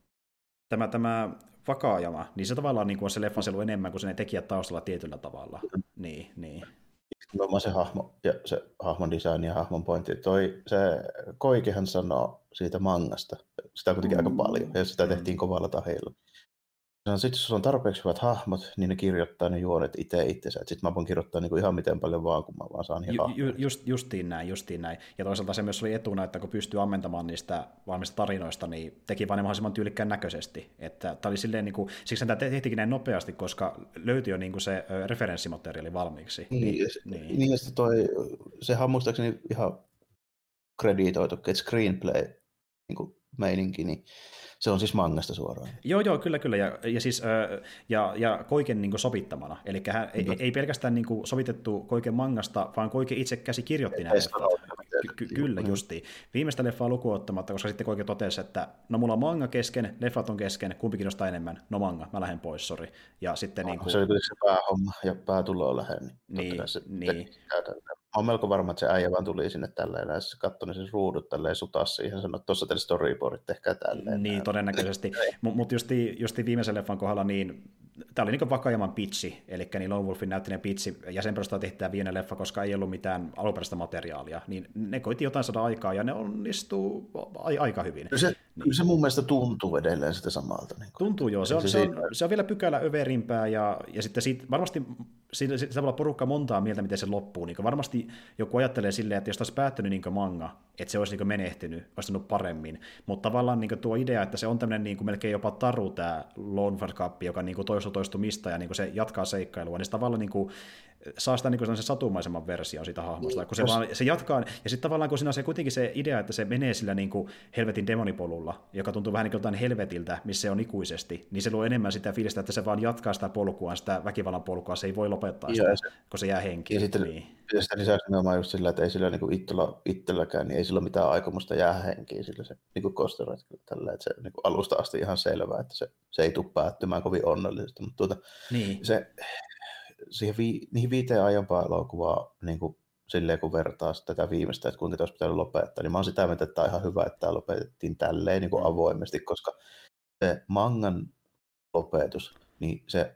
tämä, tämä Vakaajama, niin se tavallaan niin kuin on se leffan selu enemmän kuin se ne tekijät taustalla tietyllä tavalla. Mm. Niin, niin. Nimenomaan se hahmo ja se hahmon design ja hahmon pointti. Toi, se Koikehan sanoo siitä mangasta. Sitä on kuitenkin mm. aika paljon ja sitä tehtiin kovalla tahilla. Sitten jos on tarpeeksi hyvät hahmot, niin ne kirjoittaa ne juonet itse itsensä. Sitten mä voin kirjoittaa niinku ihan miten paljon vaan, kun mä vaan saan ihan hahmoja. Ju, just, justiin näin, justiin näin. Ja toisaalta se myös oli etuna, että kun pystyy ammentamaan niistä valmista tarinoista, niin teki vain mahdollisimman tyylikkään näköisesti. Että tämä oli silleen, niin kuin, siksi tämä tehtikin näin nopeasti, koska löytyi jo niin kuin se referenssimateriaali valmiiksi. Niin, niin, niin. niin ja sitten toi, sehän on muistaakseni ihan kreditoitu, että screenplay niin kuin meininki, niin se on siis mangasta suoraan. Joo, joo, kyllä, kyllä. Ja, ja, siis, ja, ja Koiken niin kuin sovittamana. Eli hän ei, ei pelkästään niin kuin sovitettu Koiken mangasta, vaan Koike itse käsi kirjoitti nämä leffat. Ky- kyllä, justiin. Viimeistä leffaa lukuun ottamatta, koska sitten Koike totesi, että no mulla on manga kesken, leffat on kesken, kumpi kiinnostaa enemmän? No manga, mä lähden pois, sori. Ja sitten no, niin kuin... Se oli se päähomma ja päätulo lähden. Niin, se niin. Olen melko varma, että se äijä vaan tuli sinne tälleen, ja se katsoi ne siis ruudut tälleen, sutas siihen ja sanoi, että tuossa teille storyboardit, tehkää tälleen. Niin, todennäköisesti. Mutta justi, justi viimeisen leffan kohdalla, niin tämä oli niin Vakajaman pitchi, eli niin Lone Wolfin näyttelijän pitchi, ja sen perusteella tehtiin tämä viimeinen leffa, koska ei ollut mitään alkuperäistä materiaalia, niin ne koitti jotain saada aikaa, ja ne onnistuu a- aika hyvin. Se, niin. se mun mielestä tuntuu edelleen sitä samalta. Niin tuntuu joo, se on, se, se, on, se on vielä pykälä överimpää, ja, ja sitten siitä, varmasti siitä, siitä voi olla porukka montaa mieltä, miten se loppuu. Niin varmasti joku ajattelee silleen, että jos taas päättynyt niin manga, että se olisi niin menehtynyt, olisi ollut paremmin. Mutta tavallaan niin tuo idea, että se on tämmöinen niin melkein jopa taru tämä Lone Wolf Cup, joka niin toistuu toistumista ja niin se jatkaa seikkailua, niin se tavallaan niin kuin, saa sitä niin se satumaisemman version siitä hahmosta, kun se, vaan, se jatkaa, ja sitten tavallaan kun siinä on se, kuitenkin se idea, että se menee sillä niin kuin helvetin demonipolulla, joka tuntuu vähän niin kuin jotain helvetiltä, missä se on ikuisesti, niin se luo enemmän sitä fiilistä, että se vaan jatkaa sitä polkua, sitä väkivallan polkua, se ei voi lopettaa sitä, se, kun se jää henkiin. Ja sitten niin. Ja sitä lisäksi nimenomaan just sillä, että ei sillä niin itsellä, itselläkään, niin ei sillä mitään aikomusta jää henkiin, sillä se niin kosteretkellä tällä, että se niin alusta asti ihan selvää, että se, se ei tule päättymään kovin onnellisesti, mutta tuota, niin. se siihen vi, niihin viiteen aiempaan elokuvaa niin kuin silleen, kun vertaa tätä viimeistä, että kuinka tässä pitää lopettaa, niin mä oon sitä mieltä, että tämä on ihan hyvä, että tämä lopetettiin tälleen niin kuin avoimesti, koska se mangan lopetus, niin se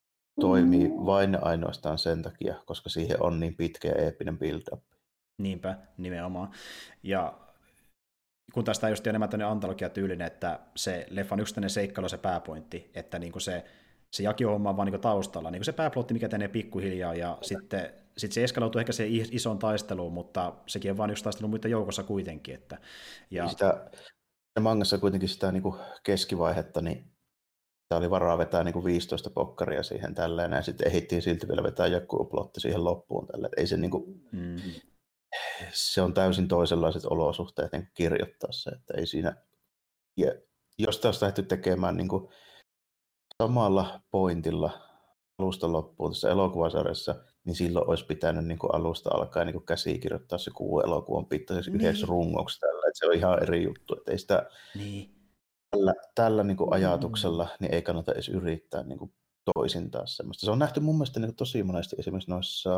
toimii vain ja ainoastaan sen takia, koska siihen on niin pitkä ja eeppinen build-up. Niinpä, nimenomaan. Ja kun tästä on just enemmän tämmöinen antologia-tyylinen, että se leffan yksittäinen seikkailu on se pääpointti, että niinku se se jakio-homma on vaan niin taustalla, niin se pääplotti, mikä tänne pikkuhiljaa, ja sitten sit se eskaloituu ehkä se isoon taisteluun, mutta sekin on vain yksi taistelu muiden joukossa kuitenkin. Että, ja... Sitä, mangassa kuitenkin sitä niin kuin keskivaihetta, niin tämä oli varaa vetää niin kuin viisitoista pokkaria siihen tälleen, ja sitten ehdittiin silti vielä vetää joku plotti siihen loppuun tälleen. Ei se, niin kuin, mm-hmm. se on täysin toisenlaiset olosuhteet niin kirjoittaa se, että ei siinä, ja jos tämä olisi lähdetty tekemään niin kuin samalla pointilla alusta loppuun tässä elokuvasarjassa, niin silloin olisi pitänyt niin kuin alusta alkaen niin kuin käsikirjoittaa se kuun elokuvan pitäisi niin. yhdessä rungoksi tällä, että se on ihan eri juttu, että ei sitä niin. tällä, tällä niin kuin ajatuksella niin ei kannata edes yrittää niin kuin toisintaa semmoista. Se on nähty mun mielestä niin kuin tosi monesti esimerkiksi noissa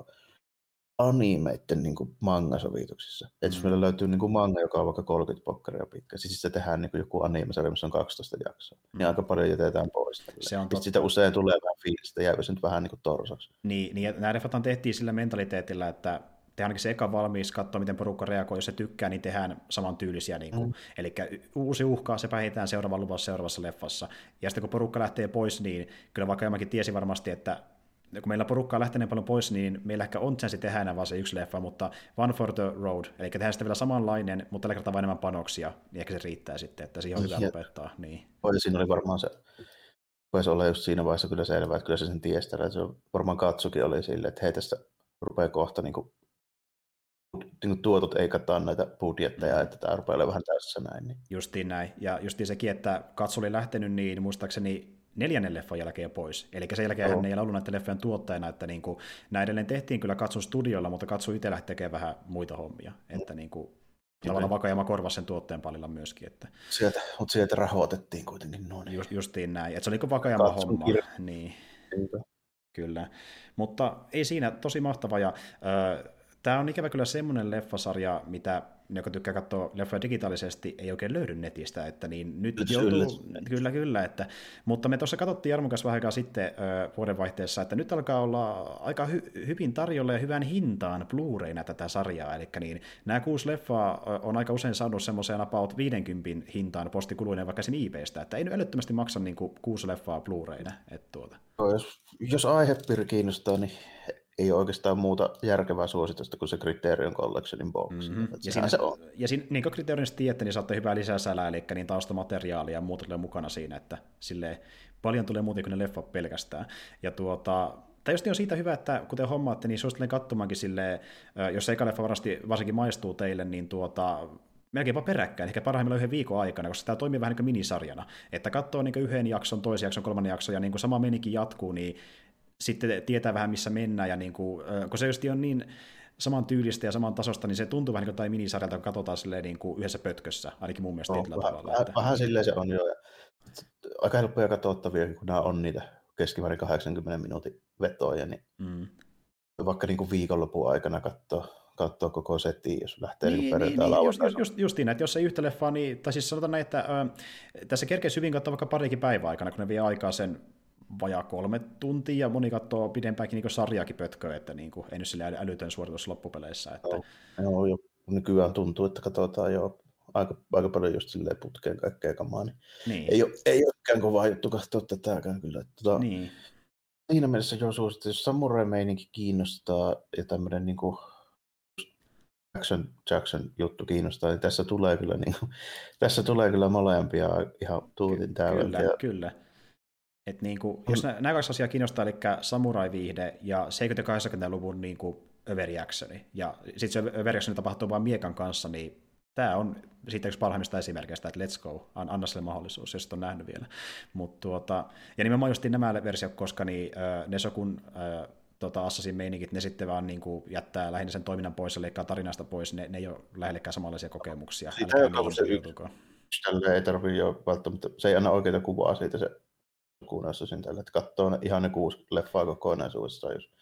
animeiden niin kuin manga-sovituksissa. Mm. Että jos meillä löytyy niin kuin manga, joka on vaikka kolmekymmentä pokkaria pitkä, siis se tehdään niin kuin joku anime-sarja, missä on kaksitoista jaksoa, mm. niin aika paljon jätetään pois. Se on sitä usein tulee vähän fiilistä, jääkö se nyt vähän niin kuin torsaksi. Niin, niin nämä refatan tehtiin sillä mentaliteetillä, että tehdään ainakin se eka valmis, katsoa miten porukka reagoi, jos se tykkää, niin tehdään samantyylisiä. Niin kuin. Mm. Eli uusi uhka, se päihitään seuraavassa luvassa seuraavassa leffassa. Ja sitten kun porukka lähtee pois, niin kyllä vaikka jomakin tiesi varmasti, että kun meillä porukkaa lähtee niin paljon pois, niin meillä ehkä on chanssi tehdä enää vaan se yksi leffa, mutta One for the Road, eli tehdään sitten vielä samanlainen, mutta tällä kertaa vain enemmän panoksia, niin ehkä se riittää sitten, että siihen on hyvä lopettaa. Niin. Oi, siinä oli varmaan se, voisi olla just siinä vaiheessa kyllä selvää, että kyllä se sen tiesi, että se varmaan katsukin oli silleen, että hei, tässä rupeaa kohta niin kuin, niin kuin tuotot ei kattaa näitä budjetteja, mm. että tämä rupeaa olemaan vähän tässä näin. Niin. Justiin näin, ja justiin sekin, että katso oli lähtenyt niin muistaakseni neljännen leffan jälkeen pois. Eli sen jälkeen hän ei ollut näiden leffojen tuottajana, että niin kuin, näin edelleen tehtiin kyllä Katsun studiolla, mutta Katsu itse lähti tekemään vähän muita hommia. Mm. Että niin kuin, tavallaan Vakajama korvasi sen tuotteen palilla myöskin. Että... Sieltä, mutta sieltä rahoitettiin kuitenkin noin. Just, justiin näin. Että se oli kuin Vakajama homma. Niin. Kyllä. Mutta ei siinä, tosi mahtava. Ja, äh, tämä on ikävä kyllä semmoinen leffasarja, mitä ne, jotka tykkää katsoa leffoja digitaalisesti, ei oikein löydy netistä, että niin nyt Yllätys, joutuu, yllätys. kyllä, kyllä, että, mutta me tuossa katsottiin Jarmon kanssa vähän aikaa sitten ö, vuodenvaihteessa, että nyt alkaa olla aika hy- hyvin tarjolla ja hyvän hintaan Blu-rayna tätä sarjaa, eli niin nämä kuusi leffaa on aika usein saanut semmoiseen about viidenkympin hintaan postikuluinen vaikka siinä eBaystä, että ei nyt älyttömästi maksa niin kuin kuusi leffaa Blu-rayna. Että tuota. No, jos, jos aihepiiri kiinnostaa, niin ei ole oikeastaan muuta järkevää suositusta kuin se Criterion Collectionin box. Mm-hmm. Ja, siinä, se on. ja siinä, niin kuin Criterionista tiedätte, niin saatte hyvää lisäsälää, eli niin taustamateriaalia ja muuta tulee mukana siinä, että silleen, paljon tulee muuten kuin ne leffat pelkästään. Ja tuota, tai just on siitä hyvä, että kuten hommaatte, niin suosittelen katsomaankin silleen, jos eka leffa varmasti varsinkin maistuu teille, niin tuota, melkeinpä peräkkäin, ehkä parhaimmillaan yhden viikon aikana, koska tämä toimii vähän niin kuin minisarjana, että katsoo niin kuin yhden jakson, toisen jakson, kolmannen jakson, ja niin kuin sama menikin jatkuu, niin sitten tietää vähän, missä mennään, ja niin kuin, kun se just on niin saman tyylistä ja saman tasosta, niin se tuntuu vähän niin kuin jotain minisarjalta, kun katsotaan silleen niin kuin yhdessä pötkössä, ainakin mun mielestä no, tietyllä vähän, tavalla. Vähän, että... vähän silleen se on jo. Aika helppoja katsottavia, kun nämä on niitä keskimäärin kahdeksankymmenen minuutin vetoja, niin mm. vaikka niin kuin viikonlopun aikana katsoa, katsoa koko setin, jos lähtee niin, niin perjantaina niin, just, just, just, justiin, että jos ei yhtä leffaa, niin, tai siis sanotaan näin, että äh, tässä kerkeisi hyvin katsoa vaikka parikin päivää aikana, kun ne vie aikaa sen vajaa kolme tuntia, ja moni katsoo pidempäänkin niin sarjaakin pötköä, että niin kuin, ei nyt sille älytön suoritus loppupeleissä. Että... Joo, joo, jo. Nykyään tuntuu, että katsotaan jo aika, aika paljon just silleen putkeen kaikkea kamaa, niin, niin. Ei, ole, ei ole ikään kovaa juttu katsoa tätäkään kyllä. Tuota, niin. Siinä mielessä jo suosittu, jos samurai-meininki kiinnostaa ja tämmöinen niin kuin Jackson, Jackson juttu kiinnostaa, niin tässä tulee kyllä, niin kuin, tässä tulee kyllä molempia ihan tuutin täydeltä. Kyllä, ja... kyllä. Et niinku, jos mm. nämä kaksi asiaa kiinnostaa, eli samurai-viihde ja seitsemänkymmentä- ja kahdeksankymmentäluvun niinku överjäksoni, ja sitten se överjäksoni tapahtuu vain miekan kanssa, niin tämä on siitä yksi parhaimmista esimerkkeistä, että let's go, anna sille mahdollisuus, jos et ole nähnyt vielä. Mut tuota, ja nimenomaan just nämä versiot, koska niin, äh, Nesokun äh, tota, Assassin meiningit, ne sitten vaan niin kuin, jättää lähinnä sen toiminnan pois ja leikkaa tarinasta pois, ne, ne ei ole lähellekään samanlaisia kokemuksia. Sitä ei ole se yksi, tälle ei tarvitse jo välttämättä, se ei anna oikeita kuvaa siitä se kuunnassa sen tällä, että katsoo ihan ne kuusi leffaa kokonaisuudessaan, jos,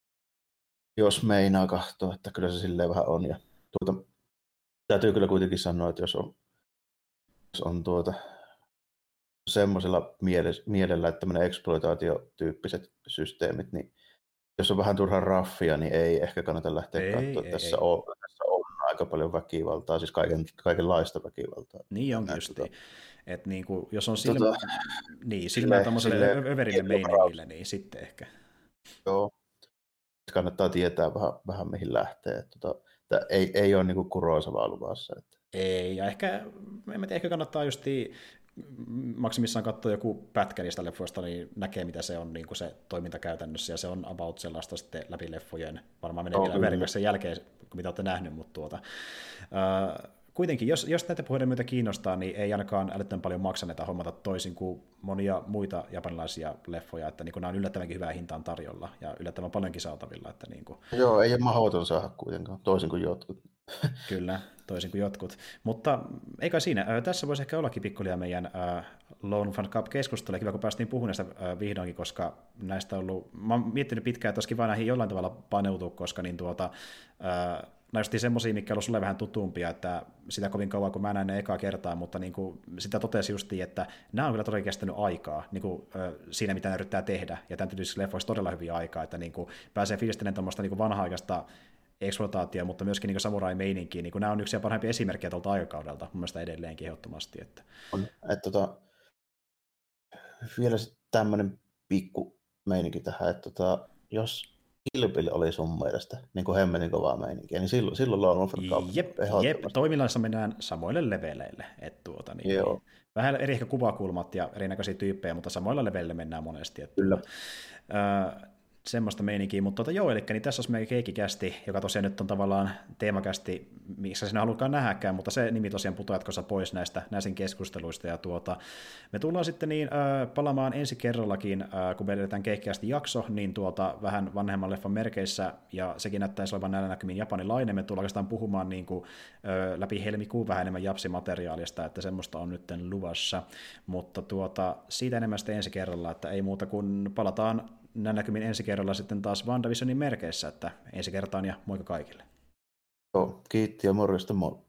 jos meinaa katsoa, että kyllä se silleen vähän on. Ja tuota, täytyy kyllä kuitenkin sanoa, että jos on, jos on tuota, semmoisella mielellä, että tämmöinen eksploitaatiotyyppiset systeemit, niin jos on vähän turhan raffia, niin ei ehkä kannata lähteä ei, katsoa. Ei, tässä, ei. On, tässä on aika paljon väkivaltaa, siis kaiken, kaikenlaista väkivaltaa. Niin onkin justiin. Että niinku, jos on silmä, tota, niin, silmää tämmöiselle överille meiningille, niin sitten ehkä. Joo. Kannattaa tietää vähän, vähän mihin lähtee. Tota, ei, ei ole niinku Kurosavaa luvassa. Että. Ei, ja ehkä, en tiedä, ehkä kannattaa justiin maksimissaan katsoa joku pätkä niistä leffoista, niin näkee, mitä se on niin kuin se toiminta käytännössä, ja se on about sellaista sitten läpi leffojen. Varmaan menee vielä överin sen jälkeen, mitä olette nähnyt, mutta tuota... Uh, kuitenkin, jos, jos näitä puheiden myötä kiinnostaa, niin ei ainakaan älyttömän paljon maksa näitä hommata toisin kuin monia muita japanilaisia leffoja, että niin nämä on yllättävänkin hyvää hintaan tarjolla ja yllättävän paljonkin saatavilla. Että niin kuin... Joo, ei ole mahdoton saada kuitenkaan, toisin kuin jotkut. Kyllä, toisin kuin jotkut. Mutta eikä siinä. Tässä voisi ehkä ollakin pikkulia meidän äh, Lone Fan Cup-keskustelua. Kiva, kun päästiin puhumaan näistä äh, vihdoinkin, koska näistä on ollut... Mä oon miettinyt pitkään, että olisi kiva näihin jollain tavalla paneutua, koska niin tuota... Äh, nämä on semmoisia, mikä on sulle vähän tutumpia, että sitä kovin kauan, kun mä näin ne ekaa kertaa, mutta niin kuin sitä totesi justiin, että nämä on kyllä todella kestänyt aikaa niin kuin, äh, siinä, mitä ne yrittää tehdä, ja tämän tyylisessä leffoissa todella hyviä aikaa, että niin kuin, pääsee fiilistelemään tuommoista niin vanha-aikaista eksploitaatioa, mutta myöskin niin samurai-meininkiä, niin nämä on yksi parhaimpia esimerkkejä tuolta aikakaudelta, mun mielestä edelleenkin ehdottomasti. Että. On, että tota, vielä sitten tämmöinen pikku meininki tähän, että tota, jos Kilpille oli sun mielestä niin kuin hemmetin kovaa meininkiä, niin silloin, silloin Lone Wolf Jep, jep, toiminnassa mennään samoille leveleille. Et tuota, niin, Joo. vähän eri ehkä kuvakulmat ja erinäköisiä tyyppejä, mutta samoilla leveleillä mennään monesti. Et, Kyllä. Ää, semmoista meininkiä, mutta tuota, joo, eli niin tässä olisi meidän keikkikästi, joka tosiaan nyt on tavallaan teemakästi, missä sinä halukaan nähdäkään, mutta se nimi tosiaan putoaa jatkossa pois näistä, näistä keskusteluista, ja tuota, me tullaan sitten niin äh, palaamaan ensi kerrallakin, äh, kun me edetään keikkikästi jakso, niin tuota, vähän vanhemman leffan merkeissä, ja sekin näyttäisi olevan näillä näkymin japanilainen, me tullaan oikeastaan puhumaan niin kuin, äh, läpi helmikuun vähän enemmän japsimateriaalista, että semmoista on nyt luvassa, mutta tuota, siitä enemmän sitten ensi kerralla, että ei muuta kuin palataan näin näkymin ensi kerralla sitten taas WandaVisionin merkeissä, että ensi kertaan ja moikka kaikille. Joo, kiitti ja morjesta, moi.